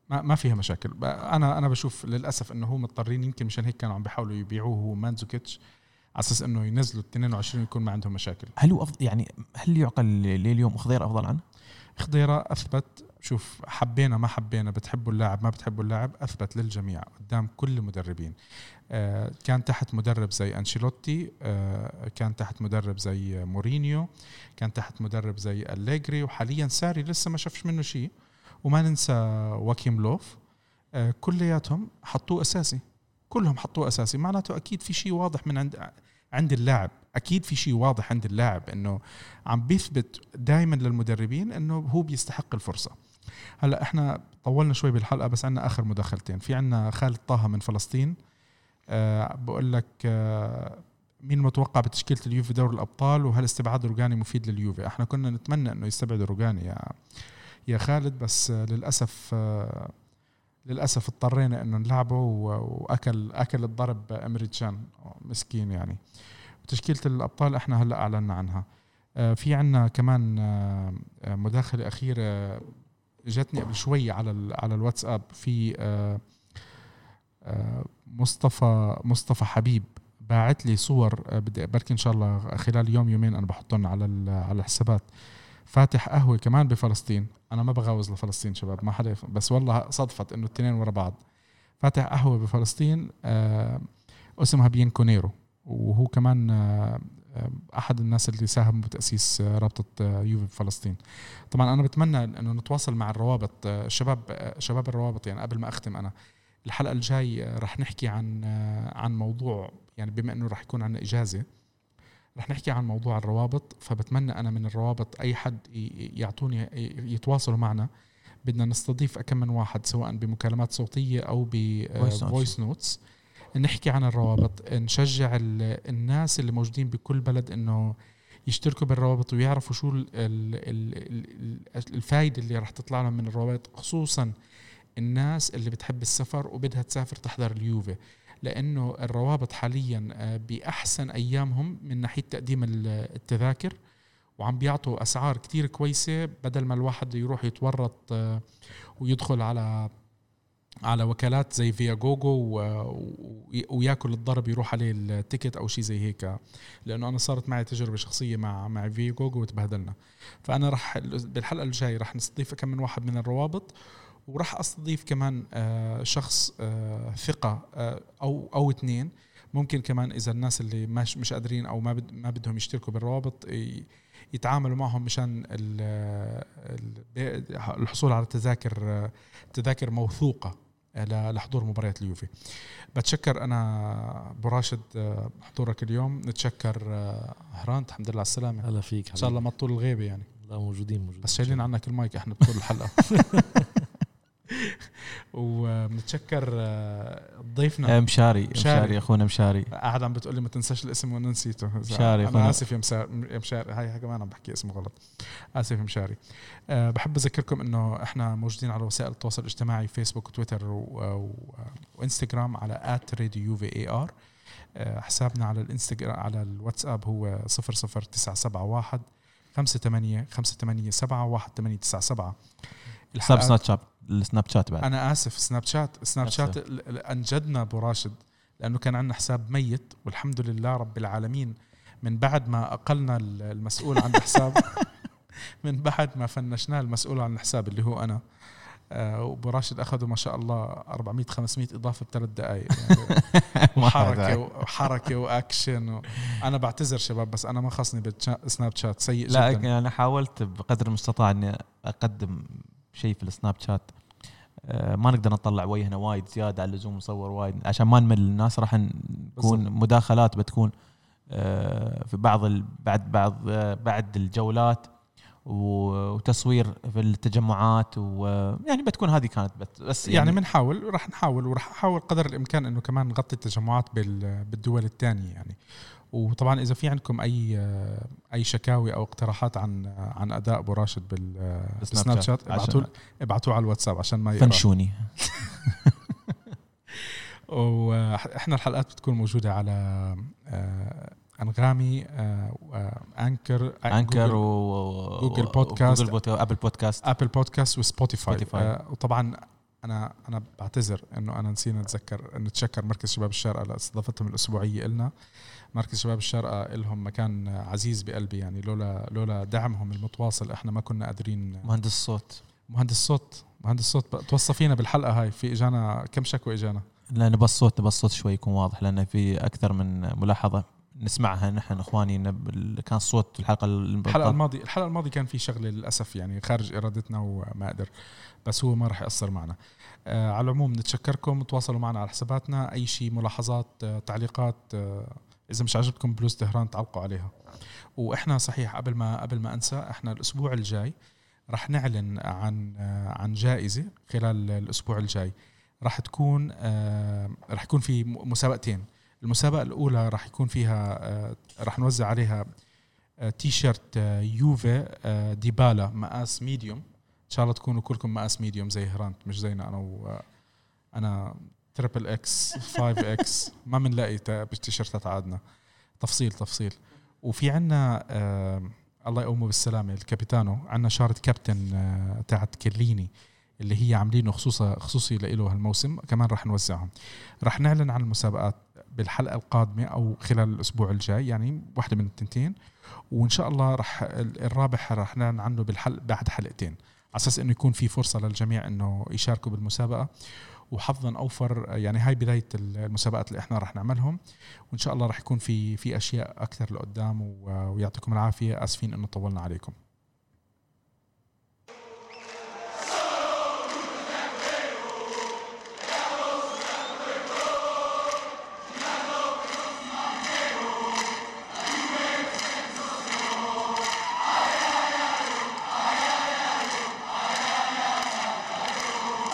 ما ما فيها مشاكل. انا انا بشوف للاسف انه هو مضطرين، يمكن مشان هيك كانوا عم بيحاولوا يبيعوه هو مانزوكيتش على اساس انه ينزلوا اثنين وعشرين يكون ما عندهم مشاكل. هل هو أفضل يعني هل يعقل ليه اليوم خضيره افضل عنه؟ خضيره اثبت، شوف حبينا ما حبينا، بتحبوا اللاعب ما بتحبوا اللاعب، اثبت للجميع قدام كل المدربين. آه كان تحت مدرب زي أنشيلوتي، آه كان تحت مدرب زي مورينيو، كان تحت مدرب زي أليجري، وحاليا ساري لسه ما شافش منه شيء. وما ننسى واكيم لوف، آه كلياتهم حطوه أساسي، كلهم حطوه أساسي. معناته أكيد في شيء واضح من عند عند اللاعب، أكيد في شيء واضح عند اللاعب إنه عم بيثبت دائما للمدربين إنه هو بيستحق الفرصة. هلا احنا طولنا شوي بالحلقة، بس عنا آخر مداخلتين. في عنا خالد طه من فلسطين، أه بقول لك أه مين متوقع بتشكيلة اليوفي دور الأبطال، وهل استبعاد روجاني مفيد لليوفي؟ احنا كنا نتمنى انه يستبعد روجاني يا يا خالد، بس أه للأسف أه للأسف اضطرينا انه نلعبه، واكل اكل الضرب امريتشان مسكين يعني. تشكيلة الأبطال احنا هلا اعلنا عنها. أه في عنا كمان أه مداخلة أخيرة جاتني قبل شوي على على الواتساب، في أه مصطفى مصطفى حبيب باعت لي صور، بدي بركي ان شاء الله خلال يوم يومين انا بحطهم على على الحسابات. فاتح قهوه كمان بفلسطين، انا ما بغاوز لفلسطين شباب، ما حدا، بس والله صدفت انه الاثنين ورا بعض. فاتح قهوه بفلسطين آه اسمها بينكونيرو، وهو كمان آه احد الناس اللي ساهم بتاسيس رابطه يوفي بفلسطين. طبعا انا بتمنى انه نتواصل مع الروابط، شباب شباب الروابط. يعني قبل ما اختم، انا الحلقة الجاي رح نحكي عن عن موضوع، يعني بما انه رح يكون عنا اجازة رح نحكي عن موضوع الروابط. فبتمنى انا من الروابط اي حد يعطوني يتواصلوا معنا، بدنا نستضيف كم من واحد سواء بمكالمات صوتية او بفويس نوتس، نحكي عن الروابط، نشجع الناس اللي موجودين بكل بلد انه يشتركوا بالروابط ويعرفوا شو الفائدة اللي رح تطلع لهم من الروابط، خصوصا الناس اللي بتحب السفر وبدها تسافر تحضر اليوفي، لأنه الروابط حاليا بأحسن أيامهم من ناحية تقديم التذاكر، وعم بيعطوا أسعار كتير كويسة، بدل ما الواحد يروح يتورط ويدخل على على وكالات زي فياغوغو وياكل الضرب يروح عليه التيكت أو شيء زي هيك. لأنه أنا صارت معي تجربة شخصية مع مع فياغوغو وتبهدلنا. فأنا رح بالحلقة الجاي رح نستضيف كم من واحد من الروابط، وراح استضيف كمان شخص ثقة أو أو اثنين، ممكن كمان إذا الناس اللي مش مش قادرين أو ما بد ما بدهم يشتركوا بالروابط يتعاملوا معهم مشان الحصول على تذاكر تذاكر موثوقة لحضور مباريات اليوفي. بتشكر أنا أبو راشد حضورك اليوم، نتشكر هران، الحمد لله على السلامة. هلا فيك إن شاء الله ما تطول الغيبة يعني. لا موجودين موجودين بس شايلين عنك المايك احنا بطول الحلقة. وبنتشكر ضيفنا مشاري مشاري اخونا مشاري، قاعد عم بتقول لي ما تنساش الاسم وانا نسيته. مشاري انا اسف يا مشاري، هاي كمان عم بحكي اسمه غلط، اسف يا مشاري. أه بحب اذكركم انه احنا موجودين على وسائل التواصل الاجتماعي، فيسبوك وتويتر و... وانستغرام على آت راديو يوفي اي ار. أه حسابنا على الانستغرام على الواتساب هو صفر صفر تسعة سبعة واحد خمسة ثمانية خمسة ثمانية سبعة واحد ثمانية تسعة سبعة. حساب سناب شات السناب شات بعد. انا اسف سناب شات سناب شات انجدنا ابو راشد، لانه كان عندنا حساب ميت، والحمد لله رب العالمين من بعد ما اقلنا المسؤول عن الحساب من بعد ما فنشناه المسؤول عن الحساب اللي هو انا، وابو راشد اخذوا ما شاء الله أربعمية خمسمية اضافه بثلاث دقائق يعني. وحركه وحركه واكشن و... انا بعتذر شباب، بس انا ما خصني بالسناب شات سيء لا جدا. لا انا حاولت بقدر المستطاع اني اقدم شيء في السناب شات، ما نقدر نطلع وجهنا وايد زياده على اللزوم، نصور وايد عشان ما نمل الناس. راح نكون مداخلات بتكون في بعض بعد بعض بعد الجولات وتصوير في التجمعات، ويعني بتكون هذه كانت بس يعني بنحاول يعني وراح نحاول وراح نحاول قدر الامكان انه كمان نغطي التجمعات بالدول الثانيه يعني. وطبعا اذا في عندكم اي اي شكاوي او اقتراحات عن عن اداء ابو راشد بالسناب شات ابعتوا ابعتوه على الواتساب عشان ما يقرأ. فنشوني. واحنا الحلقات بتكون موجوده على انغامي، انكر انكر وجوجل بودكاست، ابل بودكاست ابل بودكاست وسبوتيفاي. وطبعا انا انا بعتذر انه انا نسينا نتذكر نتشكر مركز شباب الشارقة لاستضافتهم الاسبوعيه لنا. مركز شباب الشارقة لهم مكان عزيز بقلبي، يعني لولا لولا دعمهم المتواصل احنا ما كنا قادرين. مهندس الصوت مهندس صوت مهندس صوت توصى فينا بالحلقه هاي. في اجانا كم شكوى اجانا؟ لا نبى الصوت نبى الصوت شوي يكون واضح، لأن في أكثر من ملاحظة نسمعها نحن إخواني. كان الصوت الحلقة الحلقة الماضية الحلقة الماضية كان في شغلة للأسف يعني خارج إرادتنا وما قدر، بس هو ما راح يأثر معنا. آه على العموم نتشكركم، تواصلوا معنا على حساباتنا. أي شيء ملاحظات آه تعليقات آه إذا مش عجبتكم بلوز تهران تعلقوا عليها. وإحنا صحيح قبل ما قبل ما أنسى، إحنا الأسبوع الجاي راح نعلن عن آه عن جائزة خلال الأسبوع الجاي. راح تكون آه راح يكون في مسابقتين. المسابقة الأولى راح يكون فيها آه راح نوزع عليها آه تي شيرت آه يوفي آه ديبالا مقاس ميديوم. إن شاء الله تكونوا كلكم مقاس ميديوم زي هرانت، مش زينا أنا و أنا تريبل إكس فايف إكس ما منلاقي بالتيشيرتات عادنا. تفصيل تفصيل. وفي عنا آه الله يقومه بالسلامة الكابيتانو، عنا شارة كابتن آه تاعت كليني اللي هي عاملينه خصوصا خصوصي لإله هالموسم، كمان راح نوزعهم. راح نعلن عن المسابقات بالحلقة القادمة أو خلال الأسبوع الجاي، يعني واحدة من التنتين. وإن شاء الله راح الرابح راح نعلن عنه بالحلقة بعد حلقتين، على أساس إنه يكون في فرصة للجميع إنه يشاركوا بالمسابقة. وحظا أوفر يعني هاي بداية المسابقات اللي إحنا راح نعملهم، وإن شاء الله راح يكون في في أشياء أكثر لقدام. ويعطيكم العافية، آسفين إنه طولنا عليكم.